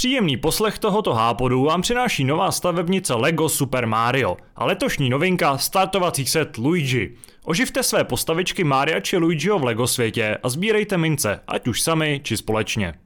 Příjemný poslech tohoto hápodu vám přináší nová stavebnice LEGO Super Mario a letošní novinka startovací set Luigi. Oživte své postavičky Mária či Luigiho v LEGO světě a sbírejte mince, ať už sami či společně.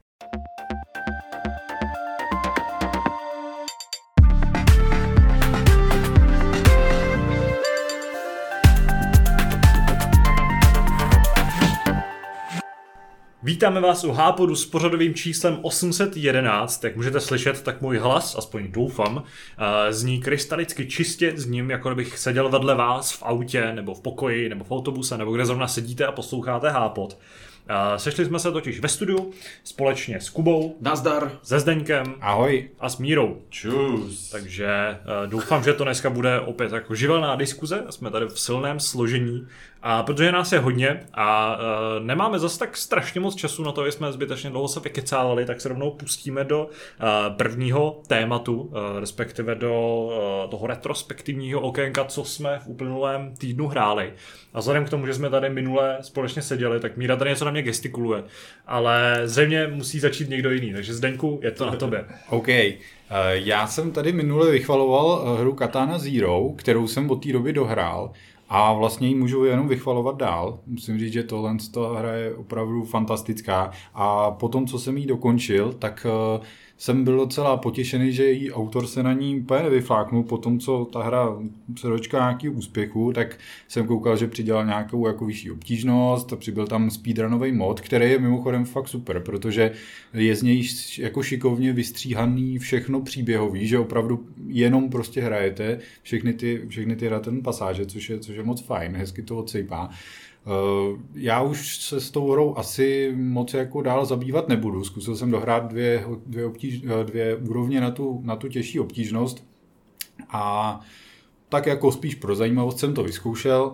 Vítáme vás u hápodu s pořadovým číslem 811, jak můžete slyšet, tak můj hlas, aspoň doufám, zní krystalicky čistě, zním jako kdybych seděl vedle vás v autě, nebo v pokoji, nebo v autobuse, nebo kde zrovna sedíte a posloucháte hápod. Sešli jsme se totiž ve studiu společně s Kubou, nazdar, se Zdeňkem, ahoj, a s Mírou. Čus. Takže doufám, že to dneska bude opět jako živelná diskuze, jsme tady v silném složení, a protože nás je hodně a nemáme zase tak strašně moc času na to, aby jsme zbytečně dlouho se vykecávali, tak se rovnou pustíme do prvního tématu, respektive do toho retrospektivního okénka, co jsme v uplynulém týdnu hráli. A vzhledem k tomu, že jsme tady minule společně seděli, tak Míra tady něco na mě gestikuluje, ale zřejmě musí začít někdo jiný, takže Zdeňku, je to na tobě. OK. Já jsem tady minule vychvaloval hru Katana Zero, kterou jsem od té doby dohrál. A vlastně ji můžu jenom vychvalovat dál. Musím říct, že tohle hra je opravdu fantastická. A potom, co jsem ji dokončil, tak jsem byl docela potěšený, že její autor se na ní úplně nevyfláknul. Potom, co ta hra se dočká nějaký úspěchu, tak jsem koukal, že přidělal nějakou jako vyšší obtížnost a přibyl tam speedrunový mod, který je mimochodem fakt super, protože je z něj jako šikovně vystříhaný všechno příběhový, že opravdu jenom prostě hrajete všechny ty hraten pasáže, což je moc fajn, hezky to odsejpá. Já už se s tou hrou asi moc jako dál zabývat nebudu. Zkusil jsem dohrát dvě úrovně na tu těžší obtížnost a tak jako spíš pro zajímavost jsem to vyzkoušel.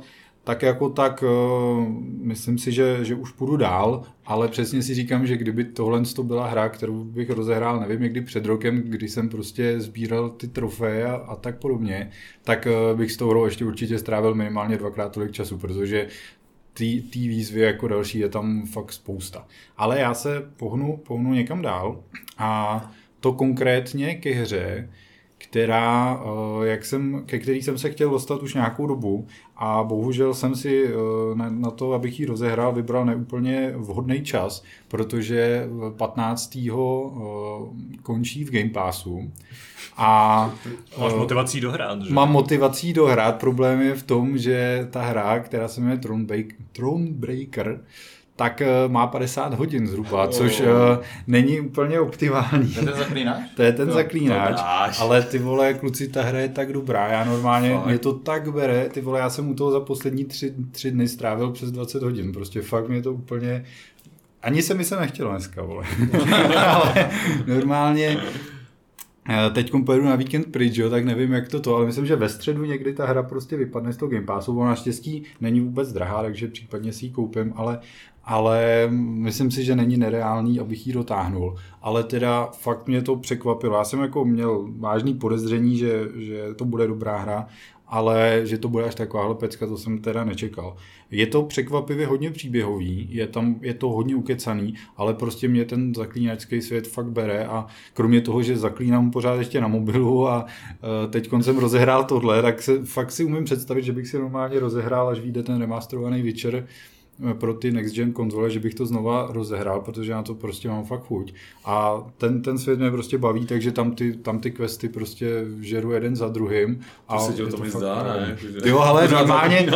Myslím si, že už půjdu dál, ale přesně si říkám, že kdyby tohle byla hra, kterou bych rozehrál, nevím, někdy před rokem, kdy jsem prostě sbíral ty trofeje a tak podobně, tak bych s tou hrou ještě určitě strávil minimálně 2x tolik času, protože ty výzvy jako další je tam fakt spousta. Ale já se pohnu někam dál a to konkrétně ke hře, ke který jsem se chtěl dostat už nějakou dobu a bohužel jsem si na to, abych ji rozehrál, vybral neúplně vhodný čas, protože 15. končí v Game Passu. A máš motivací dohrát, že? Mám motivací dohrát, problém je v tom, že ta hra, která se jmenuje Thronebreaker, tak má 50 hodin zhruba, což není úplně optimální. To je ten zaklínač? To je ten zaklínač, ale ty vole, kluci, ta hra je tak dobrá, já normálně, mě to tak bere, ty vole, já jsem u toho za poslední 3 dny strávil přes 20 hodin, prostě fakt mě to úplně, ani se mi se nechtělo dneska, vole, ale normálně, teď pojedu na víkend pryč, jo, tak nevím, jak to, ale myslím, že ve středu někdy ta hra prostě vypadne z toho Game Passu, ona naštěstí není vůbec drahá, takže případně si ji koupím, ale myslím si, že není nereálný, abych ji dotáhnul. Ale teda fakt mě to překvapilo. Já jsem jako měl vážný podezření, že to bude dobrá hra, ale že to bude až takováhle pecka, to jsem teda nečekal. Je to překvapivě hodně příběhový, je to hodně ukecaný, ale prostě mě ten zaklínačský svět fakt bere a kromě toho, že zaklínám pořád ještě na mobilu a teďkon jsem rozehrál tohle, tak fakt si umím představit, že bych si normálně rozehrál, až vyjde ten remasterovaný Witcher pro ty next gen konzole, že bych to znova rozehrál, protože na to prostě mám fakt chuť. A ten svět mě prostě baví, takže tam ty questy prostě žeru jeden za druhým. To se ti o tom zdá, ne? Jo, ale normálně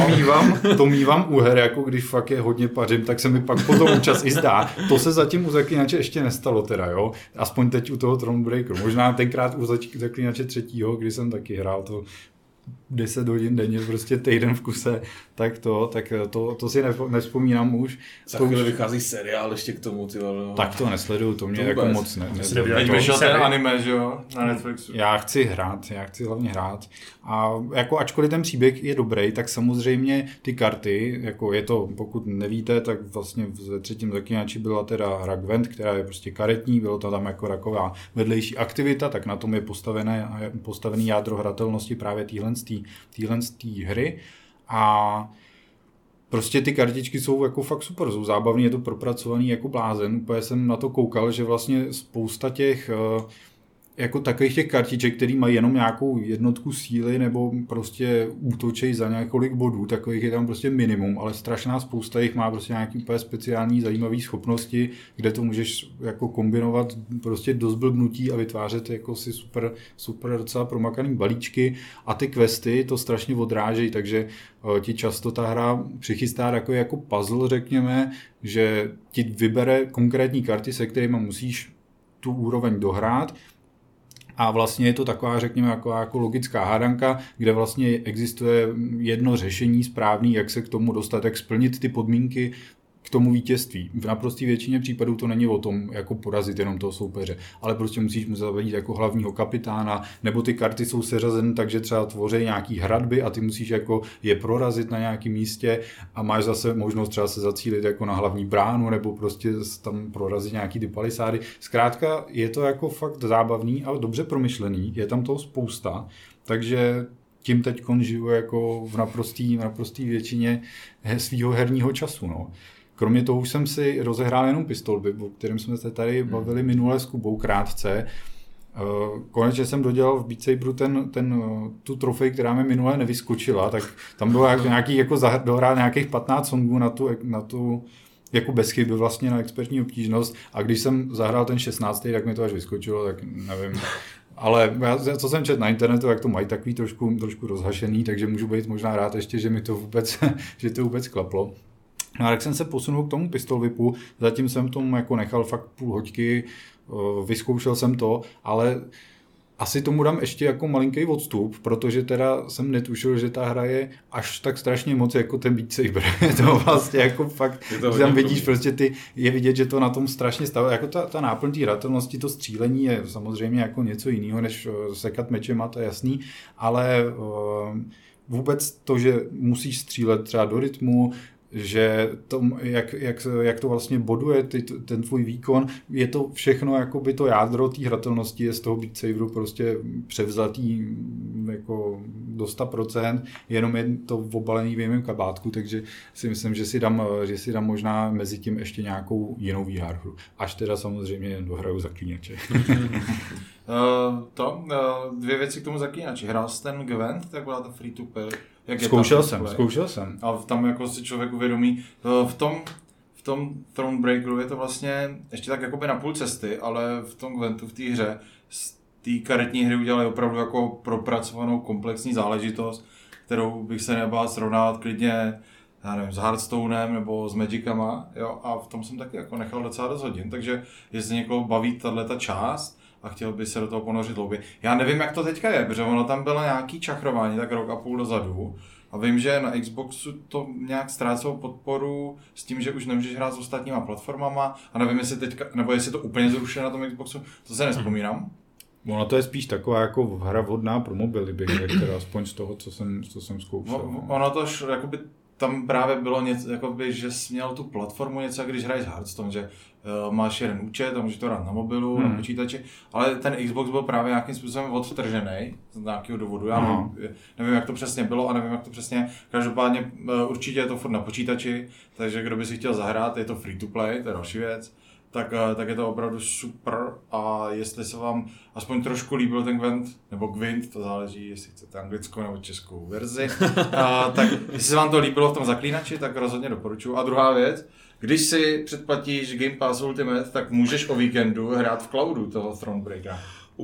to mívám u her, jako když fakt je hodně pařím, tak se mi pak potom občas i zdá. To se zatím u Zaklínače ještě nestalo teda, jo. Aspoň teď u toho Thronebreakeru. Možná tenkrát u Zaklínače 3., kdy jsem taky hrál to 10 hodin denně, prostě týden v kuse, tak to si nevzpomínám už. Za chvíli vychází seriál ještě k tomu, ty vole. Tak to nesleduju, to mě jako moc ne. Teď vyšel ten anime, že jo, na Netflixu. Já chci hlavně hrát. A jako ačkoliv ten příběh je dobrý, tak samozřejmě ty karty, jako je to, pokud nevíte, tak vlastně ve 3. Zaklínači byla teda hra Gwent, která je prostě karetní, bylo to tam jako taková vedlejší aktivita, tak na tom je postavený jádro hratelnosti právě téhle hry. A prostě ty kartičky jsou jako fakt super, jsou zábavný, je to propracovaný jako blázen. Úplně jsem na to koukal, že vlastně spousta těch jako takových těch kartiček, který mají jenom nějakou jednotku síly nebo prostě útočej za několik bodů, takových je tam prostě minimum, ale strašná spousta jich má prostě nějaký úplně speciální zajímavý schopnosti, kde to můžeš jako kombinovat prostě do zblbnutí a vytvářet jako si super docela promakaný balíčky a ty questy to strašně odrážejí, takže ti často ta hra přichystá takový jako puzzle, řekněme, že ti vybere konkrétní karty, se kterými musíš tu úroveň dohrát. A vlastně je to taková, řekněme, jako logická hádanka, kde vlastně existuje jedno řešení správný, jak se k tomu dostat, jak splnit ty podmínky k tomu vítězství. V naprosté většině případů to není o tom, jako porazit jenom toho soupeře, ale prostě musíš mu zavadit jako hlavního kapitána, nebo ty karty jsou seřazeny tak, že třeba tvoří nějaký hradby a ty musíš jako je prorazit na nějakém místě a máš zase možnost třeba se zacílit jako na hlavní bránu, nebo prostě tam prorazit nějaký ty palisády. Zkrátka je to jako fakt zábavný a dobře promyšlený, je tam toho spousta, takže tím teď žiju jako v naprostý většině svýho herního času, no. Kromě toho už jsem si rozehrál jenom pistolby, o kterém jsme se tady bavili minule s Kubou krátce. Konečně jsem dodělal v Beat Saberu tu trofej, která mi minule nevyskočila, tak tam bylo nějaký jako dohrát nějakých 15 songů na tu jako bez chyby vlastně na expertní obtížnost a když jsem zahrál ten 16. tak mi to až vyskočilo, tak nevím. Ale co jsem četl na internetu, jak to mají takový trošku rozhašený, takže můžu být možná rád ještě, že mi to vůbec klaplo. No a tak jsem se posunul k tomu pistol whipu, zatím jsem tomu jako nechal fakt půl hoďky, vyzkoušel jsem to, ale asi tomu dám ještě jako malinký odstup, protože teda jsem netušil, že ta hra je až tak strašně moc jako ten Beat Saber. To vlastně jako fakt, že tam vidíš prostě je vidět, že to na tom strašně stavuje. Jako ta náplň té hratelnosti, to střílení je samozřejmě jako něco jiného, než sekat mečema, to je jasný, ale vůbec to, že musíš střílet třeba do rytmu, že jak to vlastně boduje ten tvůj výkon, je to všechno, jakoby to jádro té hratelnosti je z toho Beat Saberu prostě převzatý jako do 100%, jenom je to obalený v jiném kabátku, takže si myslím, že si dám možná mezi tím ještě nějakou jinou výhru. Až teda samozřejmě dohraju Zaklínače. Dvě věci k tomu Zaklínači. Hrál jsi ten Gwent, tak byla ta free to play. Zkoušel jsem. A tam jako si člověk uvědomí, v tom Thronebreakeru je to vlastně ještě tak jakoby na půl cesty, ale v tom Gwentu, v té hře, z té karetní hry udělali opravdu jako propracovanou komplexní záležitost, kterou bych se nebál srovnávat klidně, já nevím, s Hearthstonem nebo s Magicama, jo, a v tom jsem taky jako nechal docela dost hodin, takže jestli někoho baví tato část, a chtěl by se do toho ponořit hlouběji. Já nevím, jak to teďka je, protože ono tam bylo nějaký čachrování, tak rok a půl dozadu. A vím, že na Xboxu to nějak ztrácelo podporu s tím, že už nemůžeš hrát s ostatníma platformama. A nevím, jestli teďka, nebo jestli to úplně zrušilo na tom Xboxu, to se nevzpomínám. Ono to je spíš taková jako hra vhodná pro mobily, bych řekl, aspoň z toho, co jsem zkoušel. Ono to jakoby tam právě bylo něco, jakoby, že jsi měl tu platformu něco, když hraješ Hearthstone, že máš jeden účet a můžeš to hrát na mobilu, na počítači, ale ten Xbox byl právě nějakým způsobem odtržený z nějakého důvodu. Já nevím, jak to přesně bylo a nevím, jak to přesně. Každopádně určitě je to furt na počítači, takže kdo by si chtěl zahrát, je to free to play, to je další věc. Tak je to opravdu super a jestli se vám aspoň trošku líbil ten Gwent, nebo Gwent, to záleží, jestli chcete anglickou nebo českou verzi, tak jestli se vám to líbilo v tom Zaklínači, tak rozhodně doporučuji. A druhá věc, když si předplatíš Game Pass Ultimate, tak můžeš o víkendu hrát v cloudu toho Thronebreakera.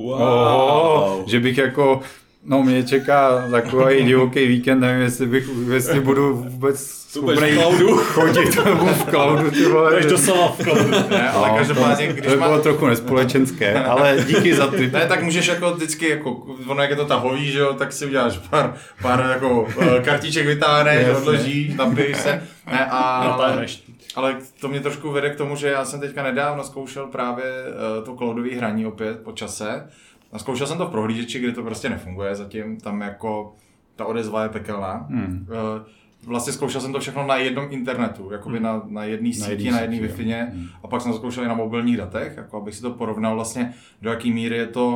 Wow. Že bych jako... No, mě čeká takový divoký víkend, nevím, jestli budu vůbec schopnej chodit v cloudu, ty vole. Jdeš doslova v cloudu. Ne, ale každopádně, když to bylo trochu nespolečenské, ale díky za tip. Ne, tak můžeš jako vždycky, jako, ono jak je to tahový, že jo, tak si uděláš pár jako kartiček vytáhneš, odložíš, napiješ se. Ne, ale to mě trošku vede k tomu, že já jsem teďka nedávno zkoušel právě to cloudové hraní opět po čase. A zkoušel jsem to v prohlížeči, kde to prostě nefunguje zatím, tam jako ta odezva je pekelná. Vlastně zkoušel jsem to všechno na jednom internetu, jakoby na jedné síti, na jedné Wi-Fi, a pak jsem to zkoušel i na mobilních datech, jako abych si to porovnal vlastně, do jaký míry je to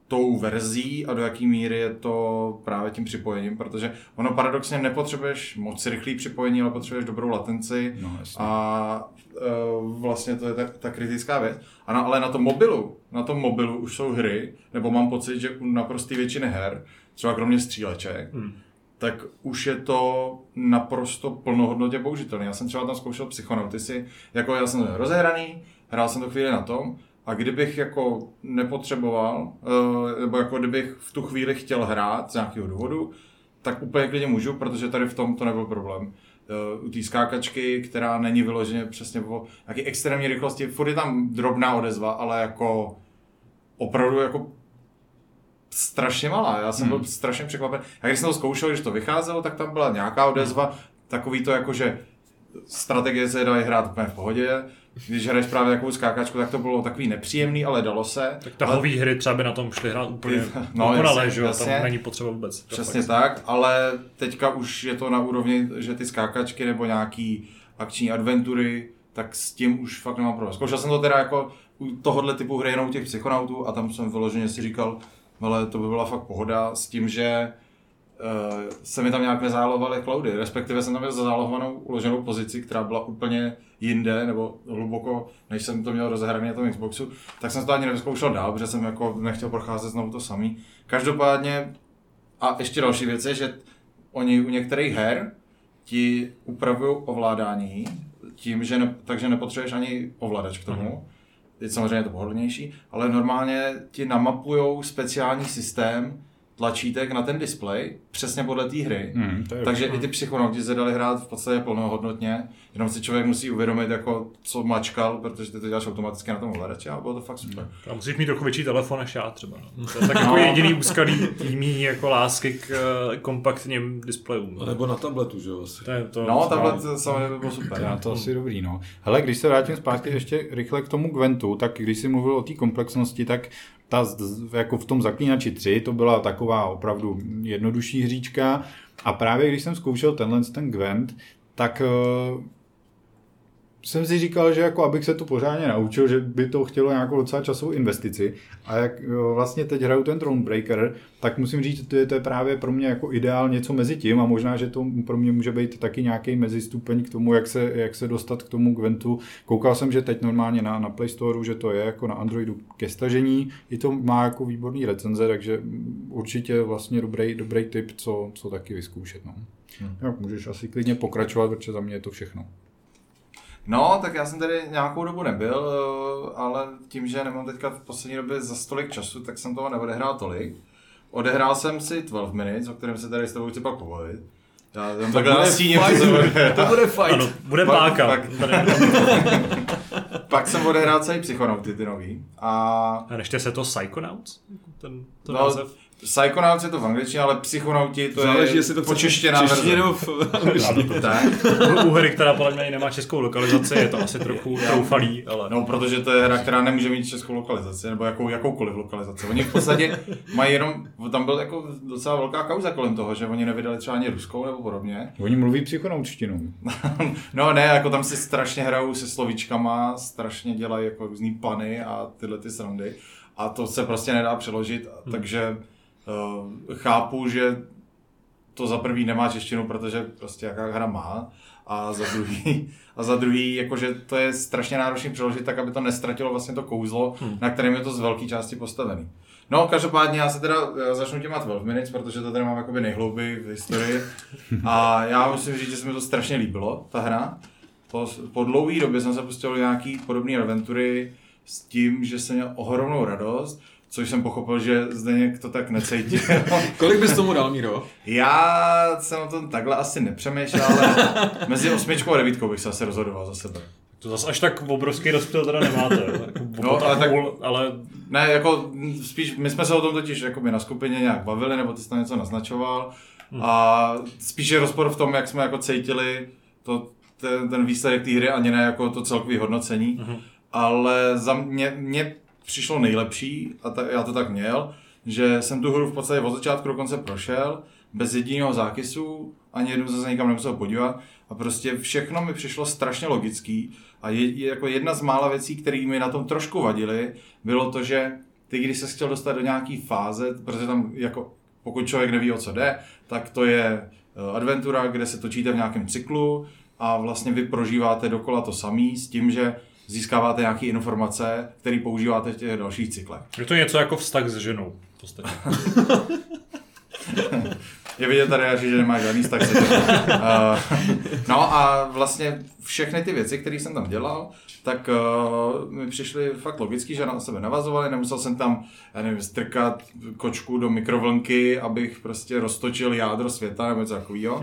tou verzí a do jaký míry je to právě tím připojením, protože ono paradoxně nepotřebuješ moc rychlý připojení, ale potřebuješ dobrou latenci a vlastně to je ta kritická věc. Ale na tom mobilu už jsou hry, nebo mám pocit, že u naprosté většiny her, třeba kromě stříleček, tak už je to naprosto plnohodnotně použitelné. Já jsem třeba tam zkoušel Psychonauty, jako já jsem rozehraný, hrál jsem to chvíli na tom, a kdybych jako nepotřeboval, nebo jako kdybych v tu chvíli chtěl hrát z nějakého důvodu, tak úplně klidně můžu, protože tady v tom to nebyl problém. U té skákačky, která není vyloženě přesně po nějaké extrémní rychlosti, furt je tam drobná odezva, ale jako opravdu jako strašně malá. Já jsem byl strašně překvapen. A když jsem to zkoušel, když to vycházelo, tak tam byla nějaká odezva, takový to jako, že strategie se dají hrát úplně v pohodě. Když hraješ právě takovou skákačku, tak to bylo takový nepříjemný, ale dalo se. Tak tahové hry třeba by na tom šly hrát úplně dokonale, že jo, tam není potřeba vůbec. Přesně tak, ale teďka už je to na úrovni, že ty skákačky nebo nějaký akční adventury, tak s tím už fakt nemám problém. Zkoušel jsem to teda jako u tohohle typu hry jenom u těch Psychonautů a tam jsem vyloženě si říkal, ale to by byla fakt pohoda s tím, že se mi tam nějak nezálovaly cloudy, respektive jsem tam měl zazálohovanou uloženou pozici, která byla úplně jinde, nebo hluboko, než jsem to měl rozehraný na tom Xboxu, tak jsem to ani nevyzkoušel dál, protože jsem jako nechtěl procházet znovu to samý. Každopádně, a ještě další věc je, že oni u některých her ti upravují ovládání tím, že takže nepotřebuješ ani ovladač k tomu, teď samozřejmě je to pohodlnější, ale normálně ti namapujou speciální systém tlačítek na ten displej, přesně podle té hry. Takže i ty Psychonauti se dali hrát v podstatě plnohodnotně, jenom si člověk musí uvědomit, jako, co mačkal, protože ty to děláš automaticky na tom ovladači a bylo to fakt super. A musíš mít trochu větší telefon než já třeba. No. To je tak jako jediný úskalý mý jako lásky k kompaktním displejům. Nebo na tabletu, že jo? Tablet samozřejmě bylo super. Já to asi dobrý, no. Hele, když se vrátím zpátky ještě rychle k tomu Gwentu, tak když jsi mluvil o té komplexnosti, tak jako v tom Zaklínači 3 to byla taková opravdu jednodušší hříčka a právě když jsem zkoušel ten Gwent, tak jsem si říkal, že jako abych se to pořádně naučil, že by to chtělo nějakou docela časovou investici a jak vlastně teď hraju ten Thronebreaker, tak musím říct, že to je právě pro mě jako ideál něco mezi tím a možná, že to pro mě může být taky nějaký mezistupeň k tomu, jak se dostat k tomu Gwentu. Koukal jsem, že teď normálně na Play Store, že to je jako na Androidu ke stažení, i to má jako výborný recenze, takže určitě vlastně dobrý tip, co taky vyzkoušet. No. Tak můžeš asi klidně pokračovat, protože za mě je to všechno. No, tak já jsem tady nějakou dobu nebyl, ale tím, že nemám teďka v poslední době za tolik času, tak jsem toho neodehrál tolik. Odehrál jsem si 12 Minutes, o kterém se tady s tebou chci pak povolit. Já tam takhle nastíním, to bude fight. Ano, bude páka. Pak jsem odehrál celý Psychonauty, ty nový. A nešte se to Psychonauts? Ten název? Psychonauts je to v angličtině, ale Psychonauti to záleží, je počeštěná verze. U hry, která podle mě nemá českou lokalizaci, je to asi trochu troufalý, ale... No, protože to je hra, která nemůže mít českou lokalizaci, nebo jakoukoliv lokalizaci. Oni v podstatě mají jenom, tam byl jako docela velká kauza kolem toho, že oni nevydali třeba ani ruskou nebo podobně. Oni mluví psychonautštinou. No ne, jako tam si strašně hrajou se slovíčkama, strašně dělají jako různý pany a tyhle ty srandy. A to se prostě nedá přeložit, takže chápu, že to za prvý nemá češtinu, protože prostě jaká hra má, a za druhý jakože to je strašně náročný přeložit tak, aby to nestratilo vlastně to kouzlo, na kterém je to z velké části postavený. No, každopádně já se teda začnu těma 12 Minutes, protože to tady mám jakoby nejhlouběji v historii a já musím říct, že se mi to strašně líbilo, ta hra. Po dlouhé době jsem se pustil nějaký podobné adventury s tím, že jsem měl ohromnou radost, což jsem pochopil, že Zdeněk to tak necítil. Kolik bys tomu dal, Míro? Já jsem o tom takhle asi nepřemýšlel, ale mezi 8 a 9 bych se asi rozhodoval za sebe. To zase až tak obrovský rozptyl teda nemáte. No, ale... Ne, jako spíš, my jsme se o tom totiž jakoby na skupině nějak bavili, nebo ty jsi tam něco naznačoval. A spíš je rozpor v tom, jak jsme jako cítili ten výsledek té hry, ani ne jako to celkový hodnocení. Ale za mě přišlo nejlepší, a já to tak měl, že jsem tu hru v podstatě od začátku do konce prošel, bez jediného zákysu, ani jednou se nikam nemusel podívat a prostě všechno mi přišlo strašně logický a jako jedna z mála věcí, které mi na tom trošku vadily, bylo to, že ty když se chtěl dostat do nějaký fáze, protože tam jako pokud člověk neví, o co jde, tak to je adventura, kde se točíte v nějakém cyklu a vlastně vy prožíváte dokola to samý s tím, že získáváte nějaké informace, které používáte v těch dalších cyklech. Je to něco jako vztah s ženou v podstatě. Je vidět tady, že nemá žádný vztah se ženou. No a vlastně všechny ty věci, které jsem tam dělal, tak mi přišly fakt logicky, že na sebe navazovaly, nemusel jsem tam, já nevím, strkat kočku do mikrovlnky, abych prostě roztočil jádro světa nebo něco takového.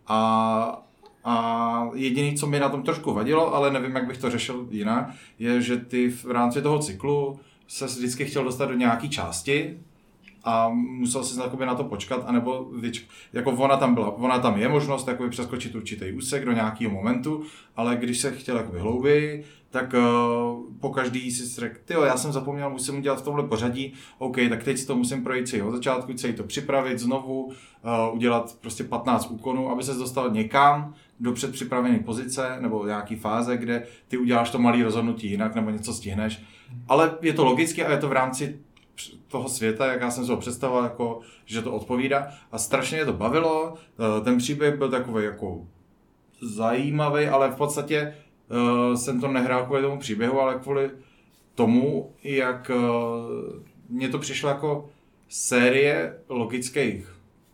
A jediné, co mi na tom trošku vadilo, ale nevím, jak bych to řešil jinak, je, že ty v rámci toho cyklu se vždycky chtěl dostat do nějaké části a musel si na to počkat, anebo jako ona tam je možnost jakoby přeskočit určitý úsek do nějakého momentu, ale když se chtěl jakoby hlouběji, tak po každý si řekl, tyjo, já jsem zapomněl, musím udělat v tomhle pořadí, OK, tak teď si to musím projít celý od začátku, celý to připravit znovu, udělat prostě 15 úkonů, aby ses dostal někam do předpřipravené pozice nebo nějaký fáze, kde ty uděláš to malé rozhodnutí jinak nebo něco stihneš. Ale je to logicky a je to v rámci toho světa, jak já jsem si ho představoval, jako, že to odpovídá. A strašně mě to bavilo. Ten příběh byl takový jako zajímavý, ale v podstatě jsem to nehrál kvůli tomu příběhu, ale kvůli tomu, jak mně to přišlo jako série logických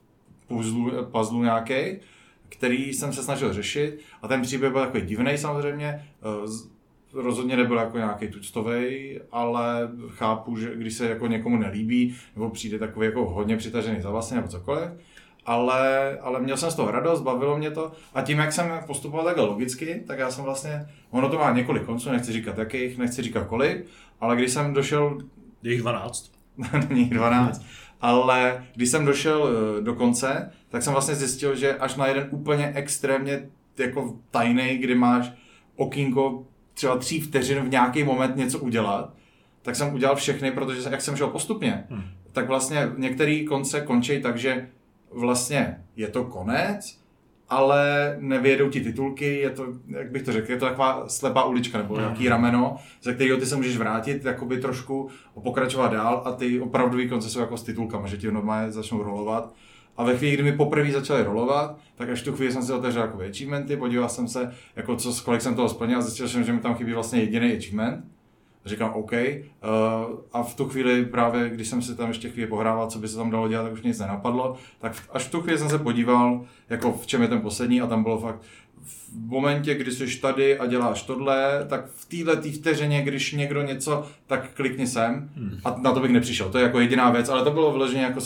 puzzlů nějakých, který jsem se snažil řešit. A ten příběh byl takový divnej samozřejmě. Rozhodně nebyl jako nějaký tuctovej, ale chápu, že když se jako někomu nelíbí, nebo přijde takový jako hodně přitažený za vlasy nebo cokoliv, ale měl jsem z toho radost, bavilo mě to a tím, jak jsem postupoval takhle logicky, tak já jsem vlastně, ono to má několik konců, nechci říkat jakých, nechci říkat kolik, ale když jsem došel... Je jich 12. Není 12, ale když jsem došel do konce, tak jsem vlastně zjistil, že až na jeden úplně extrémně jako tajnej, kdy máš okýnko třeba 3 vteřin v nějaký moment něco udělat, tak jsem udělal všechny, protože jak jsem šel postupně, tak vlastně některé konce končí tak, že vlastně je to konec, ale nevyjedou ti titulky, je to, jak bych to řekl, je to taková slepá ulička nebo nějaký rameno, ze kterého ty se můžeš vrátit, jakoby trošku pokračovat dál a ty opravdový konce jsou jako s titulkama, že ti normálně začnou rolovat. A ve chvíli, kdy mi poprvé začaly rolovat, tak až tu chvíli jsem si otevřel jako achievementy, podíval jsem se, jako kolik jsem toho splnil a zjistil jsem, že mi tam chybí vlastně jediný achievement. Říkám OK. A v tu chvíli právě, když jsem si tam ještě chvíli pohrával, co by se tam dalo dělat, tak už nic nenapadlo. Tak až v tu chvíli jsem se podíval, jako v čem je ten poslední a tam bylo fakt v momentě, kdy jsi tady a děláš tohle, tak v této vteřině, když někdo něco, tak klikni sem a na to bych nepřišel. To je jako jediná věc, ale to bylo vyloženě jako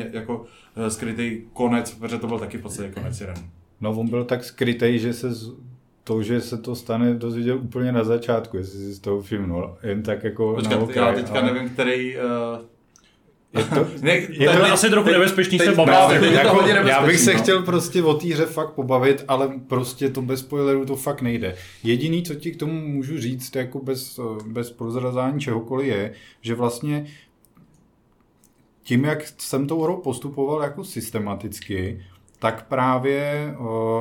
skrytý konec, protože to byl taky v podstatě konec jeden. No on byl tak skrytý, že že se to stane, dozvěděl úplně na začátku, jestli si z toho všimnul. Jen tak jako počkat, já teďka nevím, který... Je to asi trochu nebezpečný se bavit. Já bych se chtěl prostě o té hře fakt pobavit, ale prostě to bez spoilerů to fakt nejde. Jediný, co ti k tomu můžu říct, jako bez prozrazání čehokoliv je, že vlastně tím, jak jsem tou hrou postupoval jako systematicky, tak právě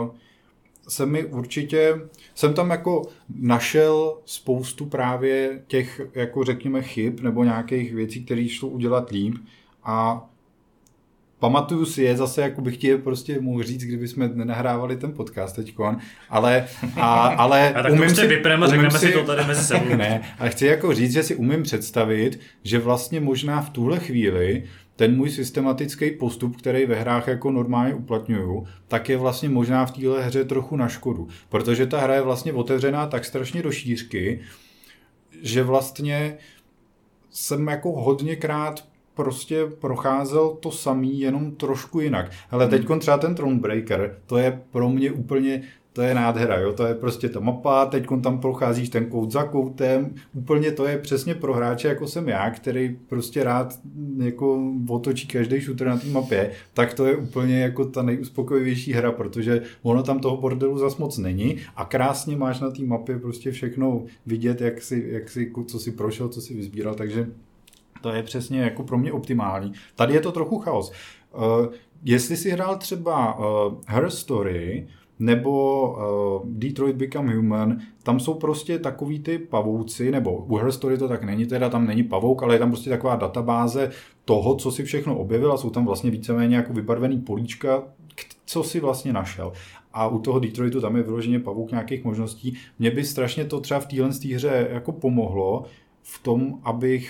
jsem tam jako našel spoustu právě těch, jako řekněme, chyb nebo nějakých věcí, které šlo udělat líp a pamatuju si je, zase jako bych ti je prostě mohl říct, kdyby jsme nenahrávali ten podcast teďkon, ale tak umím si vypneme a řekneme si to tady mezi sebou. Ne, ale chci jako říct, že si umím představit, že vlastně možná v tuhle chvíli ten můj systematický postup, který ve hrách jako normálně uplatňuju, tak je vlastně možná v téhle hře trochu na škodu. Protože ta hra je vlastně otevřená tak strašně do šířky, že vlastně jsem jako hodněkrát prostě procházel to samý, jenom trošku jinak. Ale teďkon třeba ten Thronebreaker, to je pro mě úplně... To je nádhera, jo? To je prostě ta mapa, teď tam procházíš ten kout za koutem, úplně to je přesně pro hráče, jako jsem já, který prostě rád jako otočí každý shooter na té mapě, tak to je úplně jako ta nejuspokojivější hra, protože ono tam toho bordelu zas moc není a krásně máš na té mapě prostě všechno vidět, co si prošel, co si vyzbíral, takže to je přesně jako pro mě optimální. Tady je to trochu chaos. Jestli si hrál třeba Her Story, nebo Detroit Become Human, tam jsou prostě takový ty pavouci, nebo u Her Story to tak není, teda tam není pavouk, ale je tam prostě taková databáze toho, co si všechno objevil a jsou tam vlastně víceméně jako vybarvený políčka, co si vlastně našel. A u toho Detroitu tam je vyloženě pavouk nějakých možností. Mně by strašně to třeba v téhle hře jako pomohlo v tom, abych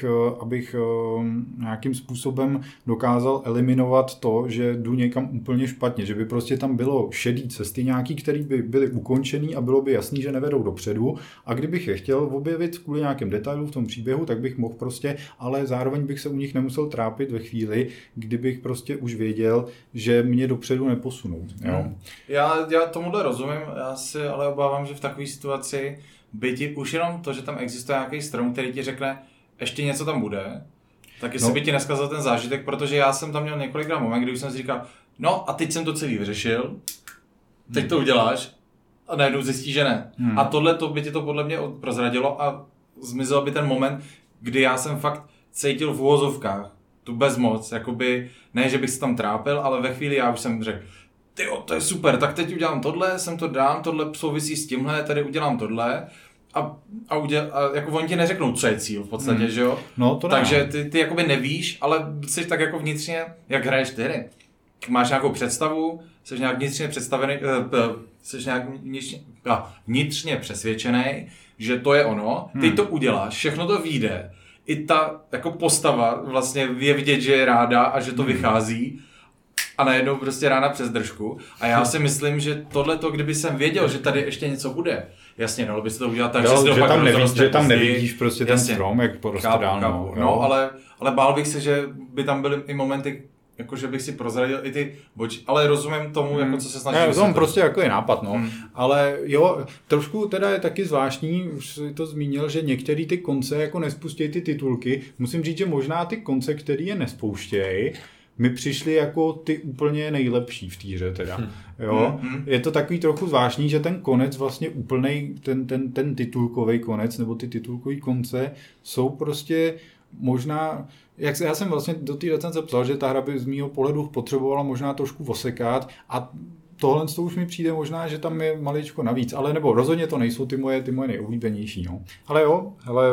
nějakým způsobem dokázal eliminovat to, že jdu někam úplně špatně, že by prostě tam bylo šedý cesty nějaký, které by byly ukončený a bylo by jasný, že nevedou dopředu a kdybych je chtěl objevit kvůli nějakém detailu v tom příběhu, tak bych mohl prostě, ale zároveň bych se u nich nemusel trápit ve chvíli, kdybych prostě už věděl, že mě dopředu neposunou. Jo? Já tomuhle rozumím, já si ale obávám, že v takové situaci by ti už jenom to, že tam existuje nějaký strom, který ti řekne, ještě něco tam bude, tak jestli by ti neskazal ten zážitek, protože já jsem tam měl několikrát moment, kdy už jsem si říkal, no a teď jsem to celý vyřešil, teď to uděláš a najednou zjistíš, že ne. A tohle to by ti to podle mě prozradilo a zmizel by ten moment, kdy já jsem fakt cítil v uvozovkách tu bezmoc, jakoby, ne, že bych se tam trápil, ale ve chvíli já už jsem řekl, tyjo, to je super, tak teď udělám tohle, sem to dám, tohle souvisí s tímhle, tady udělám tohle a jako oni ti neřeknou, co je cíl v podstatě, že jo? No, to takže ty jakoby nevíš, ale jsi tak jako vnitřně, jak hraješ ty hry. Máš nějakou představu, jsi nějak vnitřně představený, jsi nějak vnitřně přesvědčený, že to je ono, teď to uděláš, všechno to vyjde, i ta jako postava vlastně je vidět, že je ráda a že to vychází, a najednou prostě rána přes držku. A já si myslím, že tohleto, kdyby jsem věděl, že tady ještě něco bude, jasně, dalo by se to udělat tak, že tam nevidíš prostě ten strom, jak poroste dál. No, ale bál bych se, že by tam byly i momenty, jako že bych si prozradil i ty boči, ale rozumím tomu, jako co se snaží. To prostě jako je nápad, no. Ale jo, trošku teda je taky zvláštní, už si to zmínil, že některé ty konce jako nespustějí ty titulky. Musím říct, že možná ty konce, které je nespouštějí, mi přišly jako ty úplně nejlepší v té hře teda. Jo? Je to takový trochu zvláštní, že ten konec vlastně úplnej, ten titulkový konec, nebo ty titulkový konce jsou prostě možná, jak já jsem vlastně do té recenze psal, že ta hra by z mýho pohledu potřebovala možná trošku osekat a tohle to už mi přijde možná, že tam je maličko navíc, ale nebo rozhodně to nejsou ty moje nejoblíbenější. No. Ale jo,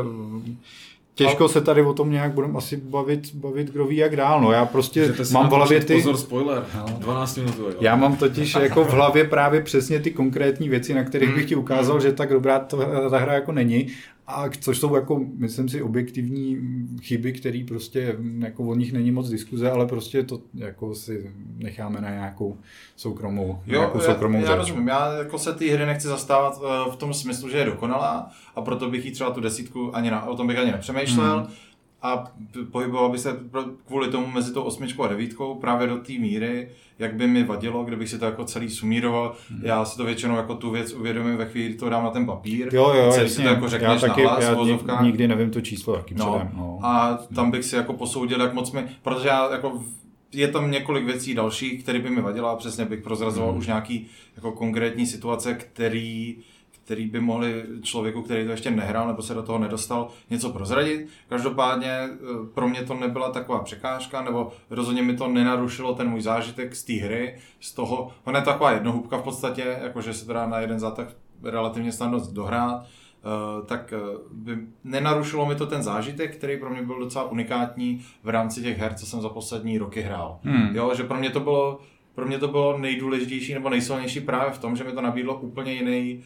těžko se tady o tom nějak budeme asi bavit, kdo ví jak dál. No, já prostě mám v hlavě ty... Pozor, spoiler, 12 minut. Já mám totiž jako v hlavě právě přesně ty konkrétní věci, na kterých bych ti ukázal, že tak dobrá ta hra jako není. A což jsou jako, myslím si, objektivní chyby, které prostě jako o nich není moc diskuze, ale prostě to jako si necháme na nějakou soukromou já rozumím, já jako se ty hry nechci zastávat v tom smyslu, že je dokonalá a proto bych jí třeba tu 10 o tom bych ani nepřemýšlel a pohyboval by se kvůli tomu mezi tou 8 a 9 právě do té míry, jak by mi vadilo, kdybych si to jako celý sumíroval. Já si to většinou jako tu věc uvědomím ve chvíli, kdy to dám na ten papír. Celý si to jako řekneš nahlas v vozovkách. Nikdy nevím to číslo taky předem. No. A tam bych si jako posoudil, jak moc mi, protože já jako je tam několik věcí dalších, které by mi vadila a přesně bych prozrazoval už nějaký jako konkrétní situace, který by mohli člověku, který to ještě nehrál nebo se do toho nedostal, něco prozradit. Každopádně pro mě to nebyla taková překážka, nebo rozhodně mi to nenarušilo ten můj zážitek z té hry, z toho, ona je taková jednohubka v podstatě, jakože se to dá na jeden zátah relativně snadno dohrát, tak by nenarušilo mi to ten zážitek, který pro mě byl docela unikátní v rámci těch her, co jsem za poslední roky hrál. Jo, že pro mě to bylo nejdůležitější nebo nejsilnější právě v tom, že mi to nabídlo úplně jiný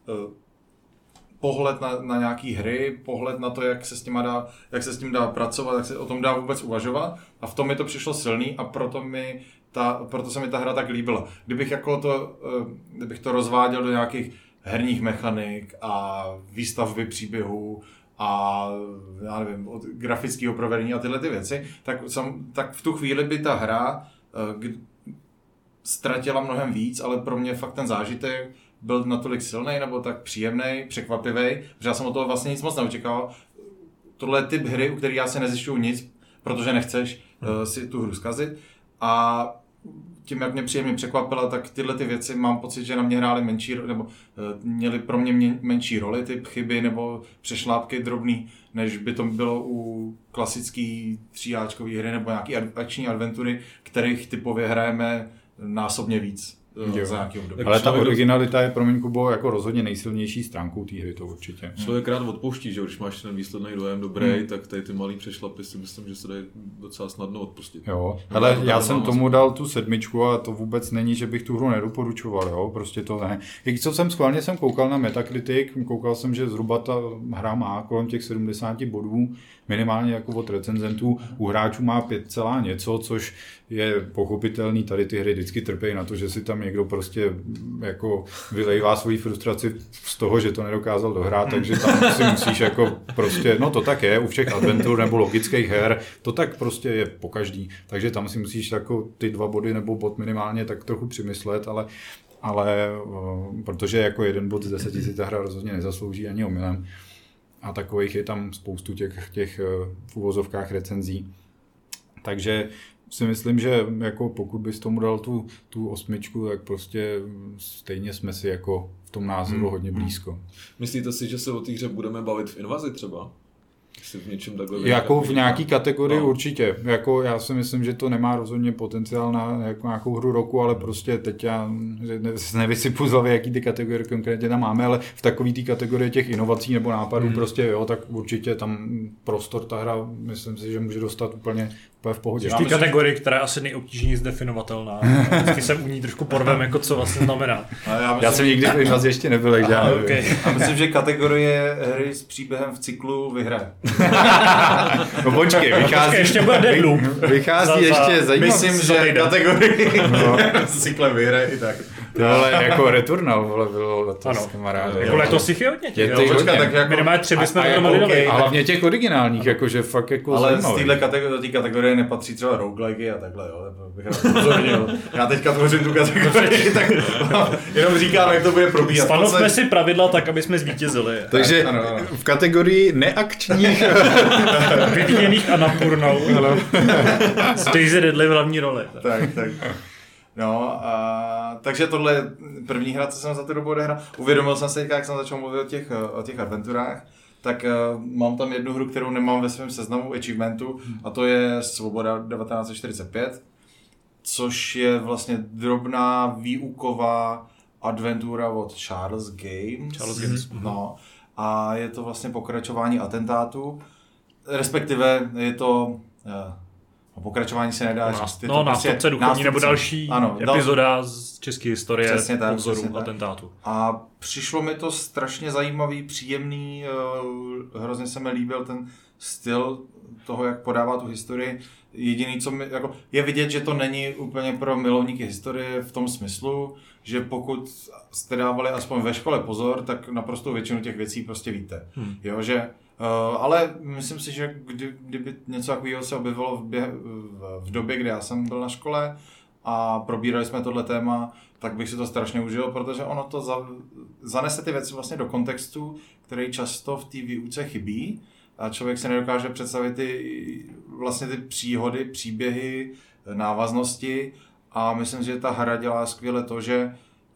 pohled na nějaký hry, pohled na to, jak se s tím dá pracovat, jak se o tom dá vůbec uvažovat a v tom mi to přišlo silný a proto se mi ta hra tak líbila. Kdybych to rozváděl do nějakých herních mechanik a výstavby příběhů a já nevím, od grafického provedení a tyhle ty věci, tak v tu chvíli by ta hra ztratila mnohem víc, ale pro mě fakt ten zážitek byl natolik silný nebo tak příjemný, překvapivý, že já jsem od toho vlastně nic moc neočekával. Tohle je typ hry, u který já si nezjišťuju nic, protože nechceš si tu hru zkazit a tím, jak mě příjemně překvapila, tak tyhle ty věci mám pocit, že na mě hrály nebo měly pro mě menší roli, ty chyby nebo přešlápky drobný, než by to bylo u klasický 3áčkový hry nebo nějaký akční adventury, kterých typově hrajeme násobně víc. za nějaký období. Ale ta originalita je pro mě, Kubo, jako rozhodně nejsilnější stránkou té hry, to určitě. Člověk rád odpouští, že když máš ten výsledný dojem dobrý, tak tady ty malý přešlapy si myslím, že se dají docela snadno odpustit. Jo, ale já jsem tomu dal tu 7 a to vůbec není, že bych tu hru nedoporučoval, jo, prostě to ne. I co jsem schválně koukal na Metacritic, koukal jsem, že zhruba ta hra má kolem těch 70 bodů, minimálně jako od recenzentů, u hráčů má 5, něco, což je pochopitelný, tady ty hry vždycky trpějí na to, že si tam někdo prostě jako vylejvá svoji frustraci z toho, že to nedokázal dohrát, takže tam si musíš jako prostě, no to tak je u všech adventur nebo logických her, to tak prostě je po každý, takže tam si musíš jako ty 2 body nebo bod minimálně tak trochu přemyslet, ale protože jako 1 bod z 10 si ta hra rozhodně nezaslouží ani omylem. A takových je tam spoustu těch v uvozovkách recenzí. Takže si myslím, že jako pokud bys tomu dal tu 8, tak prostě stejně jsme si jako v tom názoru hodně blízko. Myslíte si, že se o té hře budeme bavit v Invazi třeba? V něčem takhle jako v nějaký kategorii určitě. Jako já si myslím, že to nemá rozhodně potenciál na jako nějakou hru roku, ale prostě teď já nevysypu z hlavy, jaký ty kategorie konkrétně tam máme, ale v takový té kategorii těch inovací nebo nápadů prostě jo, tak určitě tam prostor ta hra, myslím si, že může dostat úplně v pohodě. V té kategorii, která je asi nejobtížněji zdefinovatelná. Vždycky se u ní trošku porvem, jako co vlastně znamená. Já jsem nikdy v Invazi ještě nebyl, takže já nevím. Okay. A myslím, že kategorie hry s příběhem v cyklu vyhraje. No počkej, ještě bude Deadloop. Vychází ještě zajímavý. Myslím, že kategorii s cyklem vyhraje i tak. Ale jako Returnal, vole, bylo letos kamaráde. Jako letos jich je hodně. Tak jako, minimálně 3 bychom dohromady dali. A hlavně těch originálních, jakože fakt jako ale zajímavý. Ale do té kategorie nepatří třeba roguelike a takhle, jo. Bych upozornil. Já teďka tvořím tu kategorii, tak jenom říkám, jak to bude probíhat. Stanovme si pravidla tak, aby jsme zvítězili. Takže ano. V kategorii neakčních vyvíjených a napurnou. S Daisy Ridley v hlavní roli. Tak. No, takže tohle je první hra, co jsem za tu dobu odehrál. Uvědomil jsem se teďka, jak jsem začal mluvit o těch adventurách, tak mám tam jednu hru, kterou nemám ve svém seznamu achievementu, a to je Svoboda 1945, což je vlastně drobná výuková adventura od Charles Games. No, a je to vlastně pokračování atentátu, respektive je to... pokračování se nedá říct. No, nástupce duchovní nebo další epizoda z české historie po vzoru atentátu. A přišlo mi to strašně zajímavý, příjemný, hrozně se mi líbil ten styl toho, jak podává tu historii. Jediný, co mi, jako, je vidět, že to není úplně pro milovníky historie v tom smyslu, že pokud jste dávali aspoň ve škole pozor, tak naprosto většinu těch věcí prostě víte. Jo, že ale myslím si, že kdyby něco takového se objevilo v době, kdy já jsem byl na škole a probírali jsme tohle téma, tak bych si to strašně užil, protože ono to zanese ty věci vlastně do kontextu, který často v té výuce chybí a člověk se nedokáže představit vlastně ty příhody, příběhy, návaznosti, a myslím, že ta hra dělá skvěle to, že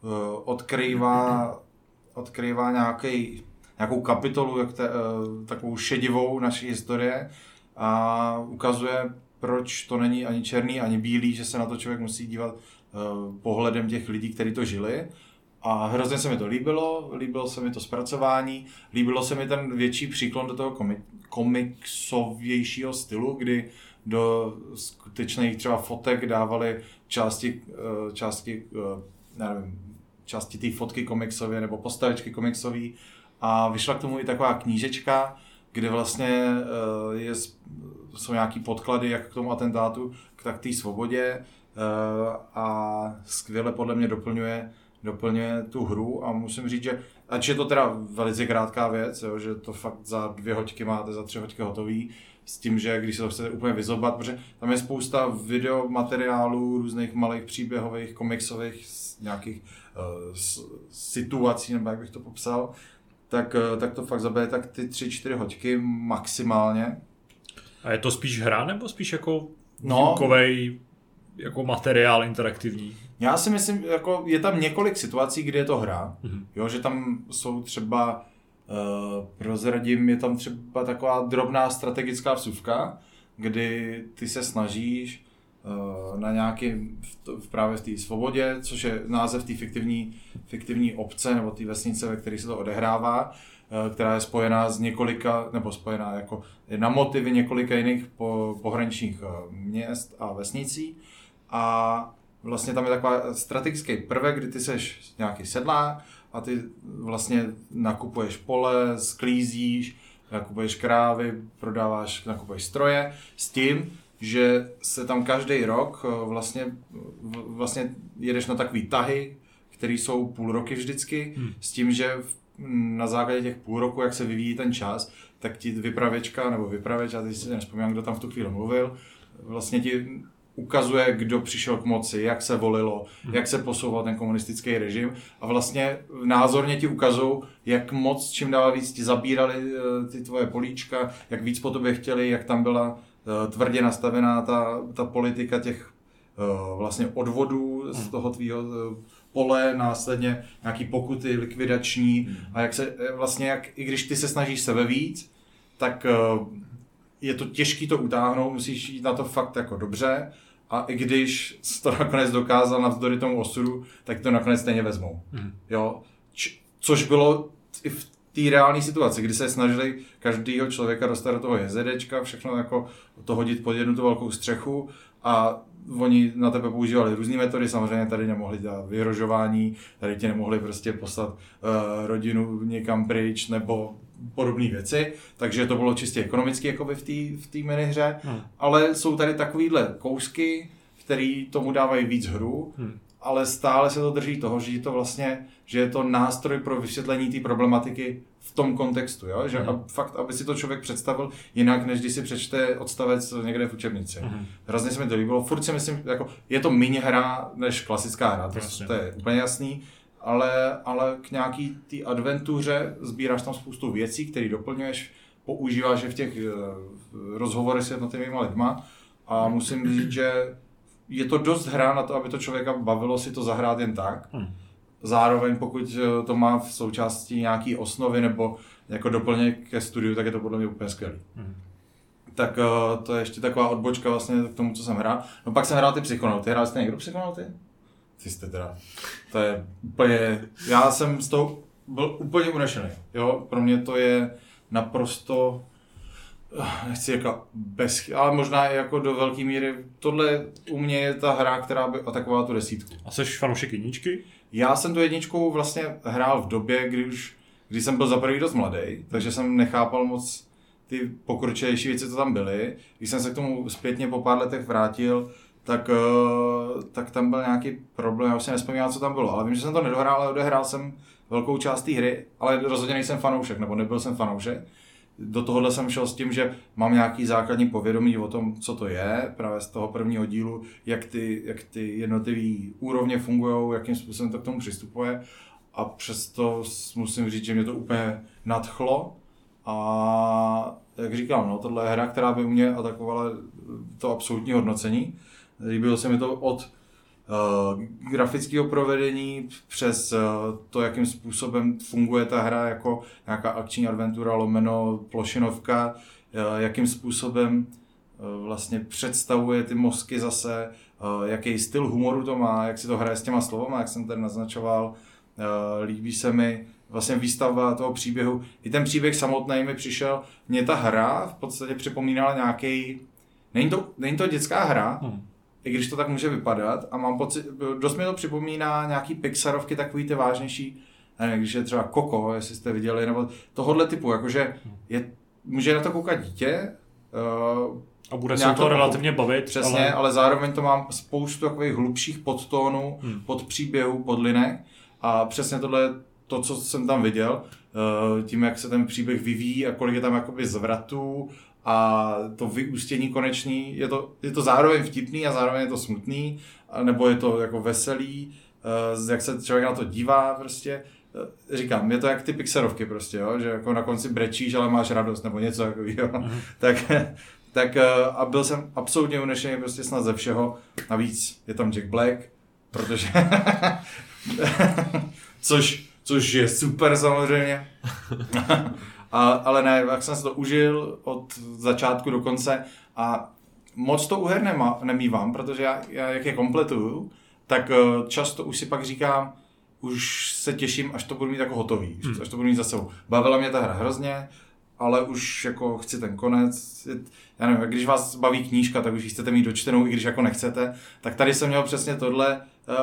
odkrývá nějakou kapitolu, takovou šedivou naší historie, a ukazuje, proč to není ani černý, ani bílý, že se na to člověk musí dívat pohledem těch lidí, kteří to žili. A hrozně se mi to líbilo se mi to zpracování, líbilo se mi ten větší příklon do toho komiksovějšího stylu, kdy do skutečných třeba fotek dávali části té fotky komiksově nebo postavičky komiksové. A vyšla k tomu i taková knížečka, kde vlastně jsou nějaký podklady jak k tomu atentátu, tak k té svobodě, a skvěle podle mě doplňuje tu hru, a musím říct, že ač je to teda velice krátká věc, jo, že to fakt za 2 hoďky máte, za 3 hoďky hotový, s tím, že když se to chcete úplně vyzobat, protože tam je spousta videomateriálů, různých malých příběhových, komiksových, nějakých situací, nebo jak bych to popsal, tak to fakt zabije tak ty 3-4 hoďky maximálně. A je to spíš hra, nebo spíš jako výukovej jako materiál interaktivní? Já si myslím, jako je tam několik situací, kde je to hra, jo, že tam jsou třeba, prozradím, je tam třeba taková drobná strategická vsuvka, kdy ty se snažíš na nějakým, právě v té Svobodě, což je název té fiktivní obce nebo té vesnice, ve které se to odehrává, která je spojená s několika, nebo spojená jako na motivy několika jiných pohraničních měst a vesnicí. A vlastně tam je taková strategický prvek, kdy ty seš nějaký sedlák a ty vlastně nakupuješ pole, sklízíš, nakupuješ krávy, nakupuješ stroje s tím, že se tam každý rok vlastně jedeš na takový tahy, které jsou půl roky vždycky, s tím, že na základě těch půl roku, jak se vyvíjí ten čas, tak ti vypravěčka nebo vypravěč, já teď si nevzpomínám, kdo tam v tu chvíli mluvil, vlastně ti ukazuje, kdo přišel k moci, jak se volilo, jak se posouval ten komunistický režim a vlastně názorně ti ukazují, jak moc, čím dál víc ti zabírali ty tvoje políčka, jak víc po tobě chtěli, jak tam byla tvrdě nastavená ta politika těch vlastně odvodů z toho tvýho pole, následně nějaký pokuty likvidační a jak se vlastně, i když ty se snažíš sebe víc, tak je to těžký to utáhnout, musíš jít na to fakt jako dobře a i když jsi to nakonec dokázal navzdory tomu osudu, tak to nakonec stejně vezmou. Jo? Což bylo i v té reálné situaci, kdy se snažili každého člověka dostat do toho jezedečka, všechno jako to hodit pod jednu tu velkou střechu a oni na tebe používali různé metody, samozřejmě tady nemohli dělat vyhrožování, tady ti nemohli prostě poslat rodinu někam pryč nebo podobné věci, takže to bylo čistě ekonomicky jako v té minihře, ale jsou tady takovýhle kousky, který tomu dávají víc hru, ale stále se to drží toho, že je to nástroj pro vysvětlení té problematiky v tom kontextu, jo? Že fakt, aby si to člověk představil jinak, než když si přečte odstavec někde v učebnici. Hrozně se mi to líbilo, furt si myslím, jako, je to minihra než klasická hra, to je úplně jasný, ale k nějaký té adventuře sbíráš tam spoustu věcí, které doplňuješ, používáš je v těch rozhovorech s jednotlivými lidma a musím říct, že je to dost hra na to, aby to člověka bavilo si to zahrát jen tak. Zároveň pokud to má v součástí nějaký osnovy nebo jako doplněk ke studiu, tak je to podle mě úplně skvělý. Tak to je ještě taková odbočka vlastně k tomu, co jsem hrál. No pak jsem hrál ty Psychonauty. Hrál jste někdo Psychonauty? Ty jste teda. To je úplně... Já jsem z toho byl úplně unešený. Jo? Pro mě to je naprosto... Nechci jako ale možná i jako do velké míry. Tohle u mě je ta hra, která by atakovala tu 10. A seš fanoušek jedničky? Já jsem tu jedničku vlastně hrál v době, kdy jsem byl za první dost mladý, takže jsem nechápal moc ty pokročilejší věci, co tam byly. Když jsem se k tomu zpětně po pár letech vrátil, tak tam byl nějaký problém, já už si nevzpomínám, co tam bylo, ale vím, že jsem to nedohrál, ale odehrál jsem velkou část té hry, ale rozhodně nejsem fanoušek, nebo nebyl jsem fanoušek. Do tohohle jsem šel s tím, že mám nějaký základní povědomí o tom, co to je, právě z toho prvního dílu, jak ty jednotlivé úrovně fungují, jakým způsobem to k tomu přistupuje. A přesto musím říct, že mě to úplně nadchlo. A jak říkám, no, tohle je hra, která by u mě atakovala to absolutní hodnocení. Líbilo se mi to od grafického provedení přes to, jakým způsobem funguje ta hra jako nějaká akční adventura lomeno plošinovka, jakým způsobem vlastně představuje ty mozky zase, jaký styl humoru to má, jak si to hraje s těma slovama, jak jsem tady naznačoval. Líbí se mi vlastně výstavba toho příběhu. I ten příběh samotný mi přišel, mě ta hra v podstatě připomínala nějaký, není to dětská hra, i když to tak může vypadat a mám pocit, dost mi to připomíná nějaký Pixarovky, takový ty vážnější, nevím, když je třeba Coco, jestli jste viděli, nebo tohohle typu, jakože může na to koukat dítě. A bude se to relativně bavit. Přesně, ale zároveň to mám spoustu takových hlubších podtónů, podpříběhů, podlinek a přesně tohle je to, co jsem tam viděl, tím, jak se ten příběh vyvíjí a kolik je tam jakoby zvratů a to vyústění konečný, je to zároveň vtipný a zároveň je to smutný, nebo je to jako veselý, jak se člověk na to dívá prostě. Říkám, je to jak ty Pixarovky prostě, jo? Že jako na konci brečíš, ale máš radost nebo něco takového. Tak a byl jsem absolutně unešený prostě snad ze všeho. Navíc je tam Jack Black, protože což je super samozřejmě. Ale ne, jak jsem se to užil od začátku do konce a moc to u her nemývám, protože já jak je kompletuju, tak často už si pak říkám, už se těším, až to budu mít jako hotový, až to budu mít za sebou. Bavila mě ta hra hrozně, ale už jako chci ten konec. Já nevím, když vás baví knížka, tak už ji chcete mít dočtenou, i když jako nechcete. Tak tady jsem měl přesně tohle,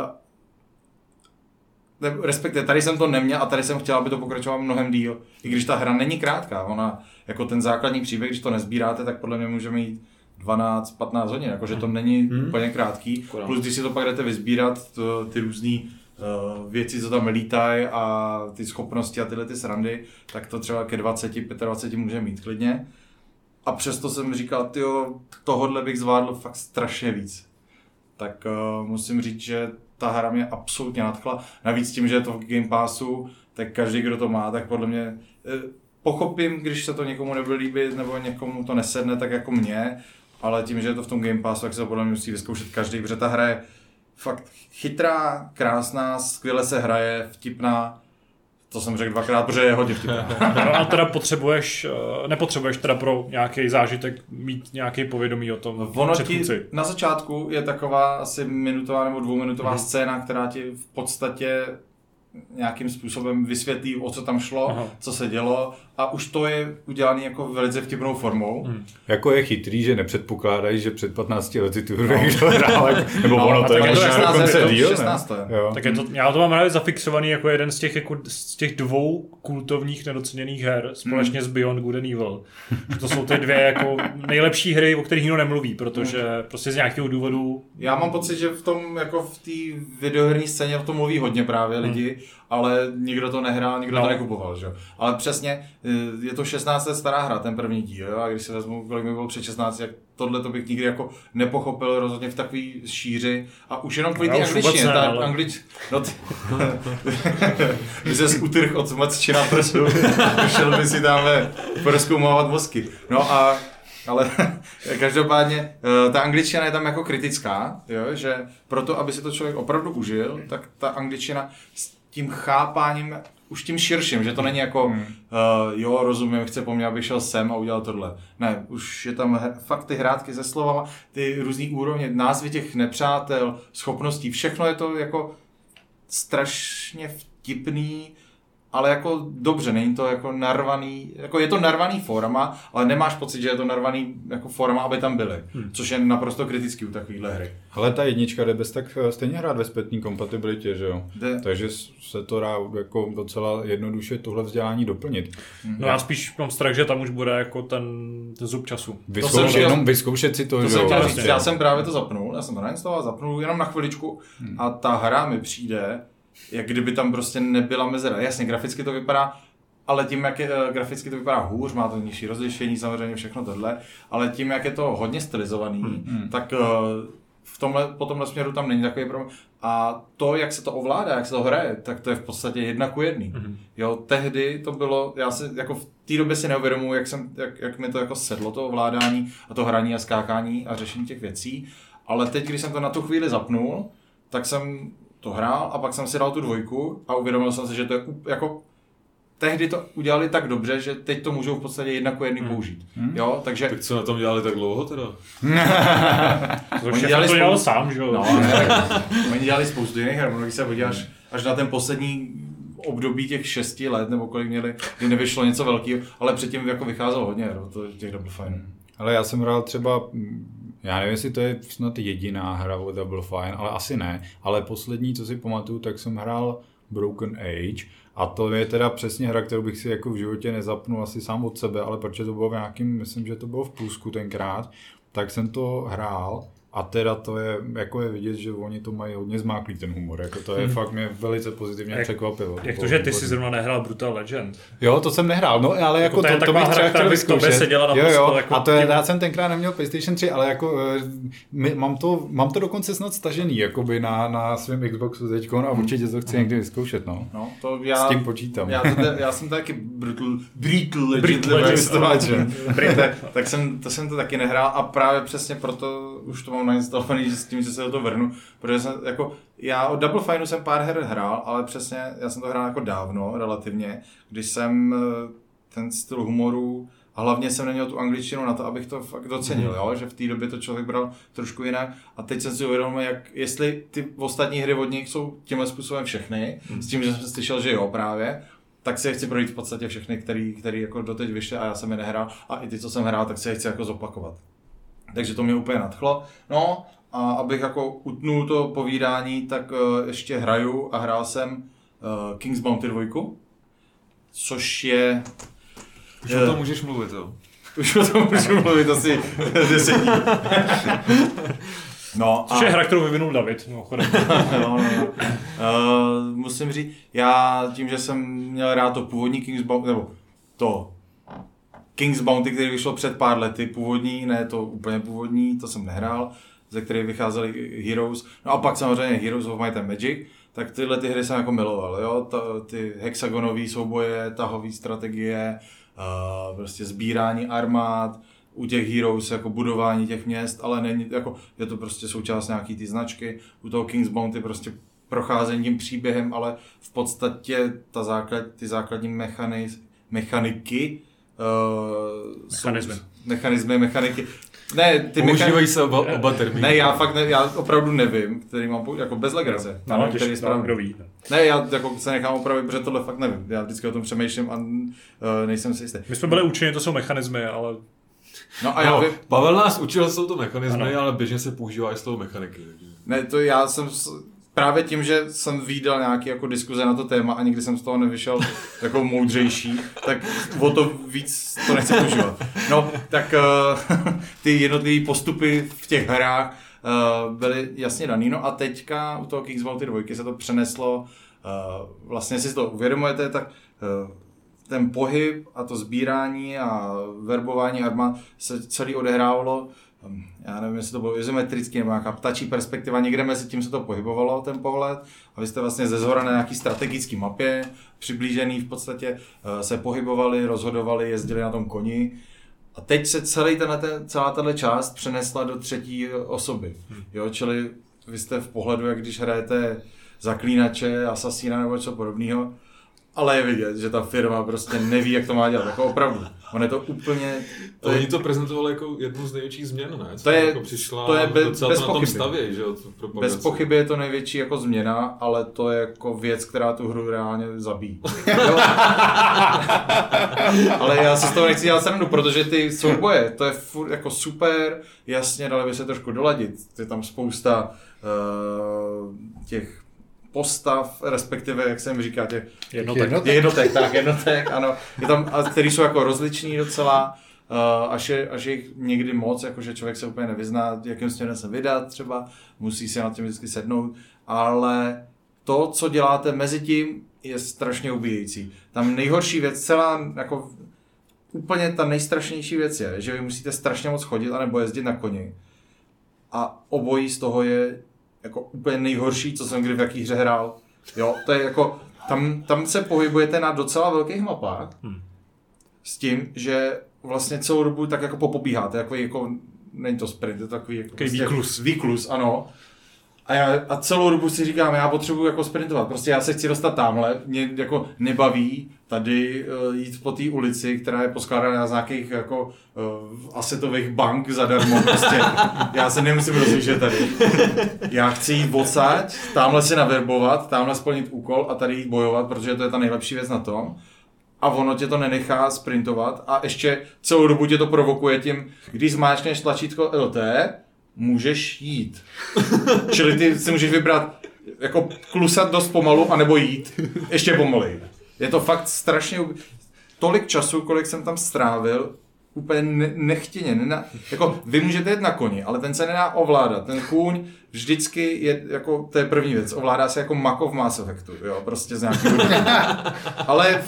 respektive tady jsem to neměl a tady jsem chtěl, aby to pokračovalo mnohem díl. I když ta hra není krátká, ona jako ten základní příběh, když to nezbíráte, tak podle mě může mít 12-15 hodin, jakože to není úplně krátký. Plus když si to pak jdete vysbírat, ty různý věci, co tam lítají a ty schopnosti a tyhle ty srandy, tak to třeba ke 20-25 může mít klidně. A přesto jsem říkal, tyjo, tohodle bych zvládl fakt strašně víc. Tak musím říct, že ta hra mě absolutně nadchla. Navíc tím, že je to v Game Passu, tak každý, kdo to má, tak podle mě pochopím, když se to někomu nebude líbit nebo někomu to nesedne, tak jako mě, ale tím, že je to v tom Game Passu, tak se to podle mě musí vyzkoušet každý, protože ta hra je fakt chytrá, krásná, skvěle se hraje, vtipná. To jsem řekl dvakrát, protože je hodně vtipná. No a teda nepotřebuješ teda pro nějaký zážitek mít nějaký povědomí o tom předchůdci. Na začátku je taková asi minutová nebo dvouminutová scéna, která ti v podstatě nějakým způsobem vysvětlí, o co tam šlo, co se dělo a už to je udělané jako velice vtipnou formou. Jako je chytrý, že nepředpokládají, že před 15 lety tu hru někdo hrál, nebo ono to je možná dokonce díl, 16. Tak je to, já to mám právě zafixovaný jako jeden z těch dvou kultovních nedoceněných her, společně s Beyond Good and Evil. To jsou ty dvě jako nejlepší hry, o kterých nikdo nemluví, protože prostě z nějakého důvodu... Já mám pocit, že v tom, jako v té videoherní scéně o tom mluví hodně právě lidi, ale nikdo to nehrál, nikdo to nekupoval, že? Ale přesně, je to 16 let stará hra, ten první díl, jo? A když si vezmu, kolik mi bylo před 16, jak tohle to bych nikdy jako nepochopil rozhodně v takový šíři a už jenom kvůli té angličtině, by se utrhl od matči na prsu, šel by si tamhle prozkoumávat mozky. No a ale každopádně ta angličtina je tam jako kritická, jo? Že proto, aby si to člověk opravdu užil, tak ta angličtina s tím chápáním, už tím širším, že to není jako jo, rozumím, chce po mně, abych šel sem a udělal tohle. Ne, už je tam fakt ty hrátky se slovama, ty různý úrovně, názvy těch nepřátel, schopností, všechno je to jako strašně vtipný, ale jako dobře, není to jako narvaný, jako je to narvaný forma, ale nemáš pocit, že je to narvaný jako forma, aby tam byly, což je naprosto kritický u takovýhle hry. Ale ta jednička jde bez tak stejně hrát ve zpětný kompatibilitě, že jo? Takže se to dá jako docela jednoduše tohle vzdělání doplnit. No já spíš mám strach, že tam už bude jako ten zub času. Vyzkoušet si to, že jo? Já jsem právě to zapnul, já jsem to nainstaloval, zapnul jenom na chviličku a ta hra mi přijde, jak kdyby tam prostě nebyla mezera. Jasně, graficky to vypadá, ale tím, jak graficky to vypadá hůř, má to nižší rozlišení, samozřejmě všechno tohle, ale tím, jak je to hodně stylizovaný, tak po tomhle směru tam není takový problém. A to, jak se to ovládá, jak se to hraje, tak to je v podstatě 1:1. Jo, tehdy to bylo, já si jako v té době si neuvědomuji, jak mi to jako sedlo, to ovládání a to hraní a skákání a řešení těch věcí, ale teď, když jsem to na tu chvíli zapnul, tak jsem to hrál a pak jsem si dal tu 2 a uvědomil jsem si, že to je jako tehdy to udělali tak dobře, že teď to můžou v podstatě 1:1 použít. Jo, takže... Tak co na tom dělali tak dlouho teda? To dělal sám, že jo? No, oni dělali spoustu jiných her, když se podíváš až na ten poslední období těch 6 let, nebo kolik měli, kdy nevyšlo něco velkého, ale předtím jako vycházelo hodně her, těch Double Fine. Ale já jsem hrál třeba, já nevím, jestli to je snad jediná hra o Double Fine, ale asi ne, ale poslední, co si pamatuju, tak jsem hrál Broken Age a to je teda přesně hra, kterou bych si jako v životě nezapnul asi sám od sebe, ale protože to bylo v nějakým, myslím, že to bylo v Plusku tenkrát, tak jsem to hrál. A teda to je, jako je vidět, že oni to mají hodně zmáklý ten humor, jako to je fakt mě velice pozitivně překvapilo. Jak to, že ty si zrovna nehrál Brutal Legend? Jo, to jsem nehrál, no ale jako to bych třeba chtěl vyzkoušet. Jo, jako a to je, já jsem tenkrát neměl PlayStation 3, ale jako mám to dokonce snad stažený, jakoby na svém Xboxu teďko a určitě to chci někdy vyzkoušet, no. To já, s tím počítám. Já jsem taky Brutal Legend, tak jsem to taky nehrál a právě přesně proto už to mám nainstalovaný s tím, že se do toho vrhnu, protože jsem jako, já od Double Fineu jsem pár her hrál, ale přesně, já jsem to hrál jako dávno, relativně, když jsem ten styl humoru a hlavně jsem neměl tu angličtinu na to, abych to fakt docenil, jo? Že v té době to člověk bral trošku jinak a teď jsem si uvědomil, jestli ty ostatní hry od nich jsou tímhle způsobem všechny, s tím, že jsem slyšel, že jo právě, tak si je chci projít v podstatě všechny, který jako doteď vyšly a já jsem je nehrál a i ty, co jsem hrál, tak si je chci jako zopakovat. Takže to mě úplně nadchlo. No a abych jako utnul to povídání, tak ještě hraju a hrál jsem King's Bounty 2, což je... Už o tom můžeš mluvit, jo? Už o tom můžu mluvit asi 10 dní. No, což je hra, kterou vyvinul David. no. Musím říct, já tím, že jsem měl rád to původní King's Bounty, nebo to King's Bounty, který vyšlo před pár lety, původní, ne to úplně původní, to jsem nehrál, ze kterých vycházely Heroes, no a pak samozřejmě Heroes of Might and Magic, tak tyhle ty hry jsem jako miloval, jo, ty hexagonové souboje, tahové strategie, prostě sbírání armád, u těch Heroes jako budování těch měst, ale není, jako, je to prostě součást nějaký ty značky, u toho King's Bounty prostě procházení tím příběhem, ale v podstatě ty základní mechaniky, mechaniky. Ne, ty používají se oba termíny. Ne, já opravdu nevím, který mám jako bez legrace. No, který kdo ví. Ne, já jako se nechám opravit, protože tohle fakt nevím. Já vždycky o tom přemýšlím a nejsem si jistý. My jsme byli učeni, to jsou mechanismy, ale... No a já vím... Pavel nás učil, jsou to mechanismy, ale běžně se používá i z toho mechaniky. Ne, to já jsem... Právě tím, že jsem viděl nějaké jako diskuze na to téma a nikdy jsem z toho nevyšel jako moudřejší, tak o to víc to nechci používat. No, tak ty jednotlivé postupy v těch hrách byly jasně daný. No a teďka u toho King's Bounty 2 se to přeneslo, vlastně si to uvědomujete, tak ten pohyb a to sbírání a verbování armád se celý odehrávalo, já nevím, jestli to bylo izometrický nebo nějaká ptačí perspektiva, někde mezi tím se to pohybovalo, ten pohled, a vy jste vlastně ze zhora na nějaký strategický mapě, přiblížený v podstatě, se pohybovali, rozhodovali, jezdili na tom koni. A teď se celá tato část přenesla do třetí osoby. Jo, čili vy jste v pohledu, jak když hrajete zaklínače, asasína nebo něco podobného, ale je vidět, že ta firma prostě neví, jak to má dělat, jako opravdu. On je to úplně... Oni to prezentovali jako jednu z největších změn, ne? To je, jako přišla to je bez na tom pochyby. stavě, že jo? Bez pochyby je to největší jako změna, ale to je jako věc, která tu hru reálně zabíjí. Ale já si z toho nechci dělat srandu, protože ty souboje, to je furt jako super, jasně, dali by se trošku doladit. Je tam spousta těch postav, respektive, jak jsem říká, těch jednotek, ano. Je tam, který jsou jako rozliční docela, až je jich někdy moc, jakože člověk se úplně nevyzná, jakým směrem se vydat třeba, musí se nad tím vždycky sednout, ale to, co děláte mezi tím, je strašně ubíjející. Tam nejhorší věc, celá, jako úplně ta nejstrašnější věc je, že vy musíte strašně moc chodit, anebo jezdit na koni. A obojí z toho je jako úplně nejhorší, co jsem kdy v jaký hře hrál. Jo, to je jako, tam se pohybujete na docela velkých mapách, s tím, že vlastně celou dobu tak jako popobíháte, jako není to sprint, je to takový jako výklus, ano. A celou dobu si říkám, já potřebuji jako sprintovat, prostě já se chci dostat tamhle, mě jako nebaví tady jít po té ulici, která je poskládaná z nějakých jako asetových bank zadarmo, prostě já se nemusím rozlížet tady. Já chci jít odsaď, tamhle si naverbovat, tamhle splnit úkol a tady jít bojovat, protože to je ta nejlepší věc na tom. A ono tě to nenechá sprintovat a ještě celou dobu tě to provokuje tím, když zmáčkneš tlačítko LT, můžeš jít. Čili ty si můžeš vybrat jako klusat dost pomalu, anebo jít ještě pomalej. Je to fakt strašně... Tolik času, kolik jsem tam strávil, úplně nechtěně. Jako, vy můžete jet na koni, ale ten se nedá ovládat. Ten kůň vždycky je, jako, to je první věc, ovládá se jako Mako v Mass Effectu, jo, prostě z nějakého ale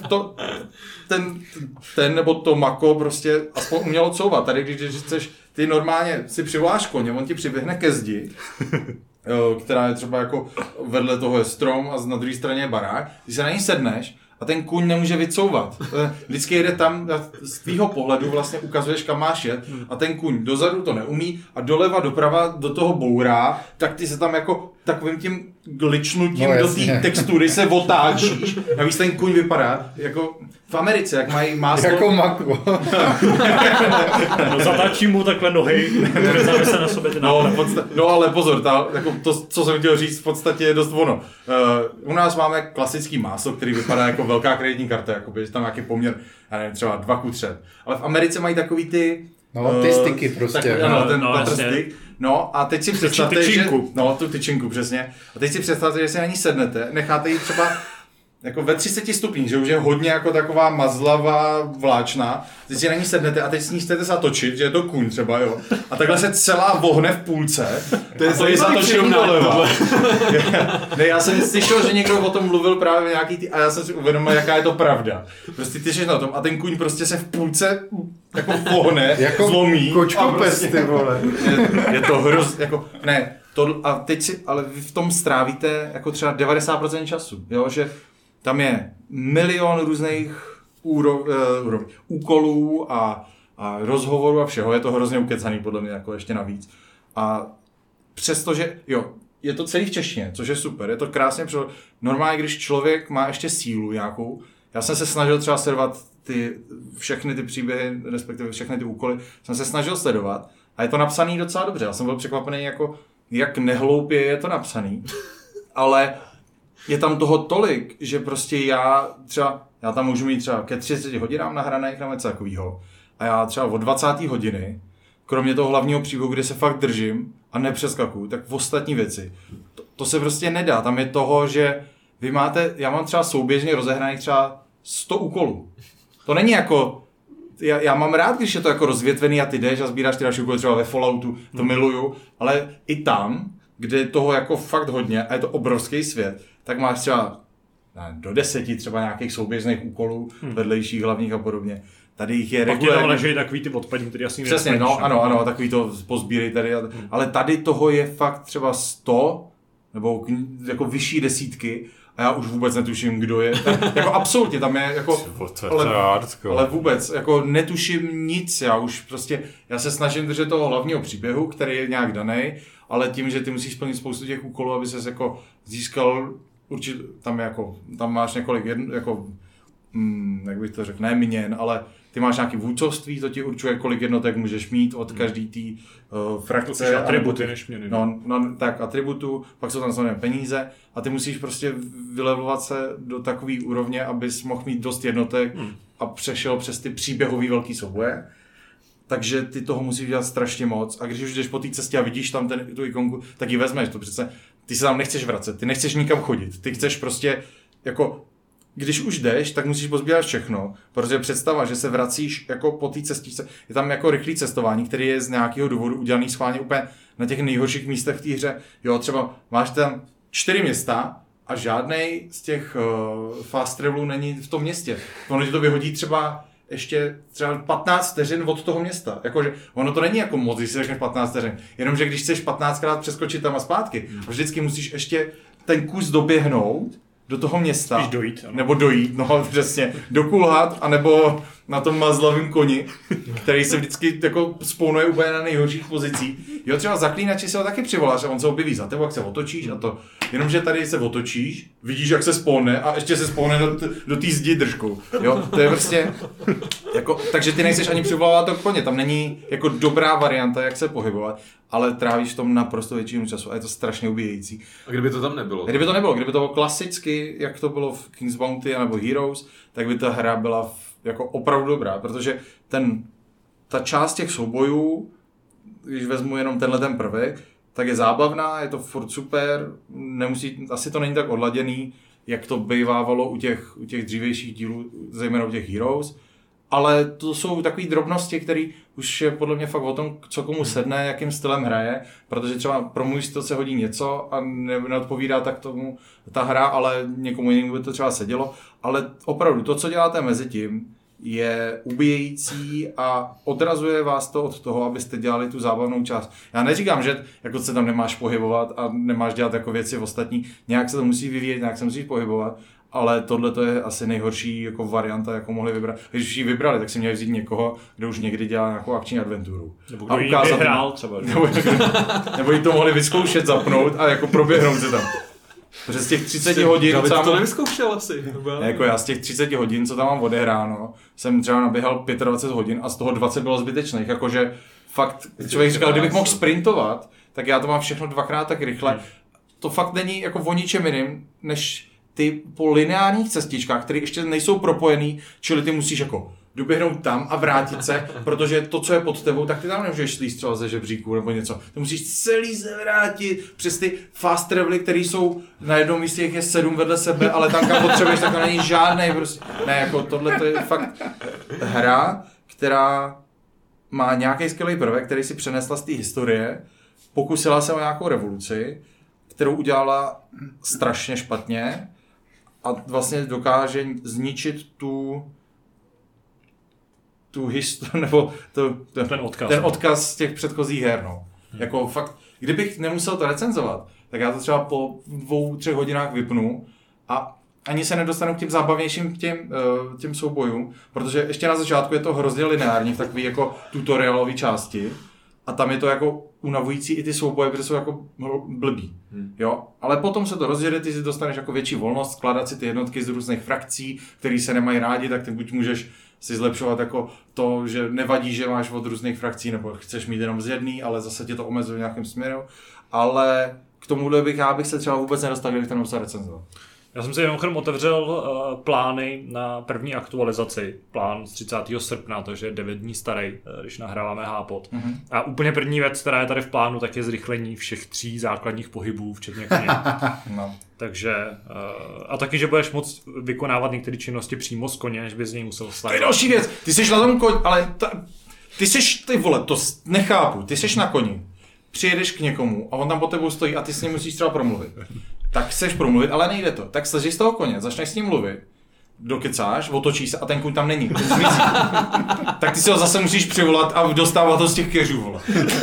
ten nebo to Mako prostě aspoň umělo couvat. Tady, když chceš, ty normálně si přivoláš koně, on ti přiběhne ke zdi, která je třeba jako vedle toho je strom a na druhé straně je barák, když se na ní sedneš, a ten kůň nemůže vycouvat. Vždycky jede tam, z tvýho pohledu vlastně ukazuješ, kam máš jet a ten kůň dozadu to neumí a doleva, doprava do toho bourá, tak ty se tam jako takovým tím gličnutím do té textury se otáčíš. A víš, ten kůň vypadá jako v Americe, jak mají máslo. Jako mako. No, zatáčí mu takhle nohy, které se na sobě ty no ale pozor, jako to, co jsem chtěl říct, v podstatě je dost ono. U nás máme klasický máslo, který vypadá jako velká kreditní karta, jakoby, že tam nějaký poměr, já nevím, třeba 2:3. Ale v Americe mají takový ty... No, ty styky prostě. Ten styk. No a teď si představte, že... No, tu tyčinku, přesně. A teď si představte, že si na ní sednete, necháte ji třeba jako ve 30 stupních, že už je hodně jako taková mazlavá, vláčná. Teď si na ní sednete a teď s ní chcete zatočit, že je to kůň třeba, jo. A takhle se celá vohne v půlce. To je zatočený doleva. Ne, já jsem slyšel, že někdo o tom mluvil právě nějaký a já jsem si uvědomil, jaká je to pravda. Prostě ty jsi na tom a ten kůň prostě se v půlce jako vohne, jako zlomí. Kočkopes, ty vole. Je to jako, ne, a teď si, ale vy v tom strávíte jako třeba 90% času, jo, že tam je milion různých úkolů a rozhovorů a všeho, je to hrozně ukecaný podle mě, jako ještě navíc. A přestože, jo, je to celý v češtině, což je super, je to krásně přeložené. Normálně, když člověk má ještě sílu nějakou, já jsem se snažil třeba sledovat všechny ty příběhy, respektive všechny ty úkoly, jsem se snažil sledovat a je to napsaný docela dobře. Já jsem byl překvapený, jako, jak nehloupě je to napsaný, ale je tam toho tolik, že prostě já tam můžu mít třeba ke 30 hodinám nahraných nebo něco takového. A já třeba od 20. hodiny, kromě toho hlavního příběhu, kde se fakt držím a nepřeskakuju, tak v ostatní věci. To se prostě nedá. Tam je toho, že já mám třeba souběžně rozehraných třeba 100 úkolů. To není jako, já mám rád, když je to jako rozvětvený a ty jdeš a sbíráš ty další úkoly, třeba ve Falloutu, to miluju, ale i tam, kde je toho jako fakt hodně a je to obrovský svět, tak máš třeba do 10 třeba nějakých souběžných úkolů, vedlejších, hlavních a podobně. Tady jich je regulérně. Pak tam leží takový ty odpadní, který asi přesně, ano, takový to pozbírej tady. Ale tady toho je fakt třeba 100, nebo jako vyšší desítky, a já už vůbec netuším, kdo je. Jako absolutně, tam je jako... Ale vůbec, jako netuším nic, já se snažím držet toho hlavního příběhu, který je nějak daný, ale tím, že ty musíš splnit spoustu těch úkolů, aby ses jako získal určitě, tam máš několik, jak bych to řekl, ne měn, ale ty máš nějaký vůdcovství, to ti určuje, kolik jednotek můžeš mít od každý té frakce. Atributy než měny. No, tak atributu, pak jsou tam samozřejmě peníze a ty musíš prostě vylevovat se do takové úrovně, abys mohl mít dost jednotek a přešel přes ty příběhový velký souboje. Takže ty toho musíš dělat strašně moc a když už jdeš po té cestě a vidíš tam tu ikonku, tak ji vezmeš, to přece, ty se tam nechceš vracet, ty nechceš nikam chodit, ty chceš prostě jako, když už jdeš, tak musíš pozbírat všechno, protože představa, že se vracíš jako po té cestičce, je tam jako rychlý cestování, který je z nějakého důvodu udělaný schválně úplně na těch nejhorších místech v té hře. Jo, třeba máš tam 4 města a žádnej z těch fast travelů není v tom městě. Ono ti to vyhodí třeba ještě třeba 15 vteřin od toho města. Jakože ono to není jako moc, když si řekneš 15 vteřin. Jenomže když chceš 15krát přeskočit tam a zpátky, vždycky musíš ještě ten kus doběhnout do toho města. Spíš dojít. Ano. Nebo dojít, no přesně. Dokulhat, anebo na tom mazlavém koni, který se vždycky jako spawnuje úplně na nejhorších pozicích. Jo, třeba zaklínači se ho taky přivoláš a on se objeví za tebou, jak se otočíš a to. Jenomže tady se otočíš, vidíš, jak se spawne a ještě se spawne do té zdi držkou. Jo, to je prostě jako, takže ty nejseš ani přivolávat to koně, tam není jako dobrá varianta, jak se pohybovat, ale trávíš v tom naprosto většinu času a je to strašně ubíjející. A kdyby to tam nebylo? Kdyby to bylo klasicky, jak to bylo v King's Bounty nebo Heroes, tak by ta hra byla jako opravdu dobrá, protože ta část těch soubojů, když vezmu jenom ten prvek, tak je zábavná, je to furt super, asi to není tak odladěný, jak to bývávalo u těch dřívějších dílů, zejména u těch Heroes, ale to jsou takové drobnosti, které už je podle mě fakt o tom, co komu sedne, jakým stylem hraje, protože třeba pro můj styl se hodí něco a neodpovídá tak tomu ta hra, ale někomu jinému by to třeba sedělo, ale opravdu to, co děláte mezi tím, je ubíjející a odrazuje vás to od toho, abyste dělali tu zábavnou část. Já neříkám, že jako se tam nemáš pohybovat a nemáš dělat jako věci ostatní, nějak se to musí vyvíjet, nějak se musíš pohybovat, ale tohle to je asi nejhorší jako varianta, jako mohli vybrat. Když už ji vybrali, tak si měli vzít někoho, kdo už někdy dělá nějakou akční adventuru. Nebo kdo ji hrál třeba. Nebo jí to mohli vyzkoušet, zapnout a jako proběhnout se tam. Protože z těch 30 hodin... David to nevyzkoušel asi. Jako já z těch 30 hodin, co tam mám odehráno, jsem třeba naběhal 25 hodin a z toho 20 bylo zbytečných. Jakože fakt, člověk říkal, kdybych mohl sprintovat, tak já to mám všechno dvakrát tak rychle. To fakt není jako o ničem jiným, než ty po lineárních cestičkách, které ještě nejsou propojený, čili ty musíš jako doběhnout tam a vrátit se, protože to, co je pod tebou, tak ty tam nemůžeš slíst třeba ze žebříku nebo něco. Ty musíš celý se vrátit přes ty fast travely, které jsou na jednom místě, jak je 7 vedle sebe, ale tam, kam potřebuješ, tak tam není žádnej prostě. Ne, jako tohle to je fakt hra, která má nějaký skvělý prvek, který si přenesla z té historie, pokusila se o nějakou revoluci, kterou udělala strašně špatně a vlastně dokáže zničit tu historii, nebo ten odkaz z těch předchozích her. No. Jako fakt, kdybych nemusel to recenzovat, tak já to třeba po 2-3 hodinách vypnu a ani se nedostanu k těm zábavnějším těm soubojům, protože ještě na začátku je to hrozně lineární v takové jako tutorialové části a tam je to jako unavující i ty souboje, protože jsou jako blbý. Jo? Ale potom se to rozjede, ty si dostaneš jako větší volnost skládat si ty jednotky z různých frakcí, které se nemají rádi, tak ty buď můžeš si zlepšovat jako to, že nevadí, že máš od různých frakcí, nebo chceš mít jenom z jedný, ale zase tě to omezuje v nějakém směru. Ale k tomuhle bych se třeba vůbec nedostal, kdybych to nemusel recenzovat. Já jsem si jenom otevřel plány na první aktualizaci, plán z 30. srpna, takže je 9 dní starý, když nahráváme Hápot. Mm-hmm. A úplně první věc, která je tady v plánu, tak je zrychlení všech 3 základních pohybů, včetně koně. No. Takže, a taky, že budeš moct vykonávat některé činnosti přímo z koně, než bys z něj musel stát. To je další věc, ty jsi na tom koni, ale ty jsi, ty vole, to nechápu, ty jsi na koni, přijedeš k někomu a on tam po tebou stojí a ty s ním musíš třeba promluvit. Tak chceš promluvit, ale nejde to. Tak slezeš z toho koně, začneš s ním mluvit, dokecáš, otočíš se a ten kuň tam není. Tak ty si ho zase musíš přivolat a dostávat to z těch keřů, vole.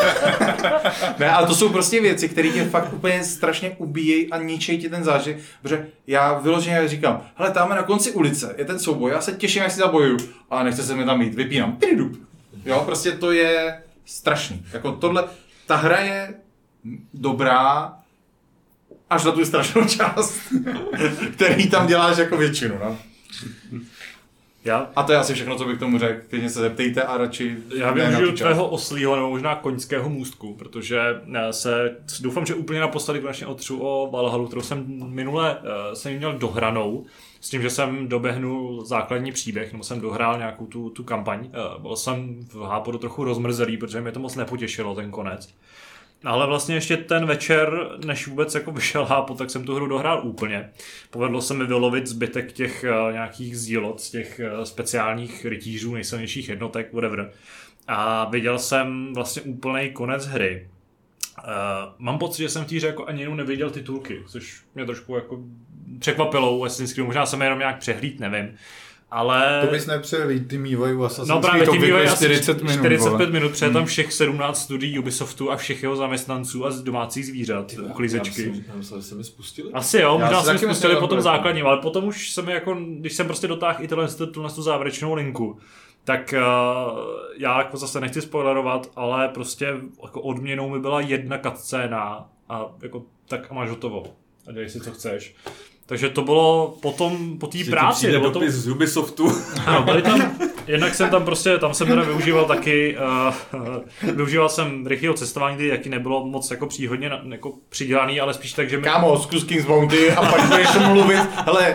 Ne, ale to jsou prostě věci, které tě fakt úplně strašně ubíjejí a ničejí ti ten zážitek, protože já vyloženě říkám, hele, tam na konci ulice je ten souboj, já se těším, jak si zabojuju, ale nechce se mi tam jít, vypínám. Jo, prostě to je strašný. Jako tohle, ta hra je dobrá, až na tu strašnou část, který tam děláš jako většinu, no. A to je asi všechno, co bych tomu řekl. Klidně se zeptejte a radši... Já využiju tvého oslího nebo možná koňského můstku, protože doufám, že úplně naposledy konečně otřu o Valhallu, kterou jsem minule jsem měl dohranou, s tím, že jsem doběhnul základní příběh, nebo jsem dohrál nějakou tu kampaň. Byl jsem v Hápodu trochu rozmrzelý, protože mě to moc nepotěšilo, ten konec. Ale vlastně ještě ten večer, než vůbec jako vyšel Hápot, tak jsem tu hru dohrál úplně. Povedlo se mi vylovit zbytek těch nějakých zílot, z těch speciálních rytířů, nejsilnějších jednotek, whatever. A viděl jsem vlastně úplný konec hry. Mám pocit, že jsem v té hře jako ani jenom neviděl titulky, což mě trošku jako překvapilo u Assassin's Creed, možná jsem je jenom nějak přehlíd, nevím. Ale... To bys nepřehlíd, ty mývají u Assassin's Creed, no, právě ty 40 minut, 45 minut, protože tam všech 17 studií Ubisoftu a všech jeho zaměstnanců a domácích zvířat, uklízečky. Já myslím, že se mi spustili. Asi jo, možná se mi spustili po tom základním, ale potom už jsem jako, když jsem prostě dotáhl i tu závěrečnou linku, tak já jako zase nechci spoilerovat, ale prostě jako odměnou mi byla jedna cutscéna a jako tak a máš hotovo. A dělej si, co chceš. Takže to bylo potom, po té práci. Přijde dopis z Ubisoftu. Ano, byli tam, jednak jsem tam prostě, tam jsem teda využíval taky, využíval jsem rychlého cestování, kdy jaký nebylo moc jako příhodně jako přidělaný, ale spíš tak, že mi... Kámo, zkus King's Bounty a pak budeš mluvit, hele...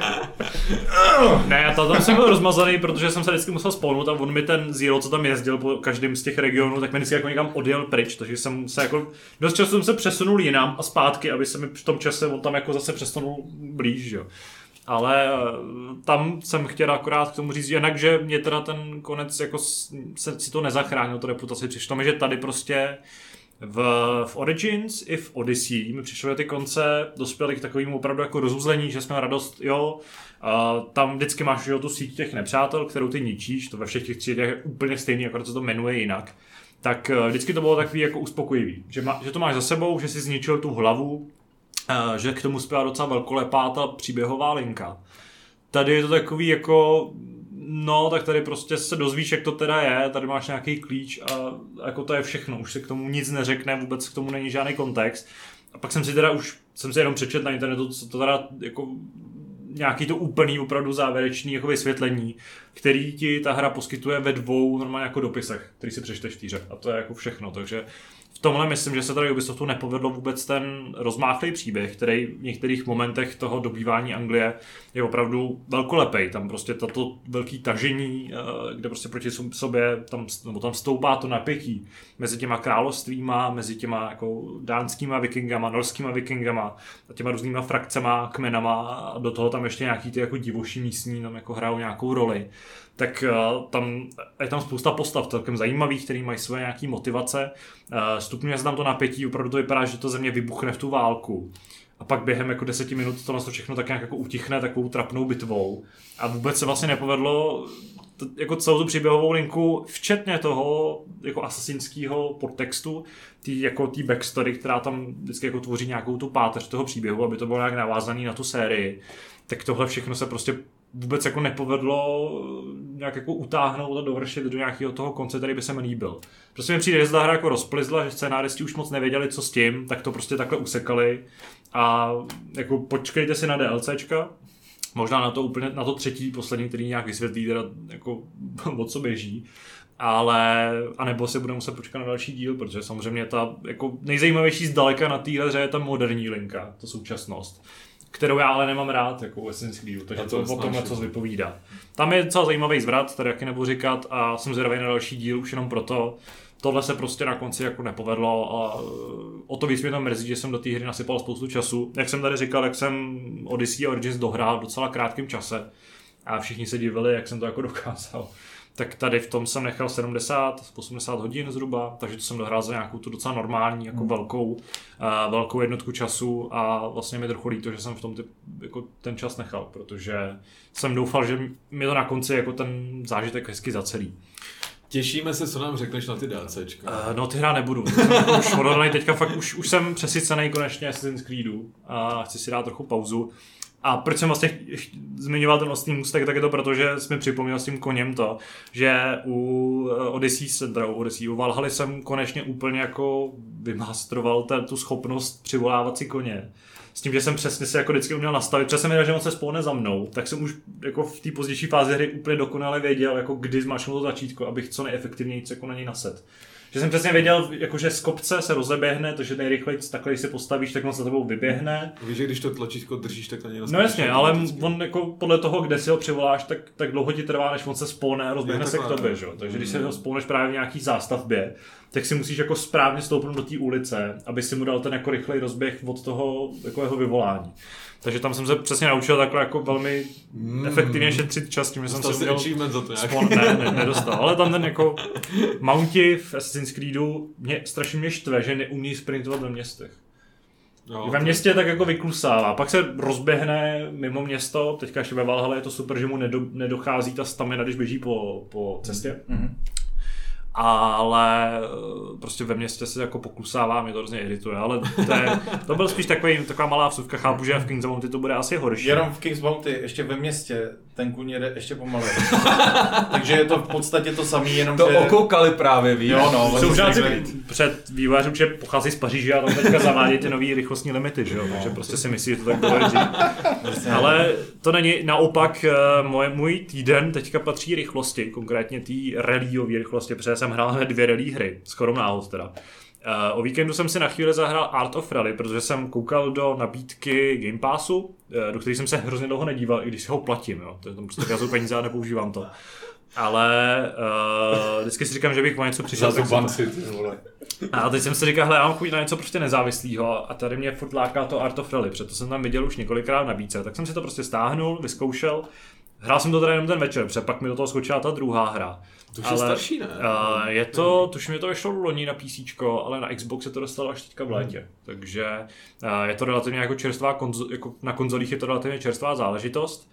Ne, tam jsem byl rozmazaný, protože jsem se vždycky musel spolnout a on mi ten Zero, co tam jezdil po každém z těch regionů, tak mi vždycky jako někam odjel pryč, takže jsem se jako, dost času jsem se přesunul jinam a zpátky, aby se mi v tom čase on tam jako zase přesunul blíž, jo. Ale tam jsem chtěl akorát k tomu říct, jinak, že mě teda ten konec jako si to nezachránil, to reputaci. Přišlo mi, že tady prostě v Origins i v Odyssey mi přišlo, že ty konce dospěly k takovému opravdu jako rozuzlení, že jsme měli radost, jo, tam vždycky máš tu síť těch nepřátel, kterou ty ničíš, to ve všech těch třídách je úplně stejný, akorát se to jmenuje jinak. Tak vždycky to bylo takový jako uspokojivý, že to máš za sebou, že jsi zničil tu hlavu, že k tomu zpěvá docela velkolepá ta příběhová linka. Tady je to takový jako, no tak tady prostě se dozvíš, jak to teda je, tady máš nějaký klíč a jako to je všechno, už se k tomu nic neřekne, vůbec k tomu není žádný kontext. A pak jsem si teda už jsem si jenom přečetl na internetu, co to teda jako nějaký to úplný, opravdu závěrečný jako vysvětlení, který ti ta hra poskytuje ve 2 normálně jako dopisech, který si přečteš v té hře. A to je jako všechno, takže v tomhle myslím, že se tady Ubisoftu nepovedlo vůbec ten rozmáchlý příběh, který v některých momentech toho dobývání Anglie je opravdu velkolepej. Tam prostě tato velký tažení, kde prostě proti sobě tam stoupá to napětí mezi těma královstvíma, mezi těma jako dánskýma vikingama, norskýma vikingama a těma různýma frakcema, kmenama a do toho tam ještě nějaký ty jako divoší místní tam jako hrajou nějakou roli. Tak je tam spousta postav celkem zajímavých, který mají své nějaké motivace. Stupňuje se tam to napětí, opravdu to vypadá, že to země vybuchne v tu válku. A pak během jako 10 minut to všechno tak nějak jako utichne takovou trapnou bitvou. A vůbec se vlastně nepovedlo jako celou tu příběhovou linku, včetně toho jako asasinského podtextu, tý backstory, která tam vždycky jako tvoří nějakou tu páteř toho příběhu, aby to bylo nějak navázaný na tu sérii. Tak tohle všechno se prostě vůbec jako nepovedlo nějak jako utáhnout a dovršit do nějakého toho konce, který by se mi líbil. Prostě mi přijde, že ta hra jako rozplizla, že scénáristi už moc nevěděli, co s tím, tak to prostě takhle usekali a jako počkejte si na DLCčka, možná na to úplně, na to třetí, poslední, který nějak vysvětlí teda jako o co běží, ale anebo si budeme muset počkat na další díl, protože samozřejmě ta jako nejzajímavější zdaleka na téhle hře je ta moderní linka, ta současnost, kterou já ale nemám rád, jako u Assassin's Creedu, takže to o tomhle co vypovídá. Tam je docela zajímavý zvrat, tady jaký nebudu říkat a jsem zvědavý na další díl už jenom proto. Tohle se prostě na konci jako nepovedlo a o to víc mě to mrzí, že jsem do té hry nasypal spoustu času. Jak jsem tady říkal, jak jsem Odyssey a Origins dohrál v docela krátkém čase a všichni se divili, jak jsem to jako dokázal. Tak tady v tom jsem nechal 70-80 hodin zhruba, takže to jsem dohrál za nějakou tu docela normální, jako velkou jednotku času a vlastně mi trochu líto, že jsem v tom jako ten čas nechal, protože jsem doufal, že mi to na konci jako ten zážitek hezky zacelí. Těšíme se, co nám řekneš na ty DLCčka. No ty hrát nebudu. Už odhodlaný teďka fakt už jsem přesycený konečně Assassin's Creedu a chci si dát trochu pauzu. A proč jsem vlastně zmiňoval ten ostný můstek, tak je to proto, že jsi mi připomněl s tím koněm to, že u Odyssey, u Valhaly jsem konečně úplně jako vymastroval tu schopnost přivolávat si koně. S tím, že jsem přesně se jako vždycky uměl nastavit, protože jsem věděl, že on se spawne za mnou, tak jsem už jako v té pozdější fázi hry úplně dokonale věděl, jako kdy zmačknout to tlačítko, abych co nejefektivněji jako na něj naset. Že jsem přesně věděl, jako, že z kopce se rozeběhne, takže nejrychleji takhle, když si postavíš, tak on se za tebou vyběhne. Víš, že když to tlačítko držíš, tak na něj nastavíš. No jasně, ale on jako podle toho, kde si ho přivoláš, tak dlouho ti trvá, než on se spawne a rozběhne se k tobě, že? Takže když se ho spawneš právě v nějaký zástavbě, tak si musíš jako správně stoupnout do té ulice, aby si mu dal ten jako rychlej rozběh od toho jako jeho vyvolání. Takže tam jsem se přesně naučil takhle jako velmi efektivně šetřit čas, tím, že jsem se uměl za to nedostal, ale tam ten jako mounti v Assassin's Creedu strašně štve, že neumí sprintovat ve městech. No, ve městě tak jako vyklusává, pak se rozběhne mimo město, teďka ještě ve Valhalle je to super, že mu nedochází ta stamina, když běží po cestě. Mm-hmm. Ale prostě ve městě se jako poklusává, mě to hrozně irituje, ale to byl spíš taková malá vsuvka, chápu, že v King's Bounty to bude asi horší. Jenom v King's Bounty, ještě ve městě, ten kůň jede ještě pomaleji. Takže je to v podstatě to samé, jenom to že... okoukali právě, víš. Jo, no. Soužáci před vývojářem, že pochází z Paříže a tam teďka zavádí ty nový rychlostní limity, že jo, takže prostě si myslí, že to tak bude dřív. Ale to není naopak, můj týden teďka patří rychlosti, konkrétně té rallyové rychlosti, protože jsem hrál hned 2 rally hry, skoro náhod teda. O víkendu jsem si na chvíli zahrál Art of Rally, protože jsem koukal do nabídky Game Passu, do který jsem se hrozně dlouho nedíval, i když si ho platím, jo. To je tam prostě jsou peníze a nepoužívám to. Ale vždycky si říkám, že bych o něco přišel. A teď jsem si říkal, hele, já mám chuť na něco prostě nezávislého a tady mě furt láká to Art of Rally, protože jsem tam viděl už několikrát na nabídce, tak jsem si to prostě stáhnul, vyzkoušel. Hrál jsem to teda jenom ten večer, protože pak mi do toho skočila ta druhá hra. To už je starší, ne? Je to, tuším, je to vyšlo loni na PCčko, ale na Xbox se to dostalo až teďka v létě. Takže je to relativně jako čerstvá, jako na konzolích je to relativně čerstvá záležitost.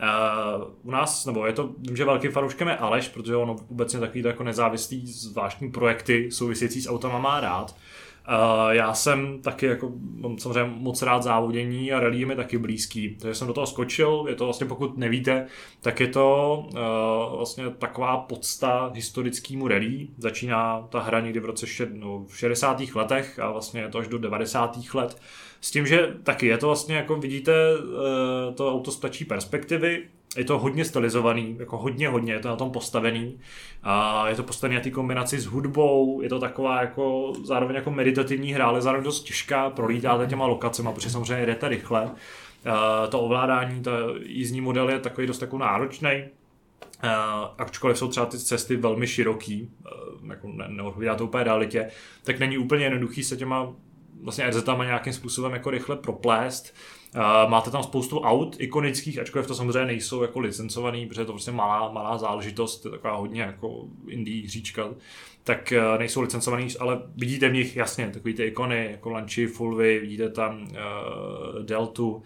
U nás, nebo je to, vím, že velkým fanouškem je Aleš, protože on obecně takový jako nezávislý zvláštní projekty související s autama má rád. Já jsem taky jako, mám samozřejmě moc rád závodění a rally je mi taky blízký, takže jsem do toho skočil, je to vlastně, pokud nevíte, tak je to vlastně taková podsta historickému rally, začíná ta hra někdy v 60. letech a vlastně je to až do 90. let, s tím, že taky je to vlastně, jako vidíte, to auto z ptačí perspektivy, je to hodně stylizovaný, jako hodně je to na tom postavený. A je to postavený na té kombinaci s hudbou, je to taková jako zároveň jako meditativní hra, ale zároveň dost těžká, prolítáte těma lokacema, protože samozřejmě jdete rychle. To ovládání, ta jízdní model je takový dost jako náročný. Ačkoliv jsou třeba ty cesty velmi široký, jako neodpovídá to úplně realitě, tak není úplně jednoduchý se těma vlastně RZ-ama nějakým způsobem jako rychle proplést. Máte tam spoustu aut ikonických, ačkoliv to samozřejmě nejsou jako licencovaný, protože je to prostě malá záležitost, je taková hodně jako indie hříčka, tak nejsou licencovaný, ale vidíte v nich jasně takový ty ikony, jako Lanchy, Fulvy, vidíte tam Deltu,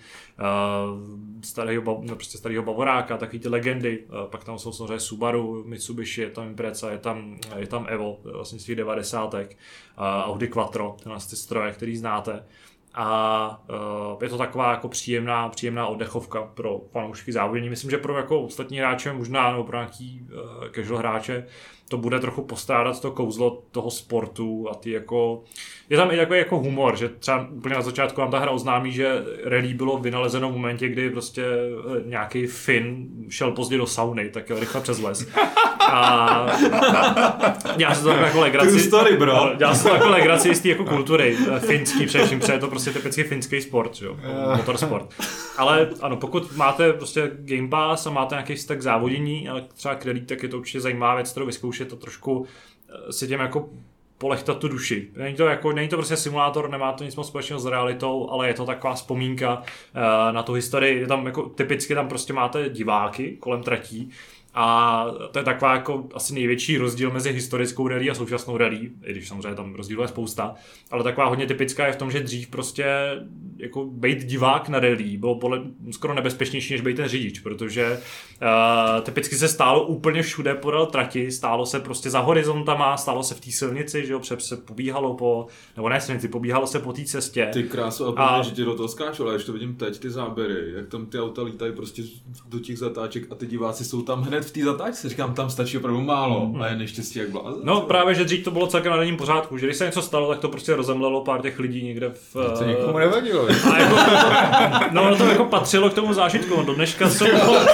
starého Bavoráka, takový ty legendy, pak tam jsou samozřejmě Subaru, Mitsubishi, je tam Impreza, je tam Evo, vlastně z těch 90. Audi Quattro, tyhle ty stroje, který znáte. A je to taková jako příjemná oddechovka pro fanoušky závodění. Myslím, že pro jako ostatní hráče možná, nebo pro nějaký casual hráče to bude trochu postrádat to kouzlo toho sportu a ty jako... Je tam i takový jako humor, že třeba úplně na začátku vám ta hra oznámí, že rally bylo vynalezeno v momentě, kdy prostě nějaký Fin šel pozdě do sauny, tak jel rychle přes les. A dělá se to jako legraci. True story, bro. Dělá se to jako legraci z té jako kultury finský především, protože je to prostě typicky finský sport, jo, motorsport. Ale ano, pokud máte prostě Game Pass a máte nějaký vztah k závodění, ale třeba k rally, tak je to určitě zajímavá věc, kterou vyzkoušet a trošku si těm jako polechtat tu duši. Není to prostě simulátor, nemá to nic moc společného s realitou, ale je to taková vzpomínka na tu historii. Je tam jako, typicky tam prostě máte diváky kolem tratí a to je taková jako asi největší rozdíl mezi historickou rally a současnou rally, i když samozřejmě tam rozdílů je spousta, ale taková hodně typická je v tom, že dřív prostě jako bejt divák na rally bylo skoro nebezpečnější, než bejt ten řidič, protože typicky se stálo úplně všude podél trati, stálo se prostě za horizontama, stálo se v té silnici, že jo, se pobíhalo pobíhalo se po té cestě. Ty krásu, a že ti do toho skáču, ale ještě to vidím teď ty záběry, jak tam ty auta lítají prostě do těch zatáček a ty diváci jsou tam hned v té zatáčce, říkám, tam stačí opravdu málo a je neštěstí jak blázen. No právě, že dřív to bylo celkem na denním pořádku, že když se něco stalo, tak to prostě rozemlelo pár těch lidí někde v... To nikomu nevadilo. A jako, no to jako patřilo k tomu zážitku, do dneška jsou...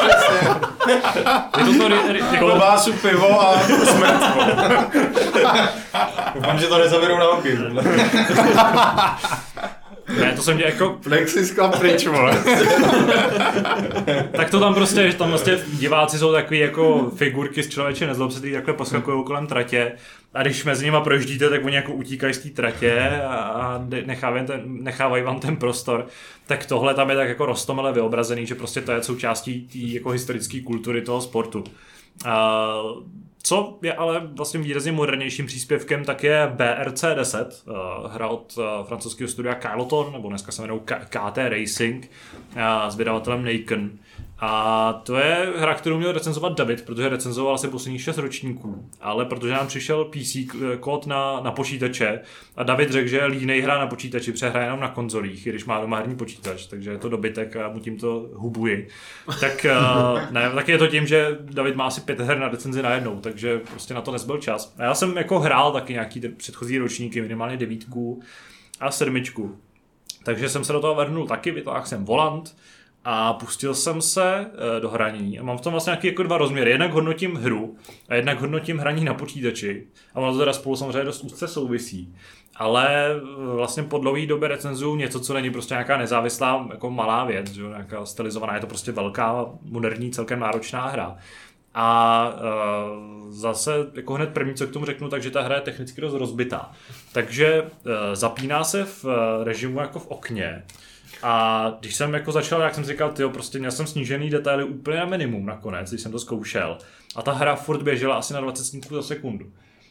Klobásu, pivo a smrt. Doufám, že to nezavěrou na oky. Ne, to jsem tě jako... Plexiskla pryč, vole. Tak to tam prostě diváci jsou takový jako figurky z Člověče nezlob se, který takhle poskakují kolem tratě a když mezi nima projíždíte, tak oni jako utíkají z té tratě a nechávají vám ten prostor. Tak tohle tam je tak jako roztomile vyobrazený, že prostě to je součástí té jako historické kultury toho sportu. Co je ale vlastně výrazně modernějším příspěvkem, tak je BRC10, hra od francouzského studia Kyloton, nebo dneska se jmenou KT Racing, s vydavatelem Nacon. A to je hra, kterou měl recenzovat David, protože recenzoval asi posledních 6 ročníků, ale protože nám přišel PC kód na počítače a David řekl, že je línej hra na počítači, přehraje jenom na konzolích, i když má doma herní počítač, takže je to dobytek a mu tímto hubuji. Tak je to tím, že David má asi 5 her na recenzi najednou, takže prostě na to nezbyl čas. A já jsem jako hrál taky nějaký předchozí ročníky, minimálně 9 a 7. Takže jsem se do toho vrhnul taky, vytáhl jsem volant, a pustil jsem se do hraní a mám v tom vlastně nějaký jako 2 rozměry. Jednak hodnotím hru a jednak hodnotím hraní na počítači. A ono to teda spolu samozřejmě dost úzce souvisí. Ale vlastně po dlouhé době recenzuju něco, co není prostě nějaká nezávislá jako malá věc, že? Nějaká stylizovaná, je to prostě velká, moderní, celkem náročná hra. A zase jako hned první, co k tomu řeknu, takže ta hra je technicky dost rozbitá. Takže zapíná se v režimu jako v okně. A když jsem jako začal, jak jsem říkal, prostě měl jsem snížený detaily úplně na minimum nakonec, když jsem to zkoušel. A ta hra furt běžela asi na 20 snímků za sekundu.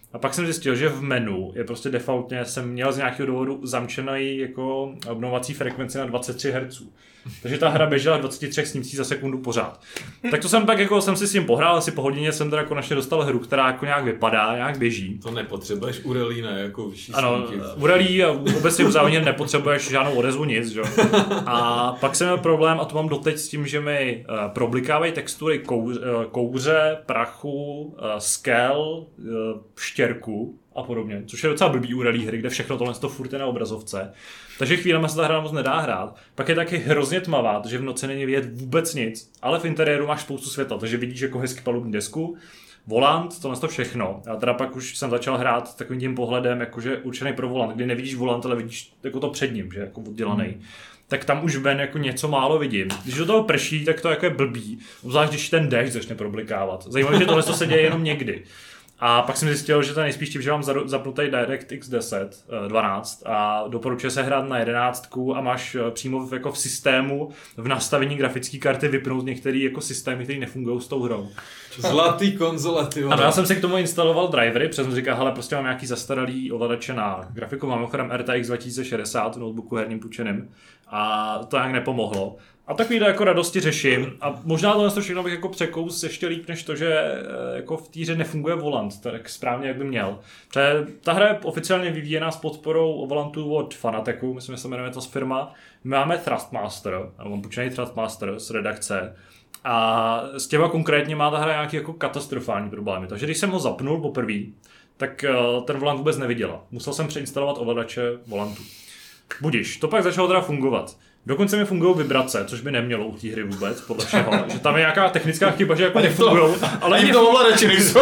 A pak jsem zjistil, že v menu je prostě defaultně, jsem měl z nějakého důvodu zamčený jako obnovovací frekvenci na 23 Hz. Takže ta hra běžela 23 snímcích za sekundu pořád. Tak to jsem tak jako jsem si s tím pohrál, asi po hodině jsem teda konečně dostal hru, která jako nějak vypadá, nějak běží. To nepotřebuješ u rally, ne, jako vyšší ano, snímky. U rally a obecně u závodně nepotřebuješ žádnou odezvu, nic, že? A pak jsem měl problém, a to mám doteď s tím, že mi problikávají textury kouře, prachu, skel, štěrku a podobně, což je docela blbý u rally hry, kde všechno tohle furt je na obrazovce. Takže chvílema se ta hra moc nedá hrát. Pak je taky hrozně tmavá, takže v noci není vidět vůbec nic, ale v interiéru máš spoustu světla, takže vidíš jako hezky palubní desku, volant, tohle to všechno. A teda pak už jsem začal hrát takovým tím pohledem, jakože určený pro volant, kdy nevidíš volant, ale vidíš jako to před ním, že jako oddělaný. Tak tam už ven jako něco málo vidím. Když do toho prší, tak to jako je blbý, zvlášť když ten déšť začne problikávat. Zajímavé, že tohle se děje jenom někdy. A pak jsem zjistil, že to je nejspíš tím, že mám zapnutý DirectX 10, 12 a doporučuje se hrát na 11 a máš přímo jako v systému v nastavení grafické karty vypnout některé jako systémy, které nefungují s tou hrou. Zlatý konzole, ty vole. Ano, já jsem si k tomu instaloval drivery, protože jsem říkal, hele, prostě mám nějaký zastaralý ovladače na grafiku, mám mimochodem RTX 2060 v notebooku herním půjčeným a to nějak nepomohlo. A takovýhle jako radosti řeším a možná to všechno bych jako překous ještě líp než to, že jako v té hře nefunguje volant tak správně, jak by měl. Protože ta hra je oficiálně vyvíjená s podporou volantů od Fanatecu, myslím, že se jmenuje ta firma. My máme Thrustmaster, mám půjčený Thrustmaster z redakce a s těma konkrétně má ta hra nějaký jako katastrofální problémy. Takže když jsem ho zapnul poprvé, tak ten volant vůbec neviděla. Musel jsem přeinstalovat ovladače volantů. Budiš, to pak začalo teda fungovat. Dokonce mi fungují vibrace, což by nemělo u té hry vůbec, podle všeho. Že tam je nějaká technická chyba, že jako nefungujou, ale ani to ovladači nejsou.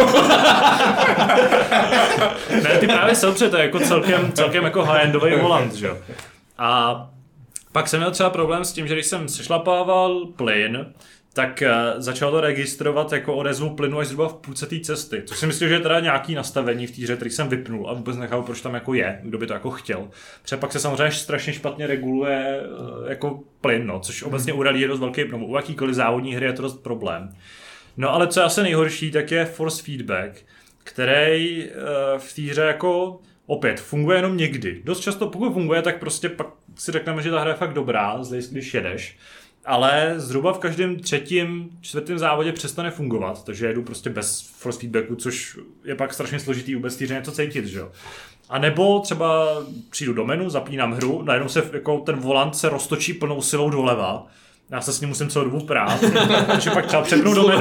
Ne, ty právě jsou, to je jako celkem jako high-endový volant, že jo. A pak jsem měl třeba problém s tím, že když jsem sešlapával plyn, tak začalo to registrovat jako odezvu plynu až zhruba v půlce té cesty. Což si myslím, že je teda nějaký nastavení v té hře, který jsem vypnul a vůbec nechápu, proč tam jako je, kdo by to jako chtěl. Protože pak se samozřejmě strašně špatně reguluje jako plyn, no, což obecně u rally je dost velký problém. U jakýkoliv závodní hry je to dost problém. No ale co je asi nejhorší, tak je force feedback, který v té hře jako opět funguje jenom někdy. Dost často, pokud funguje, tak prostě pak si řekneme, že ta hra je fakt dobrá, když jedeš. Ale zhruba v každém třetím, čtvrtém závodě přestane fungovat, takže jedu prostě bez force feedbacku, což je pak strašně složitý vůbec týře něco cítit, že jo. A nebo třeba přijdu do menu, zapínám hru, najednou se jako ten volant se roztočí plnou silou doleva, já se s ním musím celou dobu prát, takže pak třeba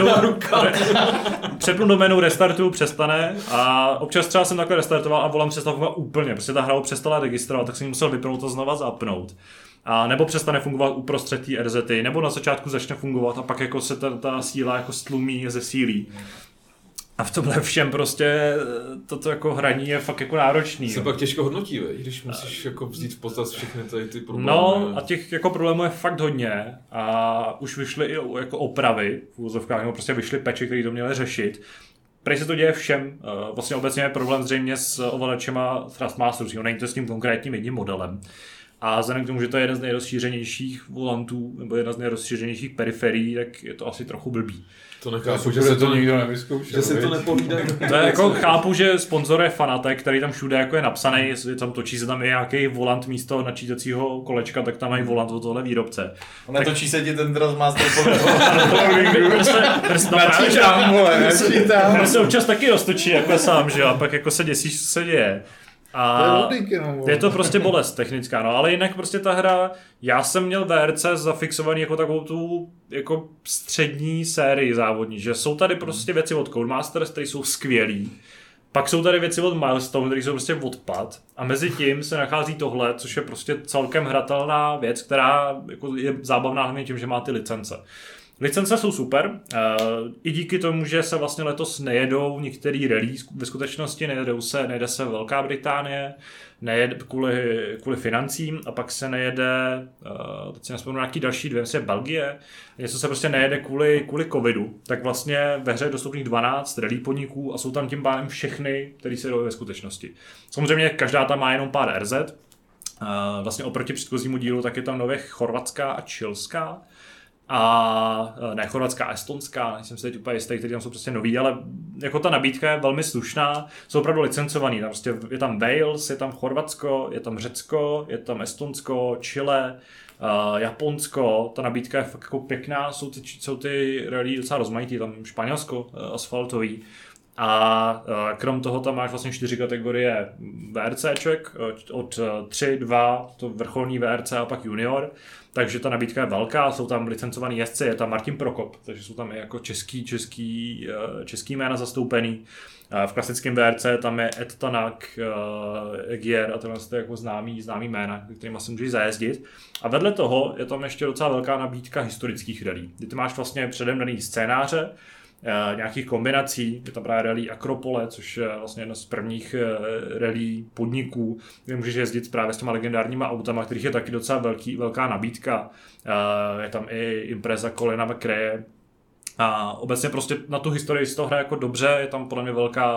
přepnu do menu, restartuju, přestane a občas třeba jsem takhle restartoval a volant přestal fungovat úplně, prostě ta hra přestala registrovat, tak jsem ji musel vypnout a znova zapnout. A nebo přestane fungovat uprostřed té RZty, nebo na začátku začne fungovat a pak jako se ta síla jako stlumí, zesílí. A v tomhle všem prostě toto jako hraní je fakt jako náročný. Se pak těžko hodnotí, když musíš jako vzít v potaz všechny ty problémy. No a těch jako problémů je fakt hodně a už vyšly i jako opravy v úvozovkách, nebo prostě vyšly patche, které to měly řešit. Prej se to děje všem. Vlastně obecně je problém zřejmě s ovladačema Thrustmasterů, není to s tím konkrétním jedním modelem. A vzhledem k tomu, že to je jeden z nejrozšířenějších volantů, nebo jedna z nejrozšířenějších periferií, tak je to asi trochu blbý. To nechápu, že se to nikdo nevyzkoušel. Že si to nepovídají. To je jako, chápu, že sponzor je Fanatec, který tam všude jako je napsaný, jestli tam točí se tam i nějaký volant místo načítacího kolečka, tak tam mají volant od tohle výrobce. Netočí se ti ten Thrustmaster podle toho. Se občas taky roztočí jako sám, že jo, a pak jako se děsíš, co se děje. A je to prostě bolest technická, no, ale jinak prostě ta hra, já jsem měl VRC zafixovaný jako takovou tu jako střední sérii závodní, že jsou tady prostě věci od Codemasters, které jsou skvělý, pak jsou tady věci od Milestone, které jsou prostě odpad a mezi tím se nachází tohle, což je prostě celkem hratelná věc, která jako je zábavná hlavně tím, že má ty licence. Licence jsou super, i díky tomu, že se vlastně letos nejedou některý release, ve skutečnosti nejede se Velká Británie, nejede kvůli financím a pak se nejede, teď si nespomenu nějaký další dvě, myslím Belgie, něco se prostě nejede kvůli covidu, tak vlastně ve hře je dostupných 12 rally podniků a jsou tam tím pádem všechny, které se jedou ve skutečnosti. Samozřejmě každá tam má jenom pár RZ, vlastně oproti předchozímu dílu tak je tam nově chorvatská a chilská. a ne chorvatská a estonská, nejsem si teď úplně jistý, kteří tam jsou prostě noví, ale jako ta nabídka je velmi slušná, jsou opravdu licencovaný, tam prostě je tam Wales, je tam Chorvatsko, je tam Řecko, je tam Estonsko, Chile, Japonsko, ta nabídka je fakt jako pěkná, jsou ty rally docela rozmanitý, tam Španělsko asfaltový. A krom toho tam máš vlastně 4 kategorie VRCček, od 3, 2, to vrcholný VRC a pak junior, takže ta nabídka je velká, jsou tam licencovaný jezdci, je tam Martin Prokop, takže jsou tam i jako český jména zastoupený. V klasickém VRC tam je Ed Tanak, Egier a tohle jako známý jména, kterým asi můžeš zajezdit. A vedle toho je tam ještě docela velká nabídka historických rally, kdy ty máš vlastně předem daný scénáře, nějakých kombinací, je tam právě rally Akropole, což je vlastně jedno z prvních rally podniků, kde můžeš jezdit právě s těma legendárníma autama, kterých je taky docela velká nabídka. Je tam i Impreza Colina McRae. A obecně prostě na tu historii se to hraje jako dobře, je tam podle mě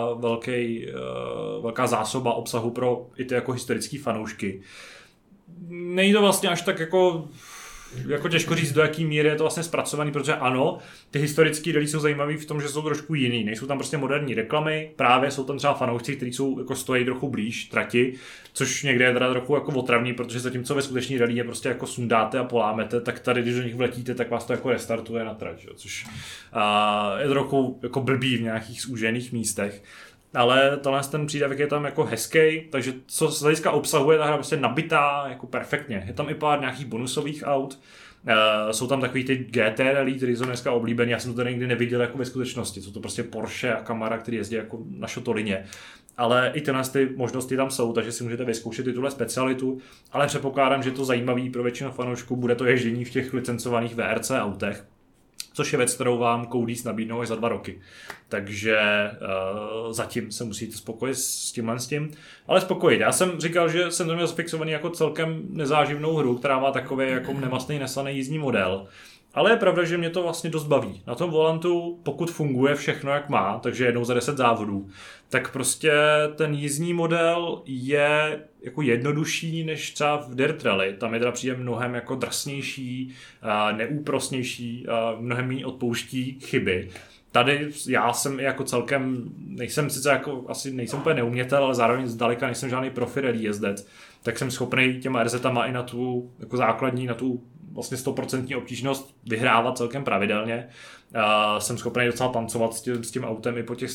velká zásoba obsahu pro i ty jako historický fanoušky. Není to vlastně až tak jako těžko říct, do jaký míry je to vlastně zpracovaný, protože ano, ty historické rally jsou zajímavý v tom, že jsou trošku jiný. Nejsou tam prostě moderní reklamy, právě jsou tam třeba fanoušci, kteří jsou jako stojí trochu blíž trati, což někde je teda trochu jako otravný, protože zatímco ve skutečný rally je prostě jako sundáte a polámete, tak tady, když do nich vletíte, tak vás to jako restartuje na trať, což je trochu jako blbý v nějakých zúžených místech. Ale ten přídavek je tam jako hezký, takže co z hlediska obsahu je ta hra prostě nabitá jako perfektně. Je tam i pár nějakých bonusových aut, jsou tam takový ty GT rally, které jsou dneska oblíbený, já jsem to tady nikdy neviděl jako ve skutečnosti, jsou to prostě Porsche a Camara, který jezdí jako na šotolině. Ale i ty možnosti tam jsou, takže si můžete vyzkoušet i tuhle specialitu, ale předpokládám, že to zajímavý pro většinu fanoušků bude to ježdění v těch licencovaných VRC autech, což je věc, kterou vám Codys nabídnou až za 2 roky. Takže zatím se musíte spokojit s tím. Ale spokojit. Já jsem říkal, že jsem to měl zafixovaný jako celkem nezáživnou hru, která má takový jako nemastný, neslaný jízdní model. Ale je pravda, že mě to vlastně dost baví. Na tom volantu, pokud funguje všechno jak má, takže jednou za 10 závodů, tak prostě ten jízdní model je jako jednodušší než třeba v Dirt Rally. Tam je teda přijde mnohem jako drsnější, neúprosnější, mnohem méně odpouští chyby. Tady já jsem jako celkem, nejsem sice jako, asi nejsem úplně neumětel, ale zároveň zdaleka nejsem žádný profi rally jezdec, tak jsem schopný těma RZ-ama i na tu jako základní, na tu vlastně 100% obtížnost vyhrávat celkem pravidelně. Jsem schopný docela tancovat s tím autem i po těch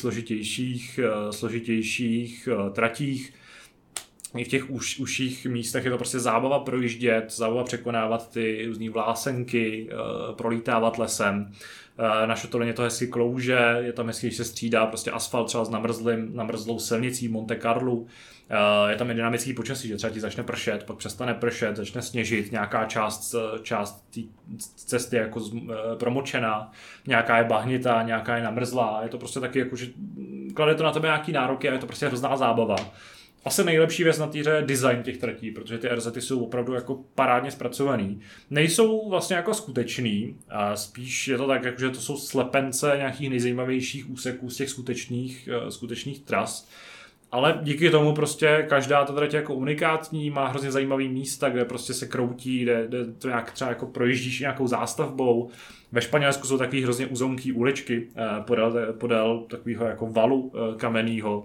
složitějších tratích. I v těch užších místech je to prostě zábava projíždět, zábava překonávat ty různý vlásenky, prolítávat lesem. Na šotolině to hezky klouže, je tam hezky, když se střídá prostě asfalt třeba s namrzlou silnicí Monte Carlo. Je tam i dynamický počasí, že třeba ti začne pršet, pak přestane pršet, začne sněžit, nějaká část té cesty je jako promočená, nějaká je bahnitá, nějaká je namrzlá, je to prostě taky jako, že klade to na tebe nějaký nároky a je to prostě hrozná zábava. Asi nejlepší věc na té hře je design těch tratí, protože ty RZty jsou opravdu jako parádně zpracovaný. Nejsou vlastně jako skutečný, a spíš je to tak, jako, že to jsou slepence nějakých nejzajímavějších úseků z těch skutečných tras. Ale díky tomu prostě každá ta trať je jako unikátní, má hrozně zajímavý místa, kde prostě se kroutí, kde to nějak třeba jako projíždíš nějakou zástavbou. Ve Španělsku jsou takový hrozně uzonký uličky podél takového jako valu kamennýho.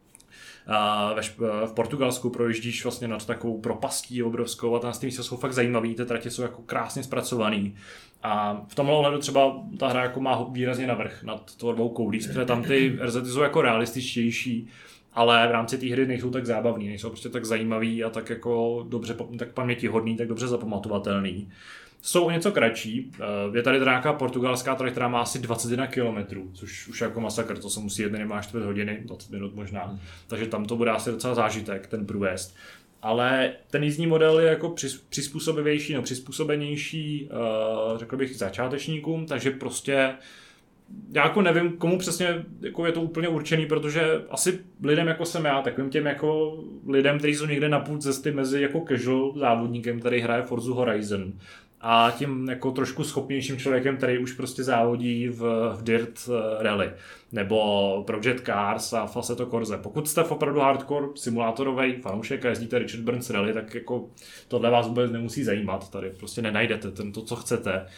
V Portugalsku projíždíš vlastně nad takovou propastí obrovskou a tam místa jsou fakt zajímavý, ty tratě jsou jako krásně zpracovaný. A v tomhle ohledu třeba ta hra jako má výrazně navrch nad tvorbou Codys, protože tam ty RZty jsou jako realističtější, ale v rámci té hry nejsou tak zábavný, nejsou prostě tak zajímavý a tak jako dobře, tak pamětihodný, tak dobře zapamatovatelný. Jsou o něco kratší, je tady nějaká portugalská trať, která má asi 21 km, což už jako masakr, to se musí jet minimálně 4 hodiny, 20 minut možná, takže tam to bude asi docela zážitek, ten průjezd. Ale ten jízdní model je jako přizpůsobenější, řekl bych, začátečníkům, takže prostě já jako nevím, komu přesně jako je to úplně určený, protože asi lidem jako jsem já, takovým těm jako lidem, kteří jsou někde na půl cesty mezi jako casual závodníkem, který hraje Forza Horizon, a tím jako trošku schopnějším člověkem, který už prostě závodí v Dirt Rally nebo Project Cars a v Assetto Corse. Pokud jste opravdu hardcore simulátorový fanoušek a jezdíte Richard Burns Rally, tak jako tohle vás vůbec nemusí zajímat, tady prostě nenajdete to, co chcete.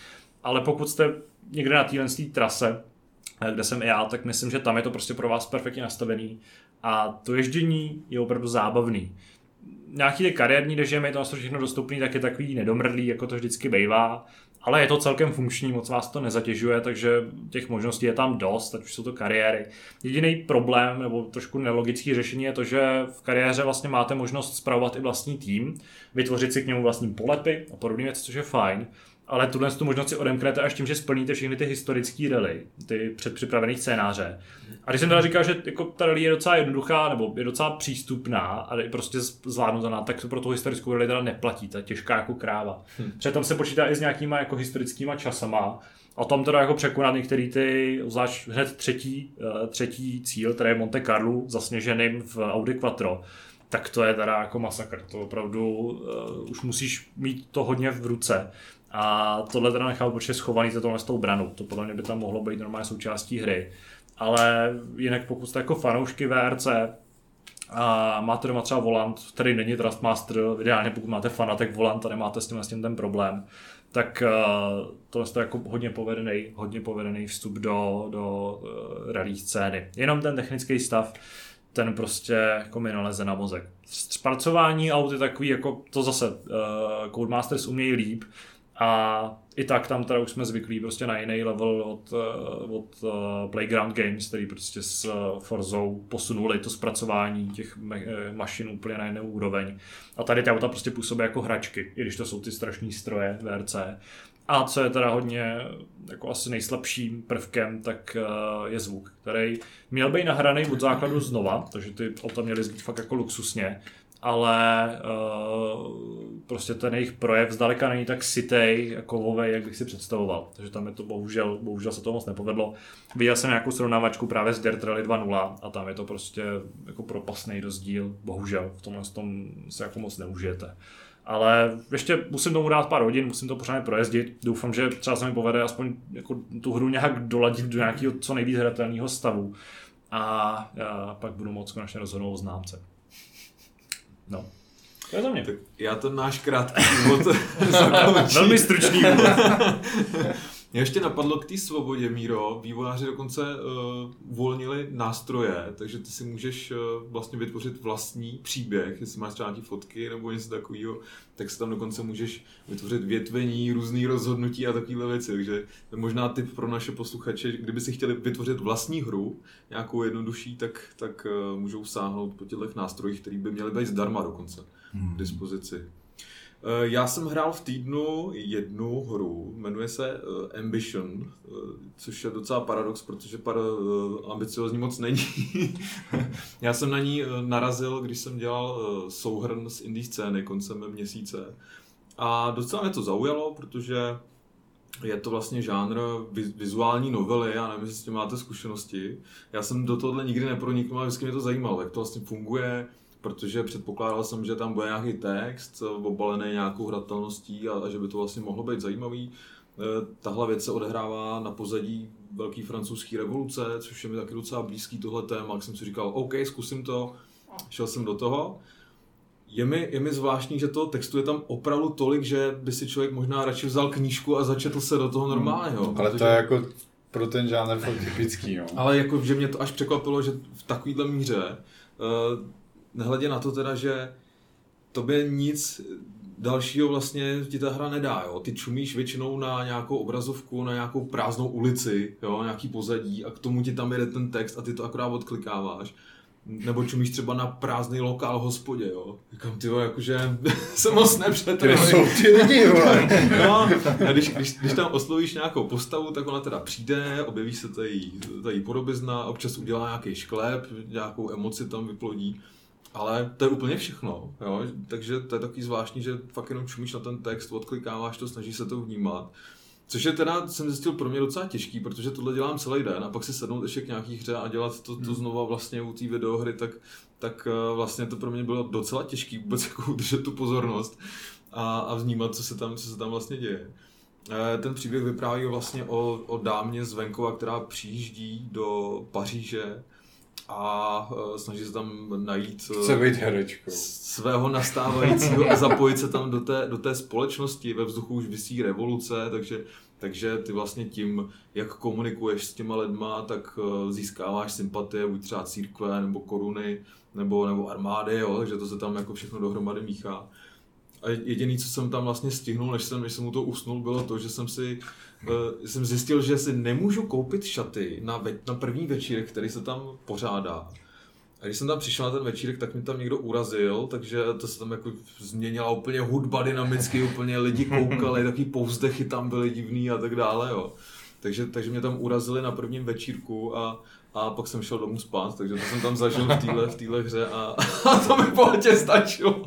ale pokud jste někde na téhle trase, kde jsem i já, tak myslím, že tam je to prostě pro vás perfektně nastavený a to ježdění je opravdu zábavný. Nějaký ty kariérní režimy, to je všechno dostupný, tak je takový nedomrdlý, jako to vždycky bývá, ale je to celkem funkční, moc vás to nezatěžuje, takže těch možností je tam dost, ať už jsou to kariéry. Jediný problém, nebo trošku nelogický řešení je to, že v kariéře vlastně máte možnost spravovat i vlastní tým, vytvořit si k němu vlastní polepy a podobné věci, což je fajn. Ale tu možnost si odemknete až tím, že splníte všechny ty historické rally, ty předpřipravené scénáře. A když jsem teda říkal, že jako ta rally je docela jednoduchá, nebo je docela přístupná a je prostě zvládnutelná, tak to pro tu historickou rally teda neplatí, ta je těžká jako kráva. Protože tam se počítá i s nějakýma jako historickýma časama a tam teda jako překonat některý ty, zvlášť hned třetí cíl, který je Monte Carlo, zasněženým v Audi Quattro, tak to je teda jako masakr, to opravdu už musíš mít to hodně v ruce. A tohle teda nechal určitě schovaný za tohle s tou branou. To podle mě by tam mohlo být normálně součástí hry. Ale jinak pokud jste jako fanoušky VRC a máte doma třeba volant, který není Trustmaster, ideálně pokud máte Fanatec volant a nemáte s tím ten problém, tak tohle je jako hodně povedený vstup do rally scény. Jenom ten technický stav, ten prostě jako mi naleze na mozek. Zpracování aut je takový, jako to zase Codemasters umějí líp, a i tak tam teda už jsme zvyklí prostě na jiný level od Playground Games, který prostě s Forzou posunuli to zpracování těch mašin úplně na jinou úroveň. A tady ty auta prostě působí jako hračky, i když to jsou ty strašný stroje VRC. A co je teda hodně jako asi nejslabším prvkem, tak je zvuk, který měl být nahraný od základu znova, takže ty auta měly znít fakt jako luxusně. Ale prostě ten jejich projev zdaleka není tak sytej a kovovej, jak bych si představoval. Takže tam je to bohužel se to moc nepovedlo. Viděl jsem nějakou srovnávačku právě s Dirt Rally 2.0 a tam je to prostě jako propastný rozdíl. Bohužel v tomhle tom se jako moc neužijete. Ale ještě musím tomu dát pár hodin, musím to pořádně projezdit. Doufám, že třeba se mi povede aspoň jako tu hru nějak doladit do nějakého co nejvíc hratelného stavu. A já pak budu moct konečně rozhodnout o známce. No, to je za mě. Tak já ten náš krátký úvod velmi stručný úvod. Mě ještě napadlo k té svobodě, Míro, vývojáři dokonce uvolnili nástroje, takže ty si můžeš vlastně vytvořit vlastní příběh, jestli máš třeba nějaké fotky nebo něco takového, tak si tam dokonce můžeš vytvořit větvení, různý rozhodnutí a takovéhle věci, takže to je možná tip pro naše posluchače, kdyby si chtěli vytvořit vlastní hru, nějakou jednodušší, tak můžou sáhnout po těchto nástrojích, které by měly být zdarma dokonce k dispozici. Já jsem hrál v týdnu jednu hru, jmenuje se Ambition, což je docela paradox, protože ambiciozní moc není. Já jsem na ní narazil, když jsem dělal souhrn z indie scény koncem měsíce. A docela mě to zaujalo, protože je to vlastně žánr vizuální novely, já nevím, jestli s tím máte zkušenosti. Já jsem do tohohle nikdy nepronikl, ale vždycky mě to zajímalo, jak to vlastně funguje, protože předpokládal jsem, že tam bude nějaký text obalený nějakou hratelností a že by to vlastně mohlo být zajímavý. Tahle věc se odehrává na pozadí velké francouzské revoluce, což je mi taky docela blízký tohle téma, jak jsem si říkal, OK, zkusím to, šel jsem do toho. Je mi zvláštní, že toho textu je tam opravdu tolik, že by si člověk možná radši vzal knížku a začetl se do toho normálního. Ale to je jako pro ten žánr fakt typický, no. Ale jako, že mě to až překvapilo, že v takovýhle míře nehledě na to teda, že tobě nic dalšího vlastně ti ta hra nedá, jo. Ty čumíš většinou na nějakou obrazovku, na nějakou prázdnou ulici, jo, nějaký pozadí a k tomu ti tam jede ten text a ty to akorát odklikáváš. Nebo čumíš třeba na prázdný lokál hospodě, jo. Říkám, tyjo, jakože se moc nepřetrvali. Kde jsou ty lidi, jo. No, a když tam oslovíš nějakou postavu, tak ona teda přijde, objeví se ta její podobizna, občas udělá nějaký šklep, nějakou emoci tam vyplodí. Ale to je úplně všechno, jo? Takže to je takový zvláštní, že fakt jenom čumíš na ten text, odklikáváš to, snažíš se to vnímat. Což je teda, jsem zjistil, pro mě docela těžký, protože tohle dělám celý den a pak si sednout ještě k nějaký hře a dělat to znova vlastně u té videohry, tak vlastně to pro mě bylo docela těžký vůbec jako udržet tu pozornost a vnímat, co se tam vlastně děje. Ten příběh vypráví vlastně o dámě z venkova, která přijíždí do Paříže a snaží se tam najít chce být herečkou. Svého nastávajícího a zapojit se tam do té společnosti. Ve vzduchu už visí revoluce, takže ty vlastně tím, jak komunikuješ s těma lidma, tak získáváš sympatie buď třeba církve nebo koruny nebo armády, jo? Takže to se tam jako všechno dohromady míchá. A jediné, co jsem tam vlastně stihnul, než jsem mu to usnul, bylo to, že jsem zjistil, že si nemůžu koupit šaty na první večírek, který se tam pořádá. A když jsem tam přišel na ten večírek, tak mi tam někdo urazil, takže to se tam jako změnila úplně hudba dynamicky, úplně lidi koukali, takový povzdechy tam byly divný a tak dále, jo. Takže mě tam urazili na prvním večírku a pak jsem šel domů spát, takže to jsem tam zažil v téhle hře a to mi pohodě stačilo.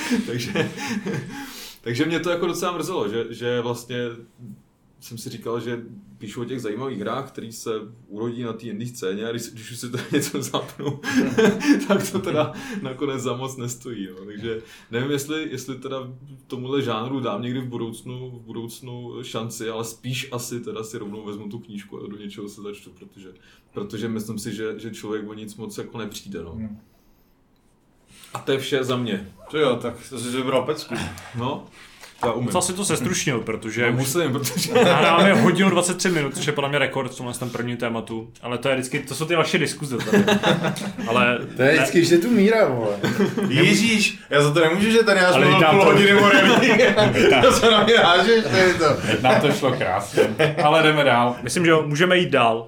takže mě to jako docela mrzelo, že vlastně jsem si říkal, že píšu o těch zajímavých hrách, který se urodí na té indie scéně a když už si to něco zapnu, tak to teda nakonec za moc nestojí. Jo. Takže nevím, jestli teda tomuhle žánru dám někdy v budoucnu šanci, ale spíš asi teda si rovnou vezmu tu knížku a do něčeho se začtu, protože myslím si, že člověk o nic moc jako nepřijde. No. A to je vše za mě. To jo, tak to jsi vybral pecku. No. Musel si to sestručnil, protože protože nahráváme hodinu 23 minut, což je podle mě rekord v tomhle prvním tématu, ale to je vždycky, to jsou ty vaše diskuze tady. Ale to je vždycky, že tu Míra, vole. Ježíš, já za to nemůžu, že tady já jsem půl hodiny morální. To se na mě hážeš, to je to. Nám to šlo krásně, ale jdeme dál. Myslím, že můžeme jít dál.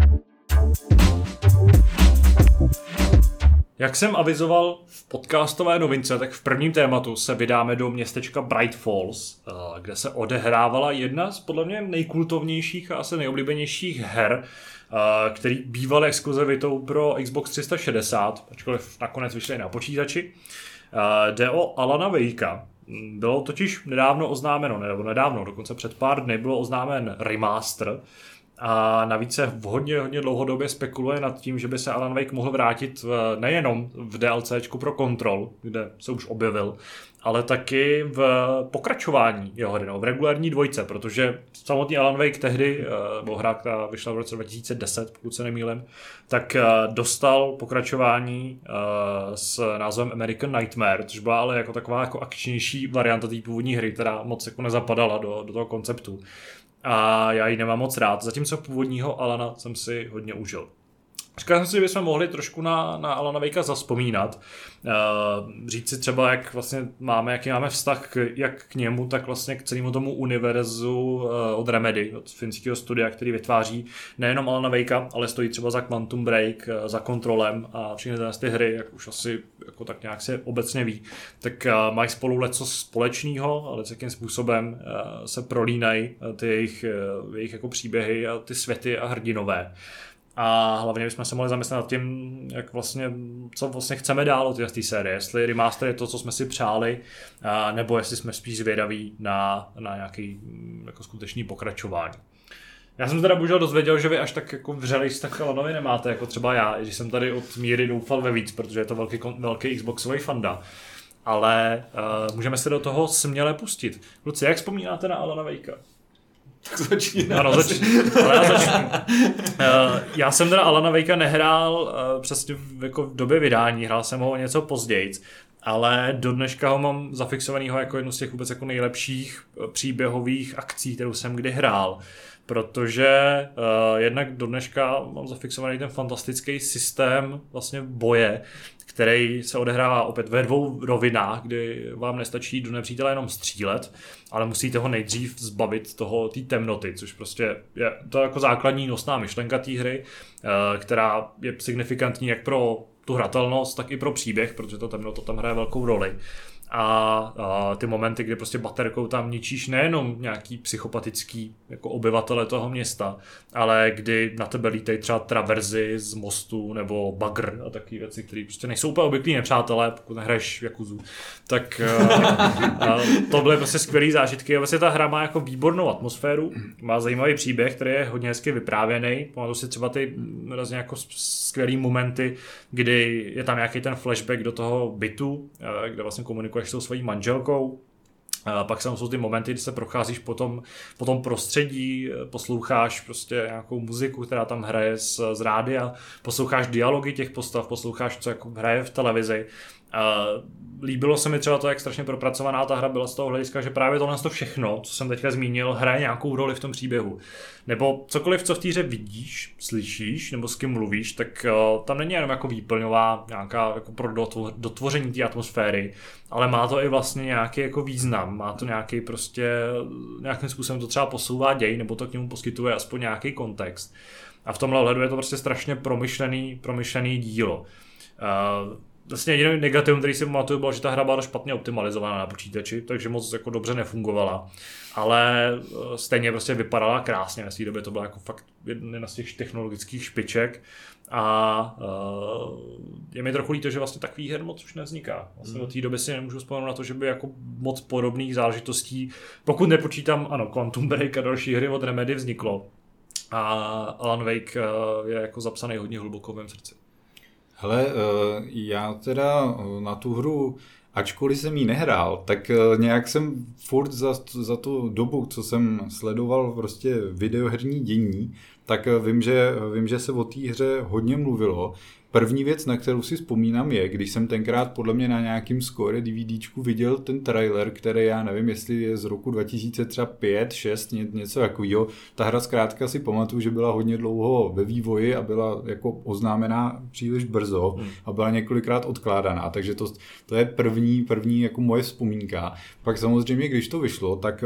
Jak jsem avizoval v podcastové novince, tak v prvním tématu se vydáme do městečka Bright Falls, kde se odehrávala jedna z podle mě nejkultovnějších a asi nejoblíbenějších her, který býval exkluzivitou pro Xbox 360, ačkoliv nakonec vyšly na počítači. Jde o Alana Wakea. Bylo totiž nedávno oznámeno, dokonce před pár dny bylo oznámen remaster. A navíc se hodně dlouhodobě spekuluje nad tím, že by se Alan Wake mohl vrátit nejenom v DLCčku pro Control, kde se už objevil, ale taky v pokračování jeho hry, v regulární dvojce, protože samotný Alan Wake tehdy, nebo hra, která vyšla v roce 2010, pokud se nemýlím, tak dostal pokračování s názvem American Nightmare, což byla ale jako taková jako akčnější varianta té původní hry, která moc jako nezapadala do toho konceptu. A já ji nemám moc rád, zatímco původního Alana jsem si hodně užil. Říkal jsem si, že bychom mohli trošku na Alana Wakea zavzpomínat. Říct si třeba, jak vlastně jaký máme vztah jak k němu, tak vlastně k celému tomu univerzu od Remedy, od finského studia, který vytváří nejenom Alana Wakea, ale stojí třeba za Quantum Break, za Controlem a všechny ty hry, jak už asi jako tak nějak se obecně ví, tak mají spolu leco společného, ale jakým způsobem se prolínají ty jejich jako příběhy a ty světy a hrdinové. A hlavně bychom se mohli zamyslet nad tím, co vlastně chceme dál od té série. Jestli remaster je to, co jsme si přáli, nebo jestli jsme spíš zvědaví na nějaký jako skutečný pokračování. Já jsem teda bohužel dozvěděl, že vy až tak jako vřelej vztah Alanovi nemáte, jako třeba já, když jsem tady od Míry doufal ve víc, protože je to velký Xboxový fanda. Ale můžeme se do toho směle pustit. Kluci, jak vzpomínáte na Alana Wakea? Tak začni. Ano, já začnu. Já jsem teda Alana Wakea nehrál přesně jako v době vydání, hrál jsem ho něco později, ale do dneška ho mám zafixovanýho jako jednu z těch vůbec jako nejlepších příběhových akcí, kterou jsem kdy hrál. Protože jednak do dneška mám zafixovaný ten fantastický systém vlastně boje, který se odehrává opět ve dvou rovinách, kdy vám nestačí do nepřítele jenom střílet, ale musíte ho nejdřív zbavit té temnoty, což prostě je to jako základní nosná myšlenka té hry, která je signifikantní jak pro tu hratelnost, tak i pro příběh, protože ta temnota tam hraje velkou roli. A ty momenty, kdy prostě baterkou tam ničíš nejenom nějaký psychopatický jako obyvatele toho města, ale kdy na tebe lítají třeba traverzy z mostu nebo bagr a takové věci, které prostě nejsou úplně obvyklí nepřátelé, pokud nehraješ Yakuzu. Tak to byly prostě skvělý zážitky a vlastně ta hra má jako výbornou atmosféru, má zajímavý příběh, který je hodně hezky vyprávěný. Pamatuju si třeba ty vlastně jako skvělý momenty, kdy je tam nějaký ten flashback do toho bytu, kde vlastně komunikuješ s tou svojí manželkou Pak jsou ty momenty, kdy se procházíš po tom prostředí, posloucháš prostě nějakou muziku, která tam hraje z rádia, posloucháš dialogy těch postav, posloucháš, co jako hraje v televizi. Líbilo se mi třeba to, jak strašně propracovaná ta hra byla z toho hlediska, že právě tohle všechno, co jsem teďka zmínil, hraje nějakou roli v tom příběhu. Nebo cokoliv, co v té hře vidíš, slyšíš, nebo s kým mluvíš, tak tam není jenom jako výplňová nějaká jako pro dotvoření té atmosféry, ale má to i vlastně nějaký jako význam, má to nějaký prostě, nějakým způsobem to třeba posouvá děj, nebo to k němu poskytuje aspoň nějaký kontext. A v tomhle ohledu je to prostě strašně promyšlený dílo. Vlastně jediný negativum, který si pamatuju, bylo, že ta hra byla špatně optimalizovaná na počítači, takže moc jako dobře nefungovala. Ale stejně prostě vypadala krásně, v té době to byla jako fakt jedna z těch technologických špiček. A je mi trochu líto, že vlastně takový her moc už nevzniká. Vlastně od té doby si nemůžu vzpomenout na to, že by jako moc podobných záležitostí, pokud nepočítám, ano, Quantum Break a další hry od Remedy vzniklo. A Alan Wake je jako zapsaný hodně hluboko v mém srdci. Hele, já teda na tu hru, ačkoliv jsem ji nehrál, tak nějak jsem furt za tu dobu, co jsem sledoval prostě videoherní dění, tak vím, že se o té hře hodně mluvilo. První věc, na kterou si vzpomínám, je, když jsem tenkrát podle mě na nějakým Score DVDčku viděl ten trailer, který já nevím, jestli je z roku 2005, 6, něco takového. Ta hra zkrátka si pamatuju, že byla hodně dlouho ve vývoji a byla jako oznámená příliš brzo a byla několikrát odkládaná, takže to je první jako moje vzpomínka. Pak samozřejmě, když to vyšlo, tak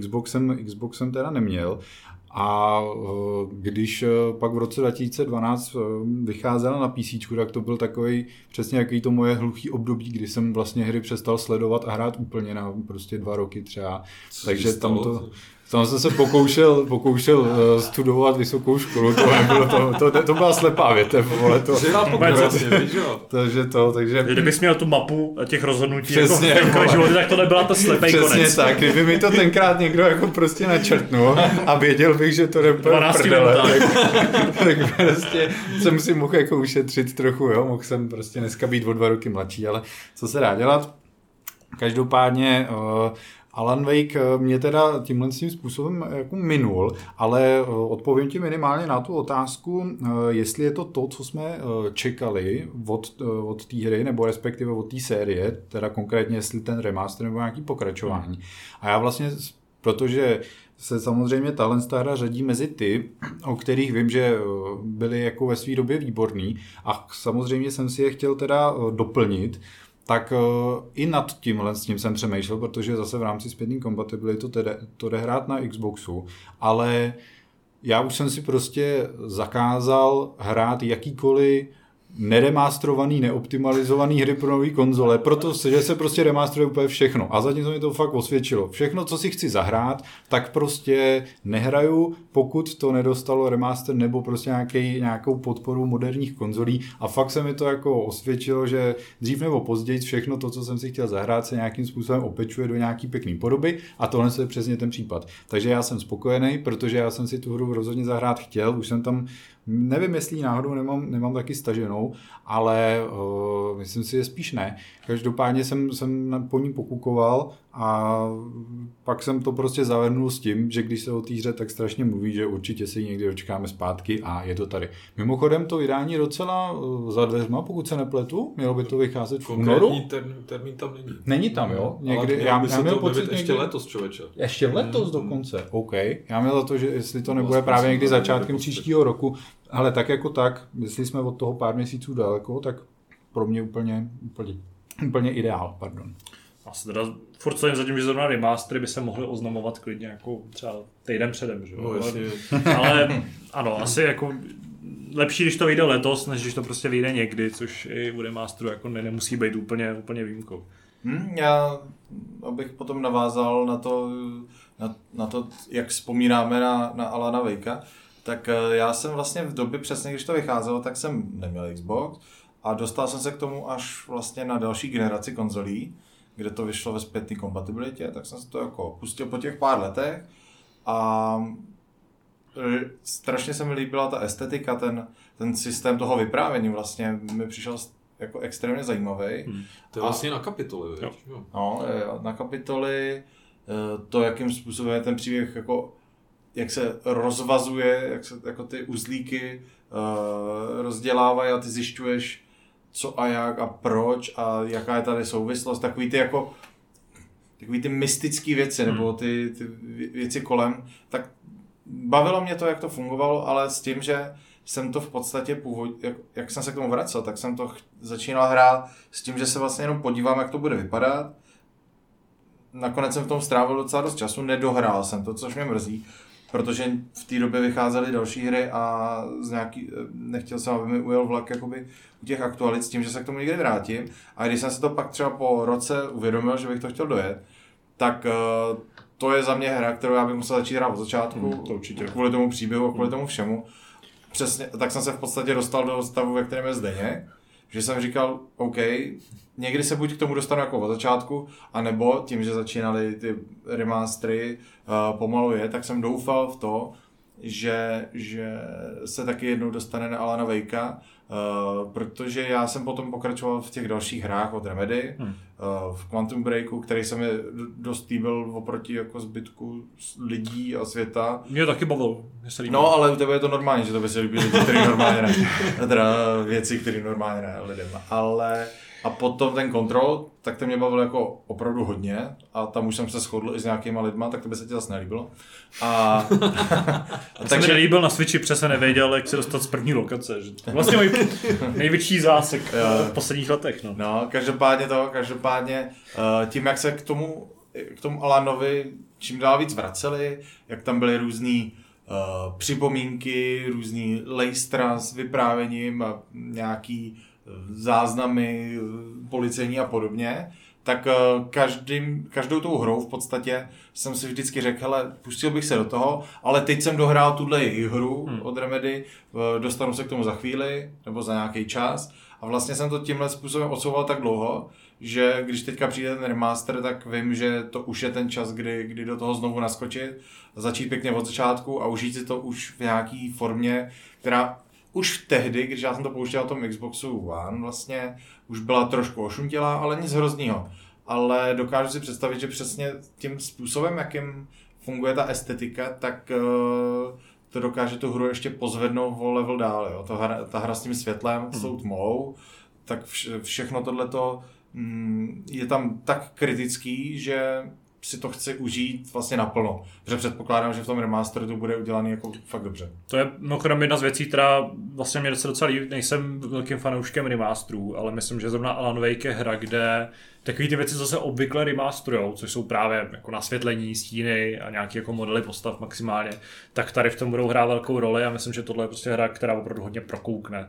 Xboxem teda neměl. A když pak v roce 2012 vycházela na PC, tak to byl takový přesně jaký to moje hluchý období, kdy jsem vlastně hry přestal sledovat a hrát úplně na prostě 2 roky třeba. Takže tam jsem se pokoušel studovat vysokou školu, to byla slepá větev, vole, takže kdybys měl tu mapu těch rozhodnutí přesně, jako životy, tak to nebyla ta slepej konec. Přesně tak, kdyby mi to tenkrát někdo jako prostě načrtnul a věděl bych, že to nebude prdele, tak prostě jsem si mohl jako ušetřit trochu, jo, mohl jsem prostě dneska být o 2 roky mladší, ale co se dá dělat? Každopádně Alan Wake mě teda tímhle způsobem jako minul, ale odpovím ti minimálně na tu otázku, jestli je to, co jsme čekali od té hry, nebo respektive od té série, teda konkrétně jestli ten remaster nebo nějaký pokračování. A já vlastně, protože se samozřejmě tahle hra řadí mezi ty, o kterých vím, že byly jako ve své době výborný a samozřejmě jsem si je chtěl teda doplnit, tak i nad tímhle s tím jsem přemýšlel, protože zase v rámci zpětné kompatibility to jde hrát na Xboxu, ale já už jsem si prostě zakázal hrát jakýkoliv neremasterovaný, neoptimalizovaný hry pro nový konzole, protože se prostě remasteruje úplně všechno. A zatím se mi to fakt osvědčilo. Všechno, co si chci zahrát, tak prostě nehraju, pokud to nedostalo remaster nebo prostě nějakou podporu moderních konzolí. A fakt se mi to jako osvědčilo, že dřív nebo později všechno to, co jsem si chtěl zahrát, se nějakým způsobem opečuje do nějaký pěkný podoby a tohle je přesně ten případ. Takže já jsem spokojený, protože já jsem si tu hru rozhodně zahrát chtěl, už jsem tam nevím, jestli náhodou nemám taky staženou, ale myslím si, že spíš ne. Každopádně jsem po ní pokukoval a pak jsem to prostě zavrnul s tím, že když se o té hře tak strašně mluví, že určitě se ji někdy dočkáme zpátky a je to tady. Mimochodem to vydání docela za dveřma, pokud se nepletu, mělo by to vycházet v únoru. Termín tam není. Není tam, jo? Někdy, já měl pocit ještě letos, člověče. Ještě letos dokonce, OK. Já měl za to, že jestli to nebude právě někdy začátkem příštího roku, ale tak jako tak, jestli jsme od toho pár měsíců daleko, tak pro mě úplně ideál, pardon. Asi teda furt stojím za tím, že zrovna remastery by se mohly oznamovat klidně jako třeba týden předem, že jo? Ale ano, asi jako lepší, když to vyjde letos, než když to prostě vyjde někdy, což i u remasteru jako nemusí být úplně výjimkou. Já abych potom navázal na to, jak vzpomínáme na Alana Wakea, tak já jsem vlastně v době přesně, když to vycházelo, tak jsem neměl Xbox a dostal jsem se k tomu až vlastně na další generaci konzolí, kde to vyšlo ve zpětné kompatibilitě, tak jsem se to jako pustil po těch pár letech a strašně se mi líbila ta estetika, ten systém toho vyprávění vlastně mi přišel jako extrémně zajímavý. To je vlastně na kapitoly, jo. No, na kapitoly, to, jakým způsobem je ten příběh jako jak se rozvazuje, jak se jako ty uzlíky rozdělávají a ty zjišťuješ co a jak a proč a jaká je tady souvislost, takový ty mystické věci nebo ty věci kolem, tak bavilo mě to, jak to fungovalo, ale s tím, že jsem to v podstatě jak jsem se k tomu vracel, tak jsem to začínal hrát s tím, že se vlastně jenom podívám, jak to bude vypadat. Nakonec jsem v tom strávil docela dost času, nedohrál jsem to, což mě mrzí, protože v té době vycházely další hry a nechtěl jsem, aby mi ujel vlak jakoby u těch aktualit s tím, že se k tomu někdy vrátím. A když jsem se to pak třeba po roce uvědomil, že bych to chtěl dojet, tak to je za mě hra, kterou já bych musel začít hrát od začátku, to určitě. Kvůli tomu příběhu a kvůli tomu všemu. Přesně, tak jsem se v podstatě dostal do stavu, ve kterém je Zdeněk, že jsem říkal, OK, někdy se buď k tomu dostanu jako od začátku, anebo tím, že začínaly ty remastery pomalu tak jsem doufal v to, že se taky jednou dostane na Alana Wakea, protože já jsem potom pokračoval v těch dalších hrách od Remedy, v Quantum Breaku, který se mi dost líbil oproti jako zbytku lidí a světa. Mě taky bavil. No, ale u tebe je to normální, že to by se líbí lidi, který normálně ne. Teda věci, které normálně ne lidem. Ale a potom ten Control, tak to mě bavilo jako opravdu hodně a tam už jsem se shodl i s nějakýma lidma, tak to by se ti zase nelíbilo. Takže nelíbil na Switchi, přesně nevěděl, jak se dostat z první lokace. Že to vlastně můj největší zásek v posledních letech. No, každopádně tím, jak se k tomu Alanovi čím dál víc vraceli, jak tam byly různý připomínky, různý lejstra s vyprávěním a nějaký záznamy policejní a podobně, tak každou tou hrou v podstatě jsem si vždycky řekl, hele, pustil bych se do toho, ale teď jsem dohrál tuhle hru od Remedy, dostanu se k tomu za chvíli nebo za nějaký čas a vlastně jsem to tímhle způsobem odsouval tak dlouho, že když teďka přijde ten remaster, tak vím, že to už je ten čas, kdy do toho znovu naskočit, začít pěkně od začátku a užít si to už v nějaký formě, která už tehdy, když já jsem to pouštěl na tom Xboxu One, vlastně už byla trošku ošuntělá, ale nic hroznýho. Ale dokážu si představit, že přesně tím způsobem, jakým funguje ta estetika, tak to dokáže tu hru ještě pozvednout o level dál. Jo? Ta hra s tím světlem, s tou tmou, tak všechno tohleto je tam tak kritický, že si to chci užít vlastně naplno. Protože předpokládám, že v tom remasteru to bude udělaný jako fakt dobře. To je mimochodem jedna z věcí, která vlastně mě docela líbí. Nejsem velkým fanouškem remasterů, ale myslím, že zrovna Alan Wake je hra, kde takové ty věci zase obvykle remasterujou, což jsou právě jako nasvětlení, stíny a nějaké jako modely postav maximálně, tak tady v tom budou hrát velkou roli a myslím, že tohle je prostě hra, která opravdu hodně prokoukne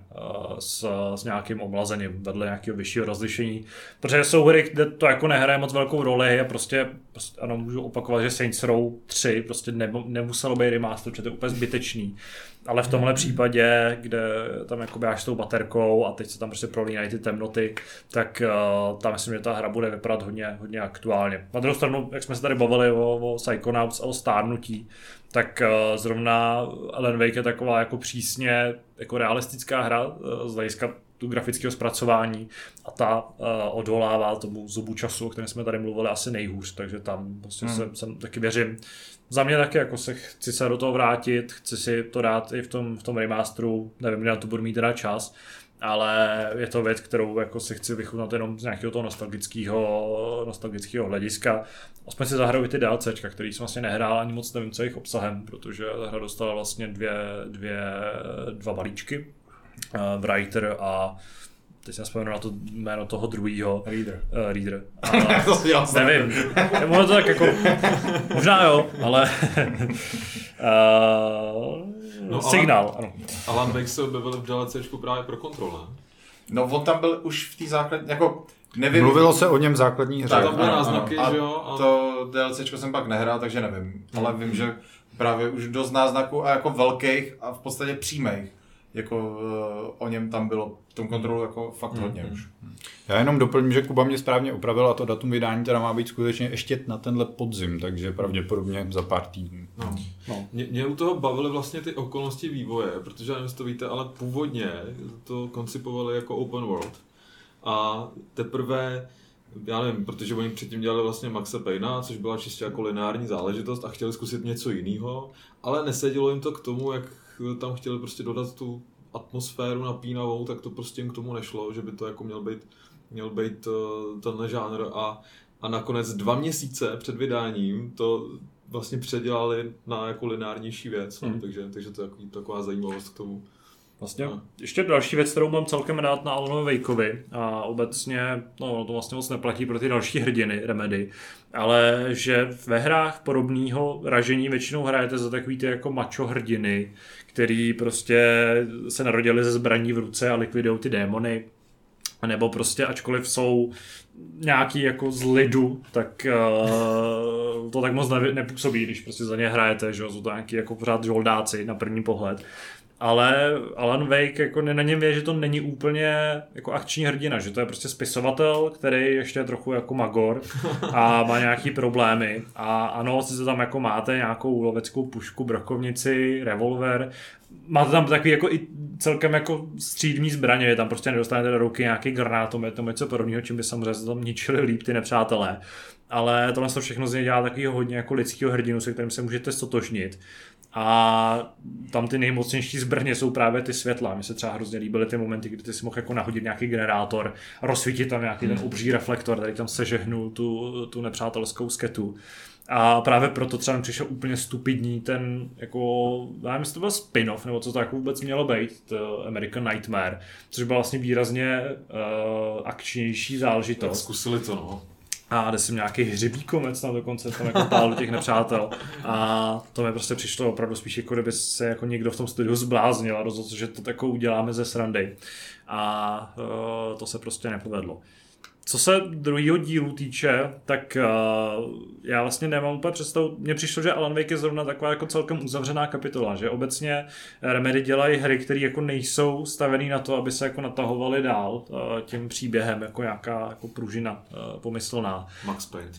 s nějakým omlazením vedle nějakého vyššího rozlišení. Protože jsou hry, kde to jako nehraje moc velkou roli a prostě ano, můžu opakovat, že Saints Row 3 prostě nemuselo být remaster, protože to je úplně zbytečný. Ale v tomhle případě, kde tam jako běháš s tou baterkou a teď se tam prostě prolínají ty temnoty, tak tam myslím, že ta hra bude vypadat hodně aktuálně. Na druhou stranu, jak jsme se tady bavili o Psychonauts a o stárnutí, tak zrovna Alan Wake je taková jako přísně jako realistická hra z hlediska tu grafického zpracování a ta odolává tomu zubu času, o kterém jsme tady mluvili, asi nejhůř, takže tam prostě jsem taky věřím. Za mě taky jako chci se do toho vrátit, chci si to dát i v tom remasteru, nevím, kdy na to budu mít teda čas, ale je to věc, kterou jako si chci vychutnat jenom z nějakého toho nostalgického hlediska. Aspoň si zahraju i ty DLCčka, který jsem vlastně nehrál, ani moc nevím, co jejich obsahem, protože ta hra dostala vlastně dva balíčky. Writer a teď jsem vzpomenu na to jméno toho druhýho. Reader. Nevím. Možná to tak jako, možná jo, ale signál, ano. Alan Wake se objevil v DLCčku právě pro Control, ne? No on tam byl už v té základní, jako nevím. Mluvilo se o něm v základní hře. Tam byly náznaky, že jo? A to DLCčko jsem pak nehrál, takže nevím. Ale vím, že právě už dost náznaků a jako velkých a v podstatě přímých. Jako o něm tam bylo v tom Kontrolu jako fakt hodně už. Já jenom doplním, že Kuba mě správně opravil a to datum vydání teda má být skutečně ještě na tenhle podzim, takže pravděpodobně za pár týdnů. No. Mě u toho bavily vlastně ty okolnosti vývoje, protože nevím, jestli to víte, ale původně to koncipovali jako open world a teprve já nevím, protože oni předtím dělali vlastně Maxe Payna, což byla čistě jako lineární záležitost a chtěli zkusit něco jiného, ale nesedělo jim to k tomu, jak tam chtěli prostě dodat tu atmosféru napínavou, tak to prostě jim k tomu nešlo, že by to jako měl být tenhle žánr a nakonec 2 měsíce před vydáním to vlastně předělali na jako lineárnější věc, takže to je taková zajímavost k tomu. Vlastně ještě další věc, kterou mám celkem rád na Alanovi Wakeovi a obecně, no to vlastně moc neplatí pro ty další hrdiny Remedy, ale že ve hrách podobného ražení většinou hrajete za takový ty jako macho hrdiny, který prostě se narodili ze zbraní v ruce a likvidují ty démony, nebo prostě ačkoliv jsou nějaký jako z lidu, tak to tak moc nepůsobí, když prostě za ně hrajete, že jsou to nějaký jako pořád žoldáci na první pohled. Ale Alan Wake jako na něm je, že to není úplně jako akční hrdina, že to je prostě spisovatel, který ještě je trochu jako magor a má nějaký problémy. A ano, sice tam jako máte nějakou loveckou pušku, brokovnici, revolver, máte tam takový jako i celkem jako střídmý zbraně, je tam prostě nedostanete do ruky nějaký granátomet, to něco podobného, čím by samozřejmě tam ničili líp ty nepřátelé. Ale tohle to všechno z něj dělá takový hodně jako lidského hrdinu, se kterým se můžete stotožnit. A tam ty nejmocnější zbraně jsou právě ty světla. Mně se třeba hrozně líbily ty momenty, kdy ty si mohl jako nahodit nějaký generátor a rozsvítit tam nějaký ten obří reflektor, tady tam sežehnul tu nepřátelskou sketu. A právě proto třeba přišel úplně stupidní ten, jako, já nevím, jestli to byl spin-off, nebo co to jako vůbec mělo být, American Nightmare, což byl vlastně výrazně akčnější záležitost. Tak zkusili to, no. A jde jsem nějaký hřebíkomec tam dokonce tam jako pál těch nepřátel. A to mi prostě přišlo opravdu spíš jako kdyby se jako někdo v tom studiu zbláznil a rozhodl, že to jako uděláme ze srandy. A to se prostě nepovedlo. Co se druhého dílu týče, tak já vlastně nemám úplně představu, mně přišlo, že Alan Wake je zrovna taková jako celkem uzavřená kapitola, že obecně Remedy dělají hry, které jako nejsou stavený na to, aby se jako natahovaly dál tím příběhem, jako nějaká jako pružina pomyslná. Max Payne.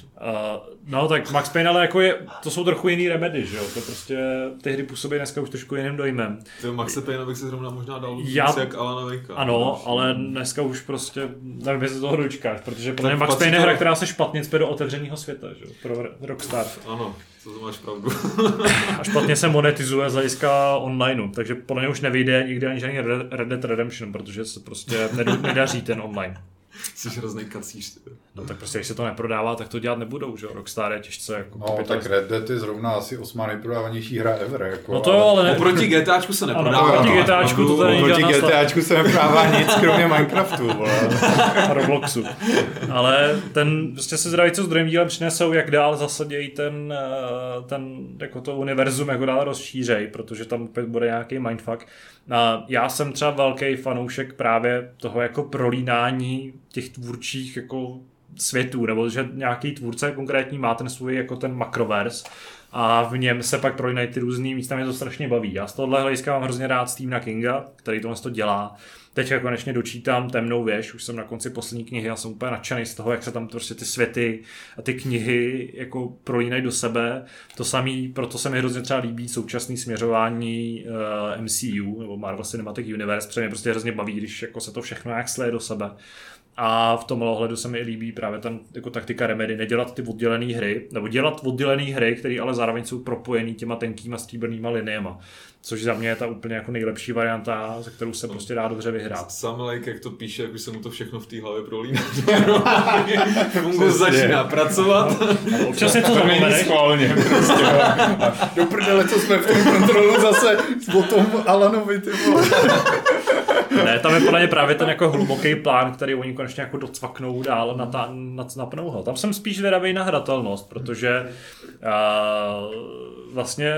No tak Max Payne, ale jako to jsou trochu jiný Remedy, že jo, to prostě ty hry působí dneska už trošku jiným dojmem. Ty Maxe Payne bych si zrovna možná dal víc jak Alana Wakea. Ano, ale dneska už prostě nevím, jestli toho dočkáš, protože pro mě Max Payne je hra, která se špatně cpe do otevřeného světa, že? Pro Rockstar. Ano, to máš pravdu. A špatně se monetizuje z hlediska onlineu, takže podle mě už nevyjde nikdy ani žádný Red Dead Redemption, protože se prostě nedaří ten online. Jsi hrozný kacíř. No tak prostě, když se to neprodává, tak to dělat nebudou, že? Rockstar je těžce jako... No tak Red Dead je zrovna asi 8. nejprodávanější hra ever, jako. No to jo, ale... Oproti GTAčku se neprodává. Ano, oproti GTAčku to tady oproti GTAčku se neprodává nic, kromě Minecraftu, vole. A Robloxu. Ale ten, prostě se zdraví, co s druhým dílem přinesou, jak dál zasadějí ten jako to univerzum, jako dál rozšířej, protože tam opět bude nějaký mindfuck. A já jsem třeba velký fanoušek právě toho jako prolínání těch tvůrčích jako světů, nebo že nějaký tvůrce konkrétní má ten svůj jako ten makrovers a v něm se pak prolínají ty různý místa, mě to strašně baví. Já z tohohle hlediska mám hrozně rád Stephena Kinga, který tohle to dělá. Teď konečně dočítám Temnou věž, už jsem na konci poslední knihy a jsem úplně nadšený z toho, jak se tam prostě ty světy a ty knihy jako prolínají do sebe. To samý, proto se mi hrozně třeba líbí současné směřování MCU nebo Marvel Cinematic Universe, protože mě prostě hrozně baví, když jako se to všechno jak sleje do sebe. A v tomhle ohledu se mi líbí právě ten jako taktika Remedy, nedělat ty oddělené hry, nebo dělat oddělené hry, které ale zároveň jsou propojený těma tenkýma stříbrnýma liniema. Což za mě je ta úplně jako nejlepší varianta, za kterou se prostě dá dobře vyhrát. Sam Lake, jak to píše, jak se mu to všechno v té hlavě prolíná. Fungus začíná pracovat. Občas je to zapomeneš. Schválně, prostě. Do prdele, co jsme v tom kontrolu zase o tom Alanovi, ty vole. Ne, tam je podle mě právě ten jako hluboký plán, který oni konečně jako docvaknou dál, napnou ho. Tam jsem spíš zvědavý na hratelnost, protože vlastně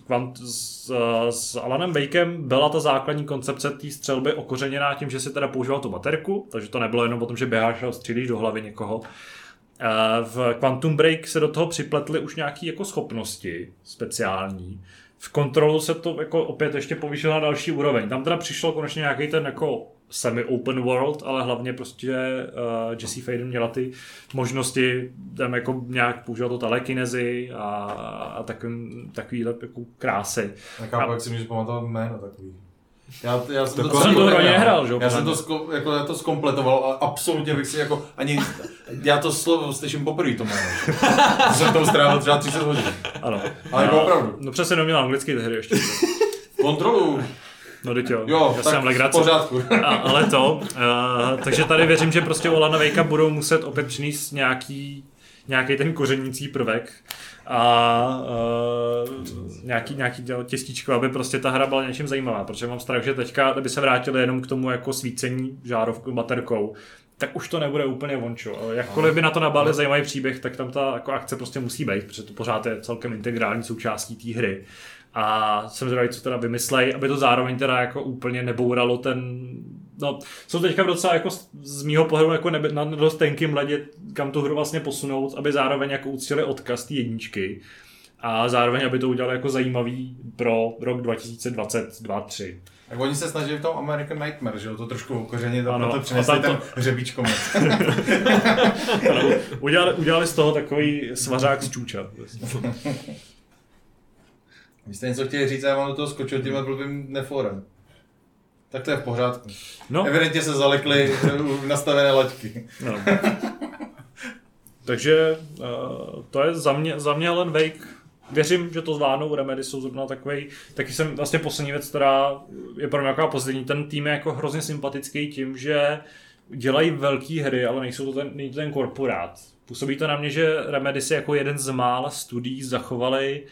s Alanem Wakem byla ta základní koncepce té střelby okořeněná tím, že si teda používal tu baterku, takže to nebylo jenom o tom, že běháš a střílíš do hlavy někoho. V Quantum Break se do toho připletly už nějaké jako schopnosti speciální. V kontrolu se to jako opět ještě povýšilo na další úroveň. Tam teda přišlo konečně nějaký ten jako semi-open world, ale hlavně prostě Jesse Faden měla ty možnosti tam jako nějak používat to telekinezi a takový jako krásy. Nechápu, jak si můžeš pamatovat jméno takový. Já jsem to nehrál, že? Já jsem to zkompletoval a absolutně bych si jako ani... Já to slovo slyším poprvé to jméno. Jsem to strávil třeba 30 hodin. Ano. Ale jako opravdu. No přesně neměl anglicky hry ještě. Kontrolu. No teď jo, já jsem v pořádku. Ale takže tady věřím, že prostě u Alana Wakea budou muset opět přinést nějaký ten kořenící prvek a nějaký těstíčko, aby prostě ta hra byla něčím zajímavá, protože mám strach, že teďka, kdyby se vrátili jenom k tomu jako svícení žárovkou baterkou, tak už to nebude úplně vončo. Jakkoliv by na to nabáli zajímavý příběh, tak tam ta jako akce prostě musí být, protože to pořád je celkem integrální součástí té hry. A jsem zvědavý, co teda vymyslej, aby to zároveň teda jako úplně nebouralo ten... No, jsou teďka docela jako z mýho pohledu jako na dost tenkým ledě, kam tu hru vlastně posunout, aby zároveň jako uctili odkaz té jedničky a zároveň, aby to udělali jako zajímavý pro rok 2022-2023. Tak oni se snažili v tom American Nightmare, že jo, to trošku ukořenit a proto přinesli ten hřebíčko moc. Udělali z toho takový svařák z čůča. Vy jste něco chtěli říct a já vám do toho skočil tímhle blbým neforem. Tak to je v pořádku. No. Evidentně se zalekly nastavené laťky. No. Takže to je za mě Alan Wake. Věřím, že to zvládnou, Remedy jsou zrovna takovej. Taky jsem vlastně poslední věc, která je pro mě taková pozitivní. Ten tým je jako hrozně sympatický tím, že dělají velké hry, ale není to ten korporát. Působí to na mě, že Remedy si jako jeden z mála studií zachovali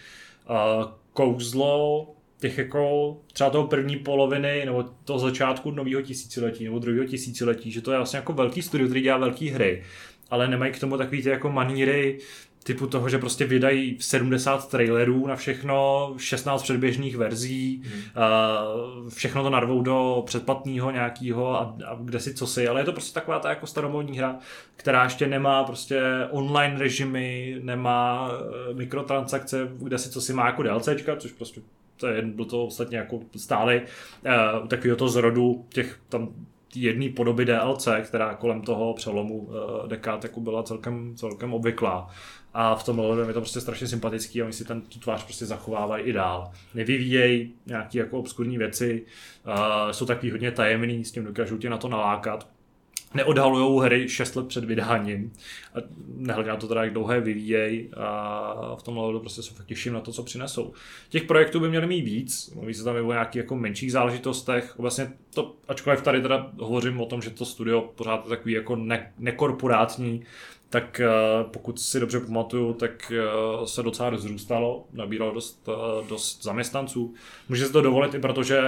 kouzlo těch jako třeba toho první poloviny nebo toho začátku nového tisíciletí nebo druhého tisíciletí, že to je vlastně jako velký studio, který dělá velké hry, ale nemají k tomu takový ty jako maníry typu toho, že prostě vydají 70 trailerů na všechno, 16 předběžných verzí, všechno to narvou do předplatného nějakého a kde si cosi, ale je to prostě taková ta jako staromódní hra, která ještě nemá prostě online režimy, nemá mikrotransakce, kde si cosi má jako DLCčka, což prostě to je do toho ostatně jako stále takového to zrodu těch tam jedné podoby DLC, která kolem toho přelomu dekád jako byla celkem obvyklá. A v tom ohledu je to prostě strašně sympatický a oni si tu tvář prostě zachovávají i dál. Nevyvíjejí nějaké jako obskurní věci, jsou takový hodně tajemný, s tím dokážou tě na to nalákat. Neodhalujou hry 6 let před vydáním a nehledě na to teda, jak dlouhé vyvíjejí a v tomhle ohledu prostě se fakt těším na to, co přinesou. Těch projektů by měly mít víc, mluví se tam i o nějakých jako menších záležitostech, vlastně to, ačkoliv tady teda hovořím o tom, že to studio pořád je takový jako nekorporátní, tak pokud si dobře pamatuju, tak se docela rozrůstalo, nabíralo dost zaměstnanců. Může se to dovolit i protože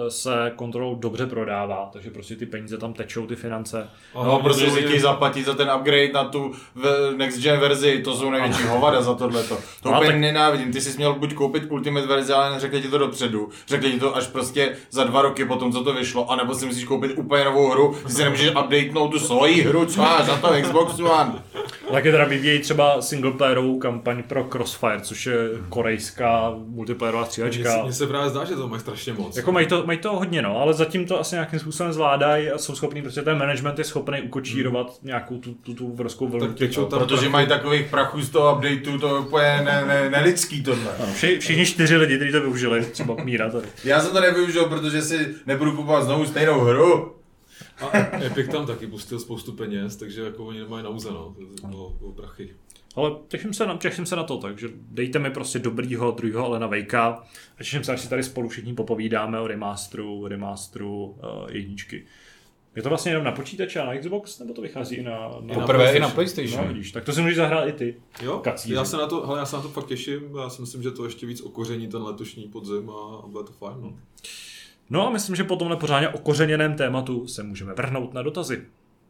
se Control dobře prodává, takže prostě ty peníze tam tečou, ty finance. No, prostě si chtějí zaplatit za ten upgrade na tu next gen verzi, to jsou největší hovada za tohleto. To úplně nenávidím, ty jsi měl buď koupit Ultimate verzi, ale neřekli ti to dopředu, řekli ti to až prostě za 2 roky potom, co to vyšlo, anebo si musíš koupit úplně novou hru, ty si nemůžeš updatenout tu svoji hru, co máš na to Xbox One. Taky teda vyvíjejí třeba singleplayerovou kampaň pro Crossfire, což je korejská multiplayerová střílečka. Mně se právě zdá, že to mají strašně moc. Jako mají to hodně, no, ale zatím to asi nějakým způsobem zvládají a jsou schopní, protože ten management je schopný ukočírovat nějakou tu vrskou vlnu. Protože mají takových prachů z toho updateu, to je úplně nelidský tohle. No, všichni 4 lidi, kteří to využili, třeba Míra tady. Já jsem to nevyužil, protože si nebudu kupovat znovu stejnou hru. A Epic tam taky pustil spoustu peněz, takže jako oni nemají nauze, no, o prachy. Ale těším se na to, takže dejte mi prostě dobrýho druhého Alana Wakea a těším se, až si tady spolu všichni popovídáme o remasteru jedničky. Je to vlastně jenom na počítače a na Xbox, nebo to vychází i na poprvé i na PlayStation? No, vidíš, tak to si můžeš zahrát i ty. Jo, já se na to fakt těším, já si myslím, že to ještě víc okoření ten letošní podzim a bude to fajn, no. No a myslím, že po tomhle pořádně okořeněném tématu se můžeme vrhnout na dotazy.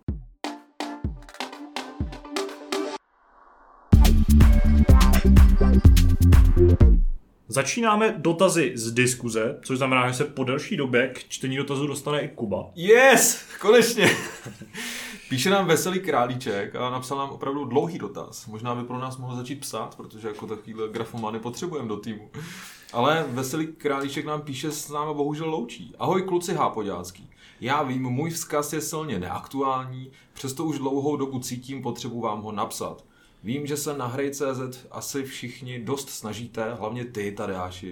Začínáme dotazy z diskuze, což znamená, že se po delší době k čtení dotazů dostane i Kuba. Yes, konečně. Píše nám Veselý Králíček a napsal nám opravdu dlouhý dotaz. Možná by pro nás mohl začít psát, protože jako takovýhle grafomány potřebujeme do týmu. Ale Veselý Králíček nám píše, s náma bohužel loučí. Ahoj kluci hápoďácký. Já vím, můj vzkaz je silně neaktuální, přesto už dlouhou dobu cítím potřebu vám ho napsat. Vím, že se na hry.cz asi všichni dost snažíte, hlavně ty, Tadeáši.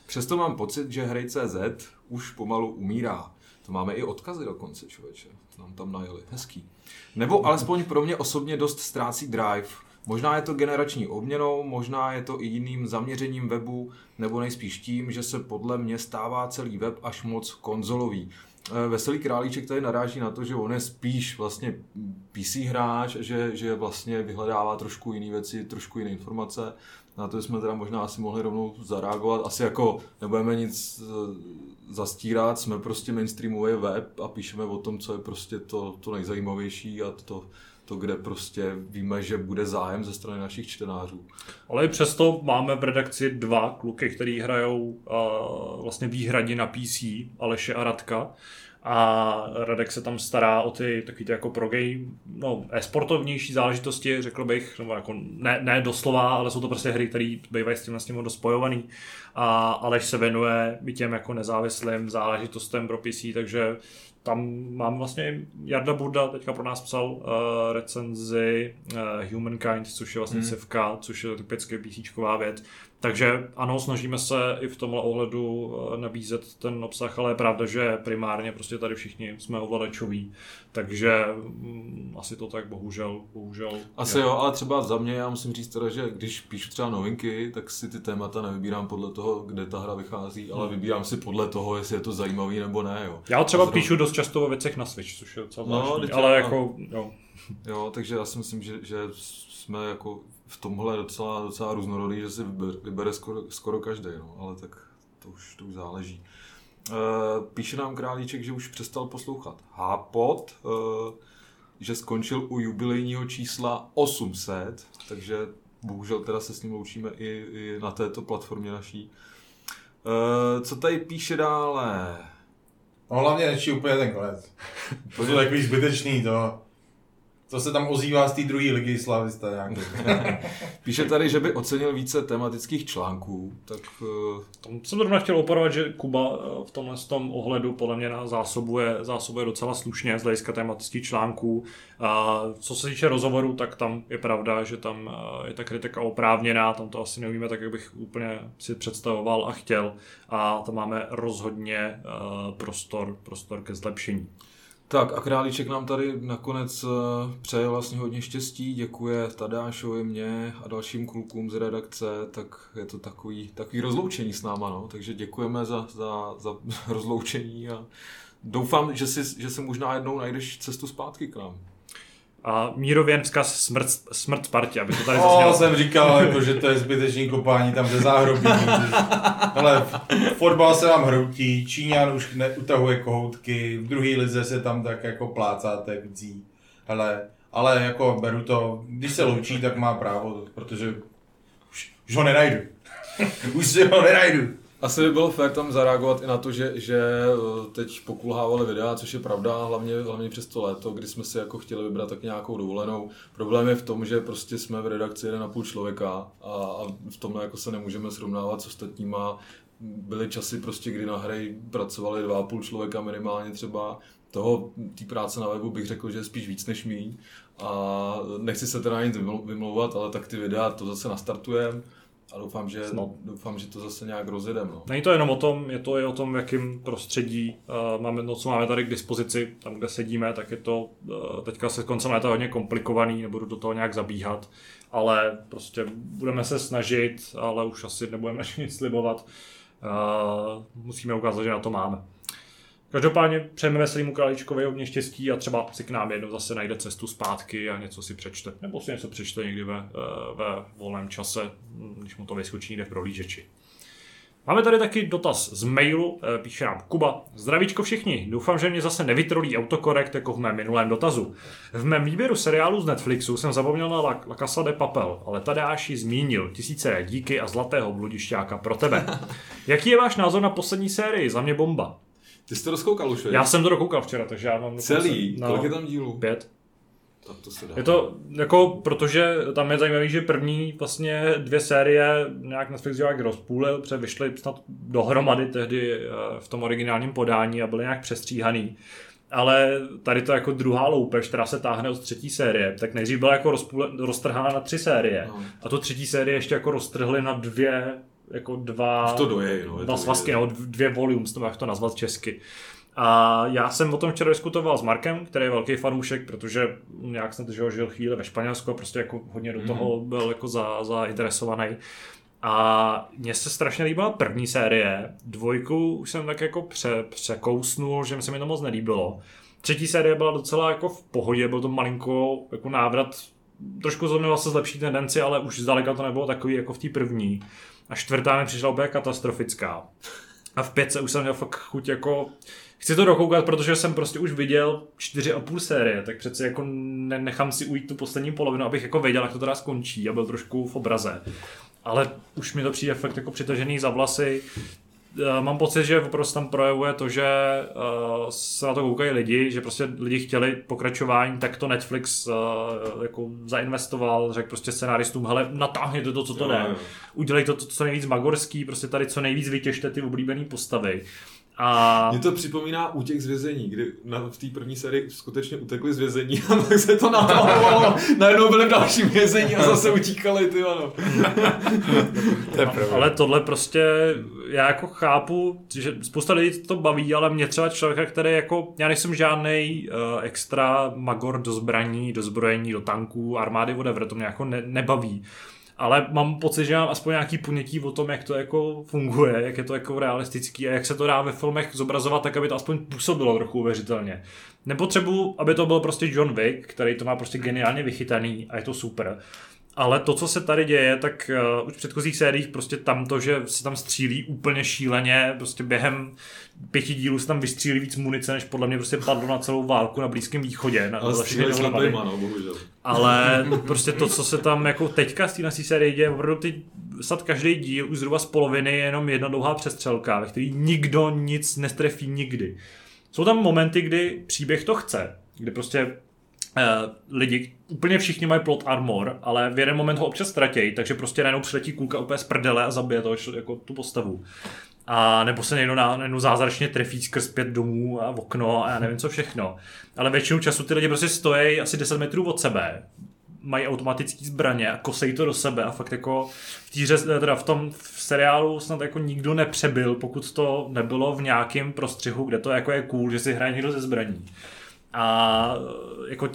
Přesto mám pocit, že hry.cz už pomalu umírá. To máme i odkazy dokonce, člověče. To nám tam najeli. Hezký. Nebo alespoň pro mě osobně dost ztrácí drive. Možná je to generační obměnou, možná je to i jiným zaměřením webu, nebo nejspíš tím, že se podle mě stává celý web až moc konzolový. Veselý Králíček tady naráží na to, že on je spíš vlastně PC hráč, že vlastně vyhledává trošku jiné věci, trošku jiné informace. Na to jsme teda možná asi mohli rovnou zareagovat. Asi jako nebudeme nic zastírat, jsme prostě mainstreamový web a píšeme o tom, co je prostě to nejzajímavější a to, kde prostě víme, že bude zájem ze strany našich čtenářů. Ale i přesto máme v redakci 2 kluky, který hrajou vlastně výhradně na PC, Aleše a Radka. A Radek se tam stará o ty takový ty jako pro game, e-sportovnější záležitosti, řekl bych, nebo jako ne doslova, ale jsou to prostě hry, které bývají s tím dost spojovaný. A Aleš se věnuje i těm jako nezávislým záležitostem pro PC, takže tam mám vlastně Jarda Burda teďka pro nás psal recenzi Humankind, což je vlastně sivka, což je typicky PCčková věc. Takže ano, snažíme se i v tomhle ohledu nabízet ten obsah, ale je pravda, že primárně prostě tady všichni jsme ovladačoví, takže asi to tak bohužel. Asi jo, ale třeba za mě já musím říct teda, že když píšu třeba novinky, tak si ty témata nevybírám podle toho, kde ta hra vychází, ale vybírám si podle toho, jestli je to zajímavý nebo ne. Jo. Já třeba píšu dost často o věcech na Switch, což je docela zvláštní, ale jako jo. Jo, takže já si myslím, že jsme jako v tomhle docela různorodý, že si vybere skoro každý, no, ale tak to už záleží. Píše nám Králíček, že už přestal poslouchat Hápot, že skončil u jubilejního čísla 800, takže bohužel teda se s ním loučíme i na této platformě naší. Co tady píše dále? No hlavně nečí úplně ten konec. To jsou takový zbytečný, to se tam ozývá z té druhé ligy slavista nějaký. Píše tady, že by ocenil více tematických článků, tak... Tam jsem zrovna chtěl oporovat, že Kuba v tomhle tom ohledu podle mě zásobuje docela slušně z hlediska tematických článků. Co se týče rozhovoru, tak tam je pravda, že tam je ta kritika oprávněná, tam to asi neumíme tak, jak bych úplně si představoval a chtěl. A tam máme rozhodně prostor ke zlepšení. Tak a Králíček nám tady nakonec přeje vlastně hodně štěstí, děkuje Tadášovi, mě a dalším klukům z redakce, tak je to takový rozloučení s náma, no. Takže děkujeme za rozloučení a doufám, že si možná jednou najdeš cestu zpátky k nám. A mírově vzkaz smrt Spartě, aby to tady zaznělo. Jsem říkal, jako, že to je zbytečný kopání tam ze záhrobí. Ale fotbal se vám hroutí, Číňan už neutahuje kohoutky, v druhé lize se tam tak jako plácáte vdzí. Ale jako beru to, když se loučí, tak má právo, protože už ho nenajdu. Už si ho nenajdu. Asi by bylo fér tam zareagovat i na to, že teď pokulhávali videa, což je pravda, hlavně přes to léto, kdy jsme si jako chtěli vybrat tak nějakou dovolenou. Problém je v tom, že prostě jsme v redakci 1,5 člověka a v tomhle jako se nemůžeme srovnávat s ostatníma. Byly časy prostě, kdy na hry pracovali 2,5 člověka minimálně třeba. Té práce na webu bych řekl, že je spíš víc než míň. A nechci se teda nic vymlouvat, ale tak ty videa to zase nastartujeme. A doufám, že to zase nějak rozjedeme. No. Není to jenom o tom, je to i o tom, v jakém prostředí co máme tady k dispozici, tam, kde sedíme, tak je to teďka se koncem léta hodně komplikovaný, nebudu do toho nějak zabíhat, ale prostě budeme se snažit, ale už asi nebudeme nic slibovat. Musíme ukázat, že na to máme. Každopádně přejeme Veselýmu Králíčkovi hodně štěstí a třeba si k nám jednou zase najde cestu zpátky a něco si přečte. Nebo si něco přečte někdy ve volném čase, když mu to vyskočí někde v prohlížeči. Máme tady taky dotaz z mailu, píše nám Kuba. Zdravíčko všichni, doufám, že mě zase nevytrolí autokorekt jako v mém minulém dotazu. V mém výběru seriálu z Netflixu jsem zapomněl na La Casa de Papel, ale Tadáš ji zmínil. 1000 díky a zlatého bludišťáka pro tebe. Jaký je váš názor na poslední sérii? Za mě bomba. Ty jsi to rozkoukal už, Já jsem to dokoukal včera, takže já mám... Celý? Kolik je tam dílů? 5. Tak to se dá. Je to jako, protože tam je zajímavý, že první vlastně 2 série nějak Netflix nějak rozpůlil, protože vyšly snad dohromady tehdy v tom originálním podání a byly nějak přestříhaný. Ale tady to jako druhá loupež, která se táhne od 3. série, tak nejdřív byla jako roztrhána na 3 série. A tu 3. série ještě jako roztrhli na 2 jako dva svazky, no, 2 volumes, to jak to nazvat česky. A já jsem o tom včera diskutoval s Markem, který je velký fanoušek, protože nějak jsem žil chvíli ve Španělsku a prostě jako hodně do toho byl jako zainteresovaný. A mně se strašně líbila první série, 2 už jsem tak jako překousnul, že se mi to moc nelíbilo. 3. série byla docela jako v pohodě, byl to malinko jako návrat, trošku zlomila se zlepší tendenci, ale už zdaleka to nebylo takový jako v té první. A 4. mi přišla úplně katastrofická. A v 5. už jsem měl fakt chuť jako... Chci to dokoukat, protože jsem prostě už viděl 4,5 série, tak přece jako nechám si ujít tu poslední polovinu, abych jako věděl, jak to teda skončí a byl trošku v obraze. Ale už mi to přijde fakt jako přitažený za vlasy. Mám pocit, že opravdu tam projevuje to, že se na to koukají lidi, že prostě lidi chtěli pokračování, tak to Netflix jako zainvestoval, řekl prostě scenáristům, hele, natáhněte to, co to jde. Udělejte to co nejvíc magorský, prostě tady co nejvíc vytěžte ty oblíbené postavy. A... Mně to připomíná Útěk z vězení, kdy v té první sérii skutečně utekli z vězení a tak se to natáhlo. Najednou byli v dalším vězení a zase utíkali, ty ano. Ale tohle prostě, já jako chápu, že spousta lidí to baví, ale mě třeba člověka, který jako, já nejsem žádnej extra magor do zbraní, do zbrojení, do tanků, armády, whatever, to mě jako nebaví. Ale mám pocit, že mám aspoň nějaký ponětí o tom, jak to jako funguje, jak je to jako realistický a jak se to dá ve filmech zobrazovat, tak aby to aspoň působilo trochu uvěřitelně. Nepotřebuji, aby to byl prostě John Wick, který to má prostě geniálně vychytaný a je to super. Ale to, co se tady děje, tak už v předchozích sériích prostě tam to, že se tam střílí úplně šíleně, prostě během 5 dílů se tam vystřílí víc munice, než podle mě prostě padlo na celou válku na Blízkém východě. Ale stříleli jsme bohužel. Ale prostě to, co se tam jako teďka z téhle série děje, opravdu snad každý díl už zhruba z poloviny je jenom jedna dlouhá přestřelka, ve který nikdo nic nestrefí nikdy. Jsou tam momenty, kdy příběh to chce, kdy prostě lidi, úplně všichni mají plot armor, ale v jeden moment ho občas ztratějí, takže prostě najednou přiletí kulka úplně z prdele a zabije to, jako tu postavu. A nebo se někdo zázračně trefí skrz 5 domů a v okno a já nevím co všechno. Ale většinu času ty lidi prostě stojí asi 10 metrů od sebe, mají automatické zbraně a kosejí to do sebe a fakt jako v tom seriálu snad jako nikdo nepřebyl, pokud to nebylo v nějakém prostřihu, kde to jako je cool, že si hraje někdo ze zbraní. A jako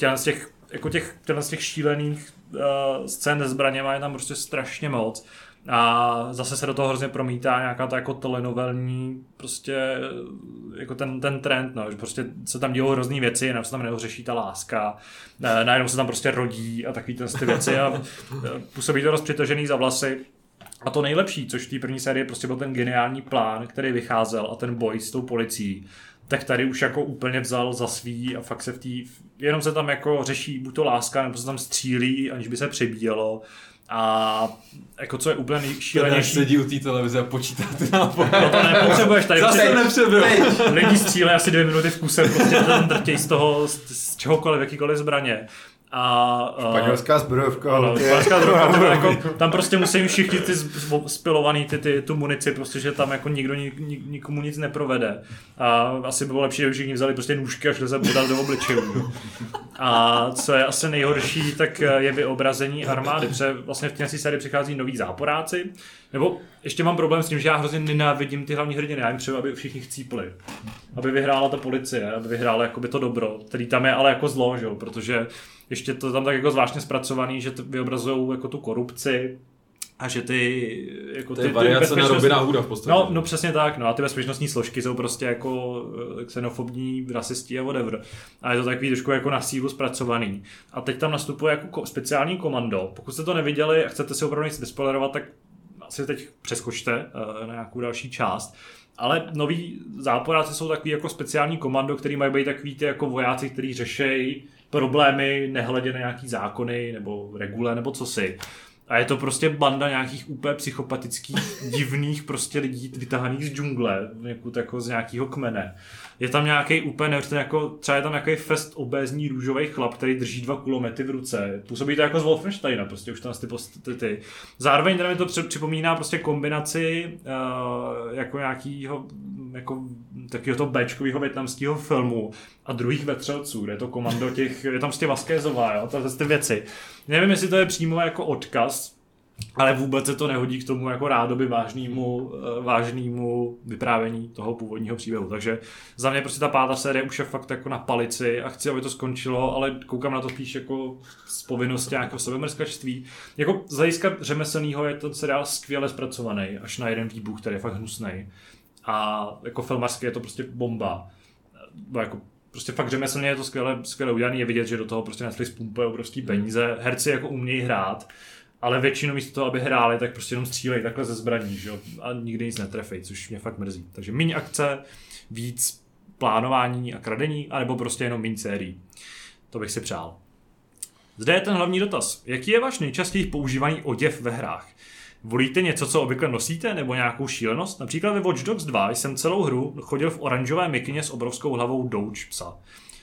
z těch šílených scén se zbraněma je tam prostě strašně moc. A zase se do toho hrozně promítá nějaká ta jako telenovelní prostě jako ten trend, no, že prostě se tam dělou hrozný věci, jenom se tam neořeší ta láska, najednou se tam prostě rodí a takový ty věci a působí to dost přitažený za vlasy. A to nejlepší, což v té první sérii prostě byl ten geniální plán, který vycházel a ten boj s tou policií, tak tady už jako úplně vzal za svý a fakt se jenom se tam jako řeší buď to láska, nebo se tam střílí, aniž by se přebíjelo. A jako co je úplně nejšílenější... Ten sedí u té televize a počítá ty nápady. No to nepotřebuješ, tady zase nepřebyl. Lidi střílejí asi 2 minuty v kuse, prostě ten drtěj z toho, z čehokoliv, jakýkoliv zbraně. Španělská zbrojovka. Jako, tam prostě musí všichni ty spilovaný tu munici, prostě, že tam jako nikdo nikomu nic neprovede. A asi by bylo lepší, že všichni vzali prostě nůžky a šli se bodat do obličejů. A co je asi nejhorší, tak je vyobrazení armády, protože vlastně v té sérii přichází noví záporáci. Nebo ještě mám problém s tím, že já hrozně nenávidím ty hlavní hrdiny, já jim přeju, aby všichni chcípli. Aby vyhrála ta policie, aby vyhrála jakoby to dobro, který tam je ale jako zlo, že? Protože ještě to tam tak jako zvláštně zpracovaný, že vyobrazují jako tu korupci a že ty variace na Robina Hooda v podstatě. No přesně tak, no a ty bezpečnostní složky jsou prostě jako xenofobní rasisti a whatever. A je to takový trošku jako na sílu zpracovaný. A teď tam nastupuje jako speciální komando. Pokud jste to neviděli a chcete si opravdu nic nespoilerovat, tak asi teď přeskočte na nějakou další část. Ale noví záporáci jsou takový jako speciální komando, který mají být takový ty jako vojáci, kteří řešejí problémy nehledě na nějaký zákony nebo regule nebo cosi. A je to prostě banda nějakých úplně psychopatických, divných prostě lidí vytahaných z džungle, jako z nějakého kmene. Je tam nějaký úplně neuvěřitelný, jako třeba je tam nějaký fest obézní růžový chlap, který drží 2 kulomety v ruce. Působí to jako z Wolfensteina, prostě už tam ty. Zároveň teda mi to připomíná prostě kombinaci jako nějakýho jako takového to béčkového vietnamského filmu a druhých vetřelců, kde je to komando je tam prostě Vasquezová, jo, ty věci. Nevím, jestli to je přímo jako odkaz ale vůbec se to nehodí k tomu jako rádoby vážnému vyprávění toho původního příběhu. Takže za mě prostě ta 5. série už je fakt jako na palici a chci, aby to skončilo, ale koukám na to spíš jako z povinnosti nějakého sebemrskačství. Jako z hlediska řemeslného je ten seriál skvěle zpracovaný, až na jeden výbuch, který je fakt hnusnej. A jako filmařské je to prostě bomba. Jako prostě fakt řemeslně je to skvěle udělaný, je vidět, že do toho prostě Netflix pumpuje obrovský peníze. Herci jako umějí hrát, ale většinou místo toho, aby hráli, tak prostě jenom střílejí takhle ze zbraní, že jo? A nikdy nic netrefej, což mě fakt mrzí. Takže méně akce, víc plánování a kradení, anebo prostě jenom méně sérií. To bych si přál. Zde je ten hlavní dotaz. Jaký je váš nejčastěji používaný oděv ve hrách? Volíte něco, co obvykle nosíte, nebo nějakou šílenost? Například ve Watch Dogs 2 jsem celou hru chodil v oranžové mikině s obrovskou hlavou Doge psa.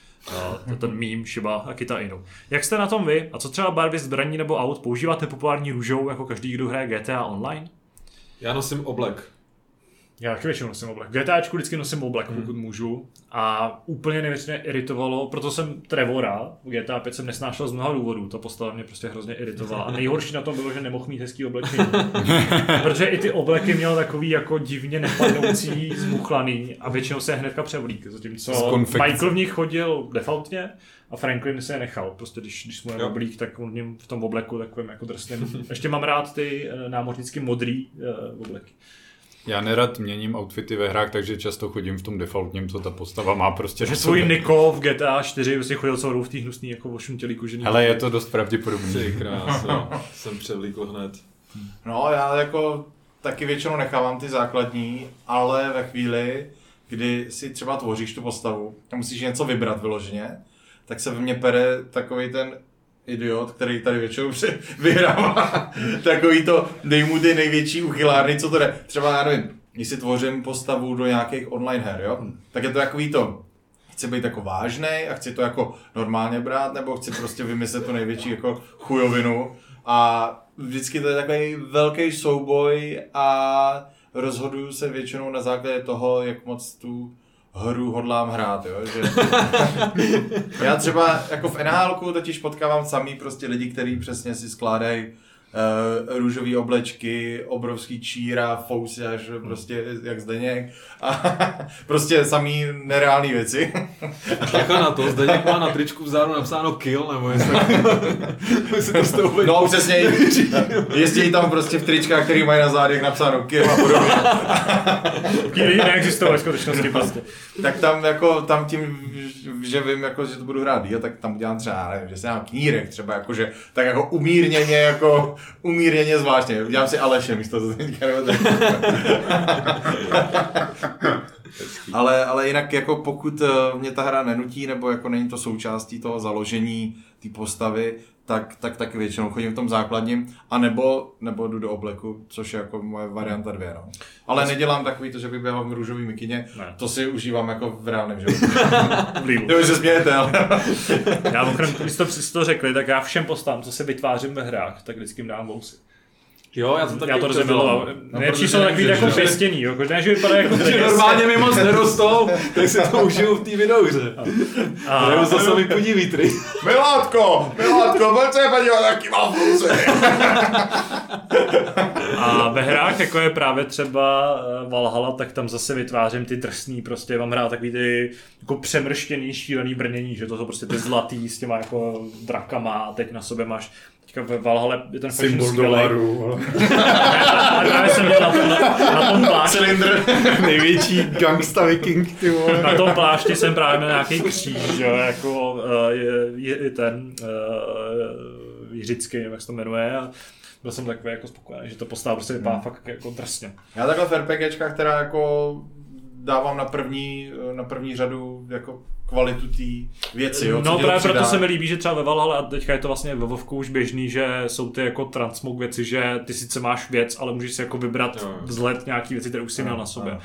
Ten meme Shiba Akita Inu. Jak jste na tom vy? A co třeba barvy zbraní nebo aut? Používáte populární růžou jako každý, kdo hraje GTA Online? Já nosím oblek. Já taky většinou nosím oblek. GTAčku vždycky nosím oblek, pokud můžu. A úplně nejvíc mě iritovalo, proto jsem Trevora, v GTA 5 jsem nesnášel z mnoha důvodů, ta postava mě prostě hrozně iritovala. A nejhorší na tom bylo, že nemohl mít hezký oblečení. Protože i ty obleky měl takový jako divně nepadnoucí, zmuchlaný a většinou se hnedka převlík. Zatímco Michael v nich chodil defaultně a Franklin se je nechal. Prostě když mu je oblík, tak on v tom obleku takovým jako drsným. Ještě mám rád ty námořnicky modrý obleky. Já nerad měním outfity ve hrách, takže často chodím v tom defaultním, co ta postava má prostě. Takže svůj Niko v GTA 4 vlastně chodil celou dobu v té hnusný jako ošuntělý kožený. Ale je to dost pravděpodobný. Ty krása, jsem převlíkl hned. No já jako taky většinou nechávám ty základní, ale ve chvíli, kdy si třeba tvoříš tu postavu a musíš něco vybrat vyloženě, tak se ve mně pere takový ten idiot, který tady většinou vyhrává. Takový to, dej mu ty největší uchylárny, co to jde. Třeba, já nevím, když si tvořím postavu do nějakých online her, jo, tak je to takový to, chci být jako vážnej a chci to jako normálně brát, nebo chci prostě vymyslet tu největší jako chujovinu. A vždycky to je takový velký souboj a rozhoduju se většinou na základě toho, jak moc tu hru hodlám hrát, jo, že já třeba jako v NHLku totiž potkávám samý prostě lidi, kteří přesně si skládají růžový oblečky, obrovský číra, fousy až prostě jak Zdeněk a prostě samý nereální věci. Jako na to, Zdeněk má na tričku vzadu napsáno kill, nebo jestli no přesně, jezdí tam prostě v tričkách, který mají na zádech napsáno kill a podobně. Kýry neexistují ve skutečnosti prostě. Tak tam jako, tam tím, že vím, jako, že to budu hrát díl, tak tam dělám třeba, nevím, že se dám knírek třeba, jakože, tak jako umírněně zvláštně. Dělám si Aleše místo to teďka, ale jinak jako pokud mě ta hra nenutí, nebo jako není to součástí toho založení té postavy, tak většinou chodím v tom základním, a nebo jdu do obleku, což je jako moje varianta 2, no. Ale nedělám takový to, že bych běhal v růžový mikině, to si užívám jako v reálném životě. Jo, že smějete, ale... Já okrem, když jste to řekli, tak já všem postavám, co se vytvářím ve hrách, tak vždycky jim dám vousy. Jo, já to rozemiloval. Nejlepší jsou takový jako pěstěný, jo, ne, že vypadá jako že normálně mi moc nerostou, tak si to užiju v té videohře. Nebo se sami podí vítry. Milátko, pojď se podívat, jaký mám vousy. A ve hrách, jako je právě třeba Valhalla, tak tam zase vytvářím ty drsný, prostě mám hrát takový ty jako přemrštěný, šílený brnění, že to jsou prostě ty zlatý s těma jako drakama a teď na sobě máš teďka ve Valhalle je ten fashion skvělej. A právě jsem měl na tom plášti. Cylindr. Největší gangsta viking, ty vole. Na tom plášti jsem právě měl nějaký kříž, jo, jako je ten Jiřický, jak se to jmenuje. A byl jsem takový jako spokojený, že to postava prostě vypadá fakt jako drsně. Já takhle v RPGčkách, která jako dávám na první řadu jako kvalitu té věci, jo. No právě proto se mi líbí, že třeba ve Valhalle, a teďka je to vlastně ve Vovku už běžný, že jsou ty jako transmog věci, že ty sice máš věc, ale můžeš si jako vybrat vzhled nějaký věci, které už si měl na sobě.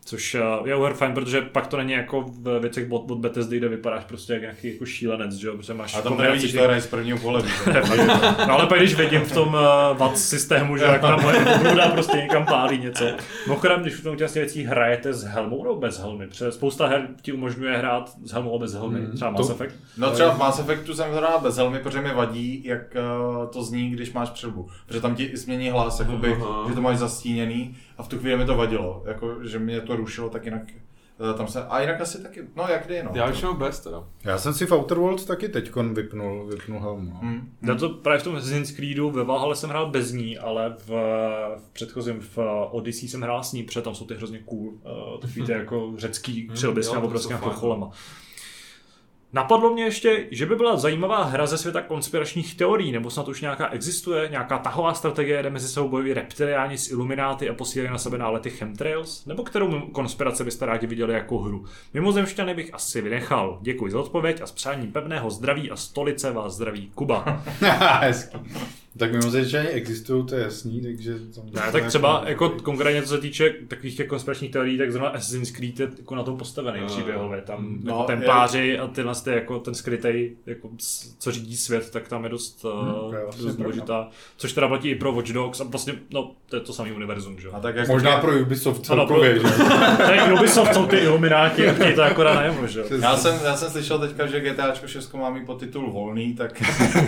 Což je over fajn, protože pak to není jako v věcech od Bethesdy, kde vypadáš prostě jak nějaký jako šílenec, že jo, protože máš... A tam nevidíš to hraje z prvního pohledu. No ale pak když vidím v tom VAT systému, že jak tam voda prostě někam pálí něco. Mimochodem, když v tom těch věcí hrajete s helmou nebo bez helmy, protože spousta her ti umožňuje hrát s helmou a bez helmy, třeba Mass Effect. No třeba v Mass Effectu jsem hrál bez helmy, protože mi vadí, jak to zní, když máš přilbu. Protože tam ti změní hlas, jakoby, že to máš zastíněný a v tu chvíli mi to vadilo, jako, že mě to rušilo, tak jinak tam se, a jinak asi taky, no jak kdy, no. Já většinou bez teda. Já jsem si v Outer Worlds taky teďkon vypnul helmu. Já to právě v tom Assassin's Creedu ve Valhalle jsem hrál bez ní, ale v předchozím v Odyssey jsem hrál s ní, protože tam jsou ty hrozně cool, takový ty jako řecký přilby s obrovskými vrcholema. Napadlo mě ještě, že by byla zajímavá hra ze světa konspiračních teorií, nebo snad už nějaká existuje, nějaká tahová strategie, kde mezi sebou bojují reptiliáni s ilumináty a posílají na sebe nálety chemtrails, nebo kterou konspiraci byste rádi viděli jako hru. Mimozemšťany bych asi vynechal. Děkuji za odpověď a s přáním pevného zdraví a stolice vás zdraví Kuba. Hezký. Tak mimozemšťani existují, to je jasný, takže... Ne, tak třeba jako konkrétně co se týče takových těch konspiračních teorií, tak zrovna Assassin's Creed je jako na tom postavený příběhově. Tam jako templáři a tyhle jako ten skrytej, jako co řídí svět, tak tam je dost důležitá. Což teda platí i pro Watch Dogs a vlastně, no, to je to samý univerzum, že? A tak jako možná pro Ubisoft celkově, že? Tak Ubisoft jsou ty ilumináti a chtějí to akorát najevo, že? Já jsem slyšel teďka, že GTAčko 6 má mít podtitul volný, tak...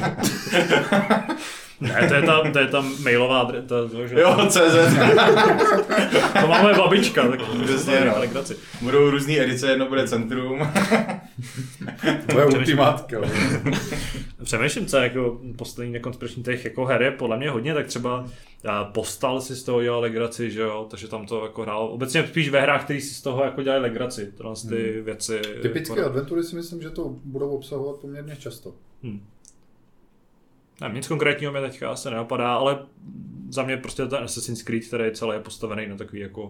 Ne, to je ta mailová že? Jo, CZ. To má moje babička, tak přesně, budou různý edice, jedno bude Centrum. To je ultimátka. Přemýšlím, co jako poslední nekonspirační těch jako her je podle mě hodně, tak třeba Postal si z toho dělal legraci, že jo, takže tam to jako hrál. Obecně spíš ve hrách, který si z toho jako dělají legraci, tohle ty věci. Typické adventury si myslím, že to budou obsahovat poměrně často. Ne, nic konkrétního mě teďka se nenapadá, ale za mě prostě ten Assassin's Creed, který celý je postavený na takový jako...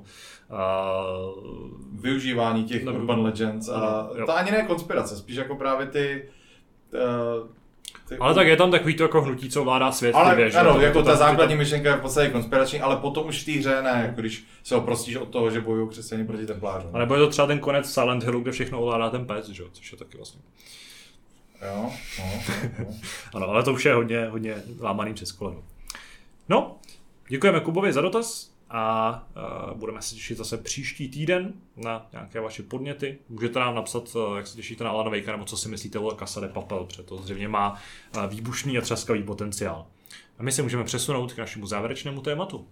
využívání těch urban legends a to ani ne konspirace, spíš jako právě ty ale tak je tam takový to jako hnutí, co ovládá svět. Ale věž, ano, jako ta základní myšlenka je v podstatě konspirační, ale potom už v té hře ne, jako když se oprostíš od toho, že bojují křesťané proti templářům. A nebo je to třeba ten konec Silent Hillu, kde všechno ovládá ten pes, že? Což je taky vlastně. Jo. Ano, ale to už je hodně lámaný přes koleno. No, děkujeme Kubovi za dotaz a budeme se těšit zase příští týden na nějaké vaše podněty. Můžete nám napsat, jak se těšíte na Alana Wakea, nebo co si myslíte o Casa de Papel, protože to zřejmě má výbušný a třaskavý potenciál. A my se můžeme přesunout k našemu závěrečnému tématu.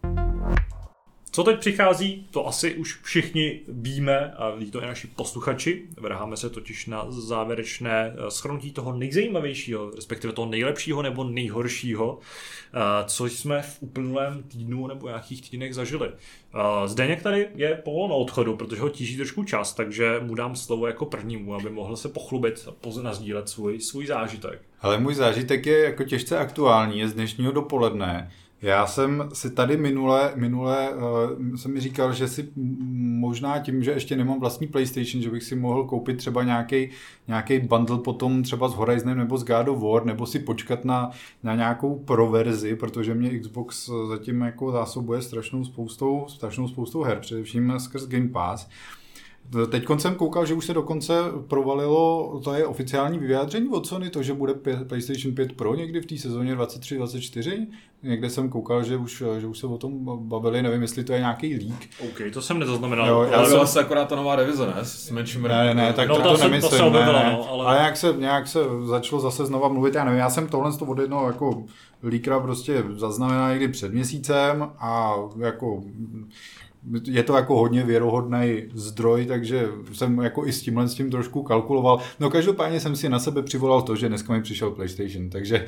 Co teď přichází, to asi už všichni víme a ví to i naši posluchači. Vrháme se totiž na závěrečné shrnutí toho nejzajímavějšího, respektive toho nejlepšího nebo nejhoršího, co jsme v uplynulém týdnu nebo nějakých týdnech zažili. Zdeněk tady je pomalu na odchodu, protože ho tíží trošku čas, takže mu dám slovo jako prvnímu, aby mohl se pochlubit a nazdílet svůj zážitek. Ale můj zážitek je jako těžce aktuální, je z dnešního dopoledne. Já jsem si tady minule jsem mi říkal, že si možná tím, že ještě nemám vlastní PlayStation, že bych si mohl koupit třeba nějaký bundle potom třeba s Horizonem nebo s God of War, nebo si počkat na nějakou pro verzi, protože mě Xbox zatím jako zásobuje strašnou spoustou her, především skrz Game Pass. Teď jsem koukal, že už se dokonce provalilo, to je oficiální vyjádření od Sony, to, že bude PlayStation 5 Pro někdy v té sezóně 23-24. Někde jsem koukal, že už se o tom bavili, nevím, jestli to je nějaký leak. OK, to jsem nezaznamenal. Jo, ale byla se akorát ta nová revize, ne? S menším Ne, tak no, to nemyslím. To se objevila, no, ale nějak se začalo zase znova mluvit, já nevím, já jsem tohle od jednoho jako leakera prostě zaznamenal někdy před měsícem a jako... Je to jako hodně věrohodný zdroj, takže jsem jako i s tím trošku kalkuloval. No každopádně jsem si na sebe přivolal to, že dneska mi přišel PlayStation, takže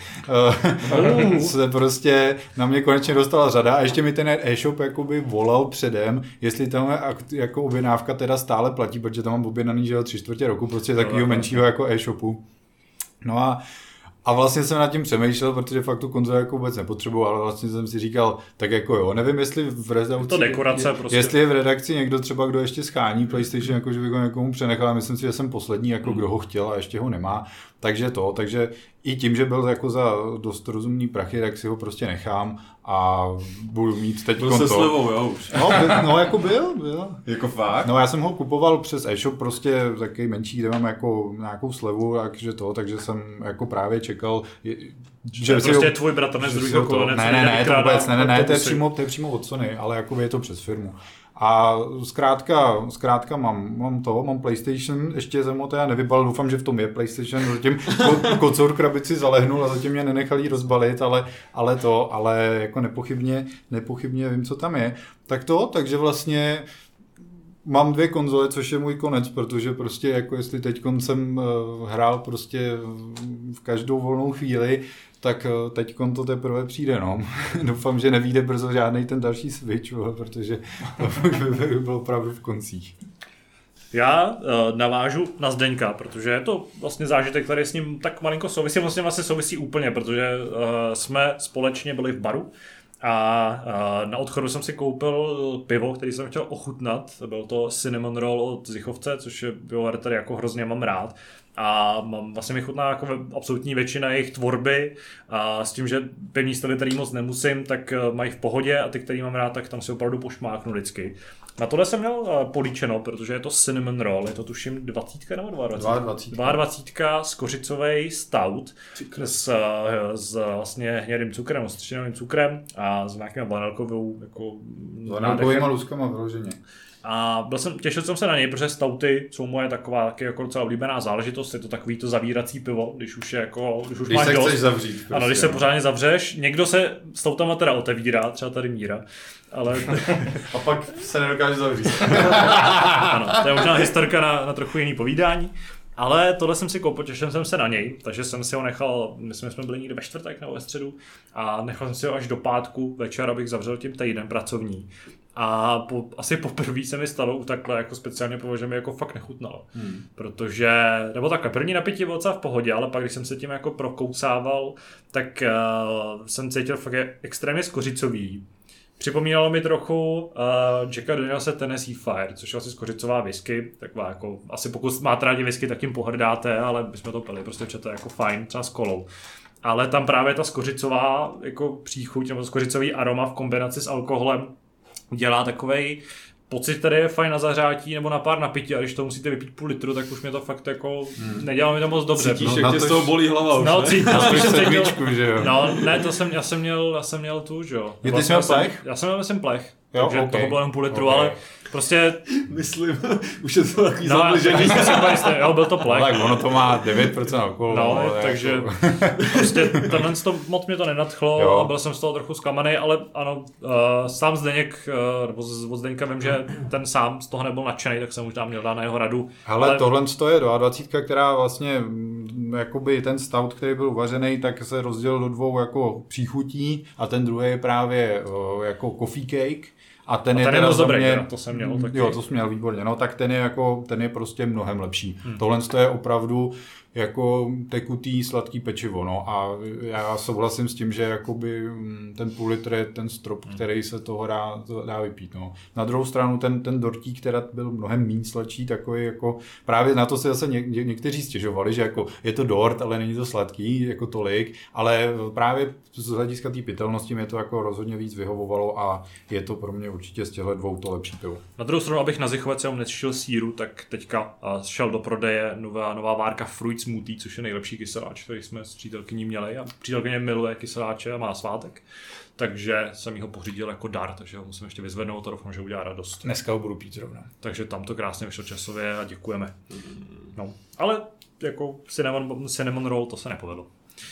se prostě na mě konečně dostala řada a ještě mi ten e-shop jakoby volal předem, jestli tam jako objednávka teda stále platí, protože tam mám objednaný, že 3/4 roku, prostě takového menšího jako e-shopu. No a vlastně jsem nad tím přemýšlel, protože fakt tu konzoli jako vůbec nepotřebuji, ale vlastně jsem si říkal, tak jako jo, nevím, jestli v redakci, to dekorace prostě. Jestli je v redakci někdo třeba, kdo ještě schání PlayStation, jako že bych ho někomu přenechal, a myslím si, že jsem poslední, jako kdo ho chtěl a ještě ho nemá, takže i tím, že byl jako za dost rozumný prachy, tak si ho prostě nechám a budu mít teď konto. Byl se slevou, jo, už. No jako byl. Jako fakt? No já jsem ho kupoval přes e-shop prostě takový menší, kde mám jako nějakou slevu, takže jsem jako právě čekal, že prostě tvůj bratr z druhého kolene. Ne, to vůbec, ne, to je přímo od Sony, ale jako je to přes firmu. A zkrátka mám PlayStation, ještě jsem ho teda nevybal, doufám, že v tom je PlayStation, zatím kocour krabici zalehnul a zatím mě nenechal jí rozbalit, ale jako nepochybně vím, co tam je. Takže vlastně mám 2 konzole, což je můj konec, protože prostě jako jestli teďkon jsem hrál prostě v každou volnou chvíli, tak teďkon to teprve přijde, no. Doufám, že nevyjde brzo žádnej ten další Switch, protože to už by bylo opravdu v koncích. Já navážu na Zdeňka, protože je to vlastně zážitek, který s ním tak malinko souvisí, vlastně souvisí úplně, protože jsme společně byli v baru a na odchodu jsem si koupil pivo, který jsem chtěl ochutnat, byl to Cinnamon Roll od Zichovce, což je pivo, který jako hrozně mám rád. A vlastně mi chutná jako absolutní většina jejich tvorby a s tím, že pevný styly, který moc nemusím, tak mají v pohodě a ty, který mám rád, tak tam si opravdu pošmáknu vždycky. Na tohle jsem měl políčeno, protože je to Cinnamon Roll, je to tuším 20 nebo 22? 22 skořicový stout s vlastně hnědým cukrem, s třtinovým cukrem a s nějakým vanilkovou jako vanilkovýma luskama vyloženě. A těšil jsem se na něj, protože stouty jsou moje taková taky jako docela oblíbená záležitost, je to takový to zavírací pivo, když už máš dost. Chceš zavřít. Prostě, ano, když se pořádně zavřeš, někdo se stoutama teda otevírá, třeba tady Míra, ale... A pak se nedokáže zavřít. Ano, to je možná historka na trochu jiný povídání. Ale tohle jsem si koupil, těšil jsem se na něj, takže jsem si ho nechal, myslím, že jsme byli někdy ve čtvrtek nebo ve středu a nechal jsem si ho až do pátku večer, abych zavřel tím týden pracovní. A asi poprvé se mi stalo takhle jako speciálně pivo, že mi jako fakt nechutnalo. Protože, nebo takhle, první napití bylo docela v pohodě, ale pak když jsem se tím jako prokousával, tak jsem cítil fakt extrémně skořicový. Připomínalo mi trochu Jacka Danielse Tennessee Fire, což je asi skořicová whisky, taková jako, asi pokud máte rádi whisky, tak tím pohrdáte, ale my jsme to pili, prostě to je jako fajn, třeba s kolou. Ale tam právě ta skořicová jako příchuť, nebo skořicový aroma v kombinaci s alkoholem dělá takovej pocit, který je fajn na zahřátí nebo na pár napití, a když to musíte vypít půl litru, tak už mě to fakt jako nedělalo mi to moc dobře. Cítíš, jak tě z toho bolí hlava už, ne? že jo? No, ne, já jsem měl tu, že jo. Ty jsi měl plech? Já jsem měl, myslím, plech. Jo, takže toho bylo jenom půl litru, ale prostě... Myslím, už je to takový zabližený. Jo, byl to plech. Tak ono to má 9% alkoholu. No, takže jako... prostě tenhle moc mě to nenadchlo jo. A byl jsem z toho trochu zklamaný, ale ano, sám Zdeněk, nebo od Zdeňka vím, že ten sám z toho nebyl nadšený, tak jsem možná měl dát na jeho radu. Ale tohle je 22, která vlastně, jakoby ten stout, který byl uvařený, tak se rozdělil do 2 jako příchutí a ten druhý je právě jako coffee cake. A ten je teda dobrý, mě... to jsem měl taky. Jo, to jsem měl výborně, no tak ten je prostě mnohem lepší. Tohle je opravdu jako tekutý sladký pečivo, no a já souhlasím s tím, že jakoby ten půl litr je ten strop, který se toho dá vypít, no. Na druhou stranu ten dortík, který byl mnohem méně sladší, takový jako, právě na to se zase někteří stěžovali, že jako je to dort, ale není to sladký, jako tolik, ale právě z hlediska té pitelnosti mě to jako rozhodně víc vyhovovalo a je to pro mě určitě z těchto 2 to lepší pivo. Na druhou stranu, abych na Zichovec nešil síru, tak teďka šel do prodeje nová várka Fruit Smoothie, což je nejlepší kyseláč, který jsme s přítelkyní měli a přítelkyně miluje kyseláče a má svátek. Takže jsem ho pořídil jako dar, takže ho musím ještě vyzvednout a doufám, že udělá radost. Dneska ho budu pít zrovna. Takže tam to krásně vyšlo časově a děkujeme. No, ale jako cinnamon roll to se nepovedlo.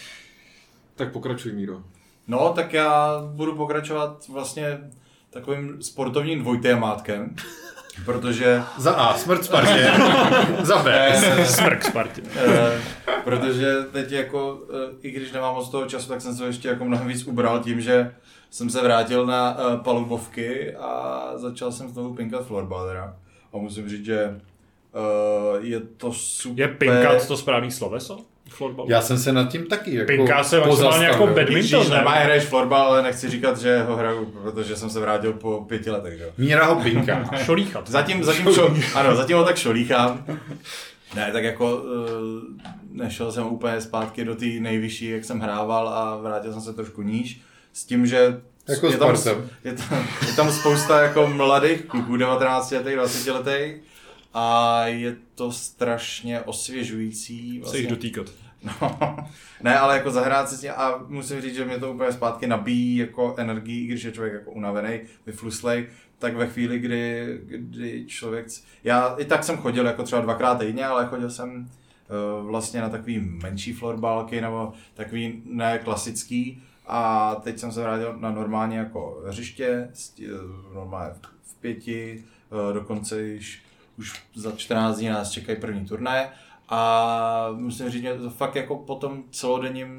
Tak pokračuj, Míro. No, tak já budu pokračovat vlastně takovým sportovním dvojtémátkem. Protože... Za A, smrt Spartě. Za B, smrk Spartě. Protože teď jako, i když nemám moc toho času, tak jsem se ještě jako mnohem víc ubral tím, že jsem se vrátil na palubovky a začal jsem znovu pinkat florbal teda. A musím říct, že je to super. Je pinkat to správný sloveso? Florbal. Já jsem se nad tím taky jako pinká se maximálně jako badminton, ne? Nemá hraješ florbal, ale nechci říkat, že ho hraju, protože jsem se vrátil po 5 letech, jo. Míra ho pinká. Šolíchat. Zatím ho tak šolíchám. Ne, tak jako nešel jsem úplně zpátky do té nejvyšší, jak jsem hrával a vrátil jsem se trošku níž. S tím, že jako je tam spousta jako mladých kluků, 19 letých, 20 letých a je to strašně osvěžující. Vlastně. Se jich dotýkat. No, ne, ale jako zahrát si s tím a musím říct, že mě to úplně zpátky nabíjí jako energii, když je člověk jako unavený, vyfluslej, tak ve chvíli, kdy člověk... Já i tak jsem chodil jako třeba 2x týdně, ale chodil jsem vlastně na takový menší florbálky nebo takový ne klasický a teď jsem se vrátil na normálně jako hřiště, normálně v 5, dokonce už za 14 dní nás čekají první turné. A musím říct, že to fakt jako po tom celodenním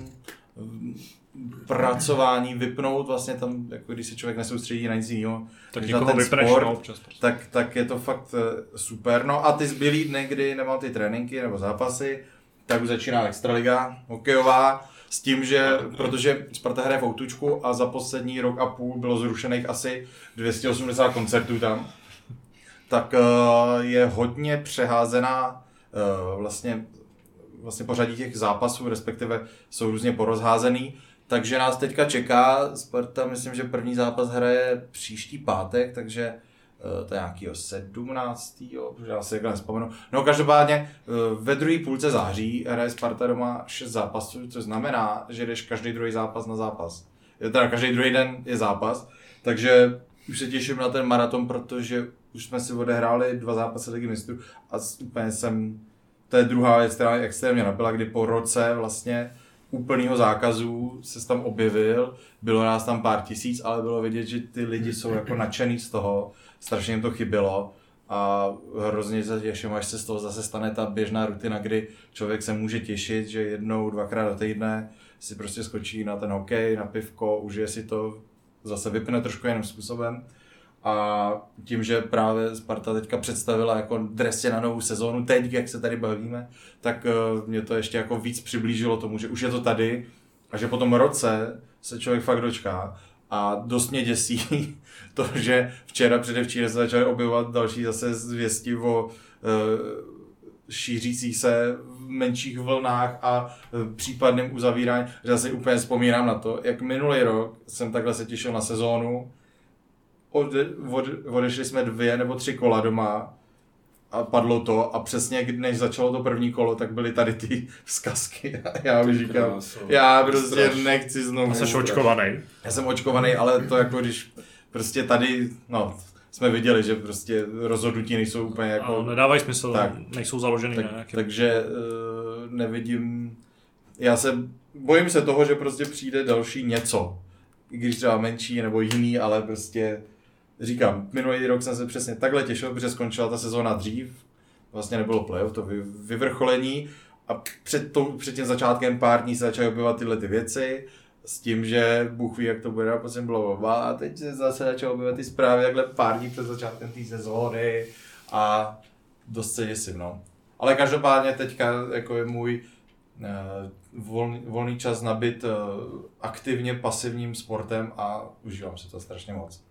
pracování vypnout vlastně tam, jako když se člověk nesoustředí na nic jiného, tak na ten sport, občas, tak je to fakt super. No a ty zbylý dny, kdy nemám ty tréninky nebo zápasy, tak už začíná extraliga hokejová s tím, že protože Sparta hraje v Outučku a za poslední rok a půl bylo zrušených asi 280 koncertů tam, tak je hodně přeházená vlastně pořadí těch zápasů, respektive jsou různě porozházený, takže nás teďka čeká Sparta, myslím, že první zápas hraje příští pátek, takže to je nějakýho 17. Protože já si nespomenu. No každopádně ve druhé půlce září hraje Sparta doma 6 zápasů, což znamená, že jdeš každý druhý zápas na zápas. Teda každý druhý den je zápas, takže už se těším na ten maraton, protože už jsme si odehráli 2 zápasy Ligy mistrů a úplně to je druhá věc, která extrémně nabyla, kdy po roce vlastně úplného zákazu se tam objevil, bylo nás tam pár tisíc, ale bylo vidět, že ty lidi jsou jako nadšený z toho, strašně jim to chybělo a hrozně se těším, až se z toho zase stane ta běžná rutina, kdy člověk se může těšit, že 1-2krát do týdne si prostě skočí na ten hokej, na pivko, užije si to, zase vypne trošku jiným způsobem. A tím, že právě Sparta teďka představila jako dresy na novou sezónu, teď, jak se tady bavíme, tak mě to ještě jako víc přiblížilo tomu, že už je to tady a že po tom roce se člověk fakt dočká. A dost mě děsí to, že předevčírem se začaly objevovat další zase zvěsti o šířící se v menších vlnách a případným uzavírání. Že zase úplně vzpomínám na to, jak minulý rok jsem takhle se těšil na sezónu, odešli jsme 2 nebo 3 kola doma a padlo to a přesně než začalo to první kolo, tak byly tady ty vzkazky a já už říkám, já prostě nechci znovu. Jsi očkovaný. Já jsem očkovaný, ale to jako když prostě tady, no, jsme viděli, že prostě rozhodnutí nejsou úplně jako... Ale nedávají smysl, tak, nejsou založený na nějaké... Takže nevidím, bojím se toho, že prostě přijde další něco, i když třeba menší nebo jiný, ale prostě říkám, minulý rok jsem se přesně takhle těšil, protože skončila ta sezóna dřív, vlastně nebylo playoff, to vyvrcholení a před tím začátkem pár dní se začaly objevovat tyhle ty věci, s tím, že Bůh ví, jak to bude, a potom bylo a teď se zase začaly objevovat ty zprávy takhle pár dní před začátkem té sezóny a dost se děsím, no. Ale každopádně teďka jako je můj volný čas nabit aktivně pasivním sportem a užívám si to strašně moc.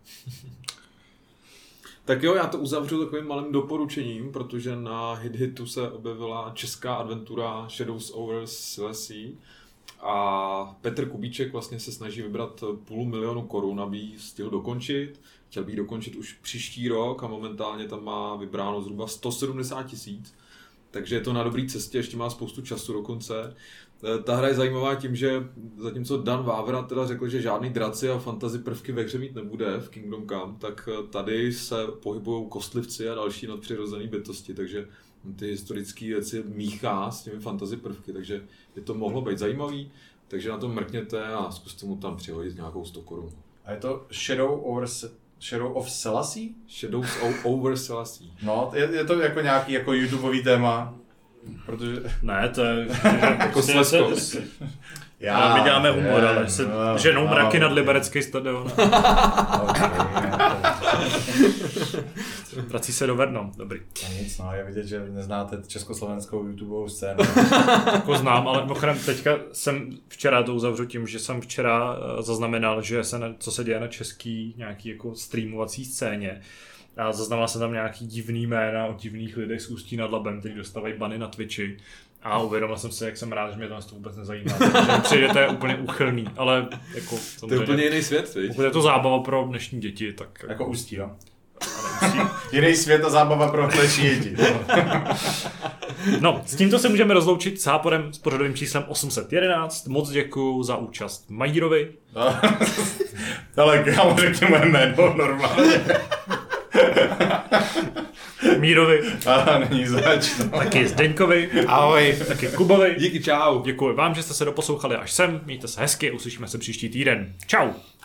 Tak jo, já to uzavřu takovým malým doporučením, protože na HitHitu se objevila česká adventura Shadows over Silesia a Petr Kubíček vlastně se snaží vybrat 500 000 korun, aby ji stihl dokončit. Chtěl by ji dokončit už příští rok a momentálně tam má vybráno zhruba 170 000. Takže je to na dobré cestě, ještě má spoustu času do konce. Ta hra je zajímavá tím, že zatímco Dan Vávra teda řekl, že žádný draci a fantasy prvky ve hře mít nebude v Kingdom Come, tak tady se pohybují kostlivci a další nadpřirozené bytosti, takže ty historické věci míchá s těmi fantasy prvky, takže by to mohlo být zajímavý, takže na to mrkněte a zkuste mu tam přihodit nějakou 100 korun. A je to Shadow of Selassie? Shadows over Selassie. No, je to jako nějaký jako YouTubeový téma, protože... Ne, to je... jako Slesko. My děláme humor, ale se ženou mraky nad Liberecký stadion. Vrací se do Vernom, dobrý. A nic, no, je vidět, že neznáte československou YouTubeovou scénu. Jako znám, ale mimochodem teďka jsem včera to uzavřu tím, že jsem včera zaznamenal, že co se děje na český nějaký jako streamovací scéně, A zaznamenal jsem tam nějaký divný jména o divných lidech z Ústí nad Labem, kteří dostávají bany na Twitchi. A uvědomil jsem si, jak jsem rád, že mě to vůbec nezajímá. Že přijdete je úplně úchylný, ale jako... To je úplně jiný svět, víš? Pokud je to zábava pro dnešní děti, tak... Jako Ústí, jo? Jiný svět a zábava pro dnešní děti. No, s tímto se můžeme rozloučit s Háporem s pořadovým číslem 811. Moc děkuju za účast Majírovi. Ale já mu řeknu moje jméno normálně. Mírovi. A není zač. No. Taky Zdeňkovi. Ahoj. Taky Kubovi. Díky, čau. Děkuji vám, že jste se doposlouchali až sem. Mějte se hezky, uslyšíme se příští týden. Čau.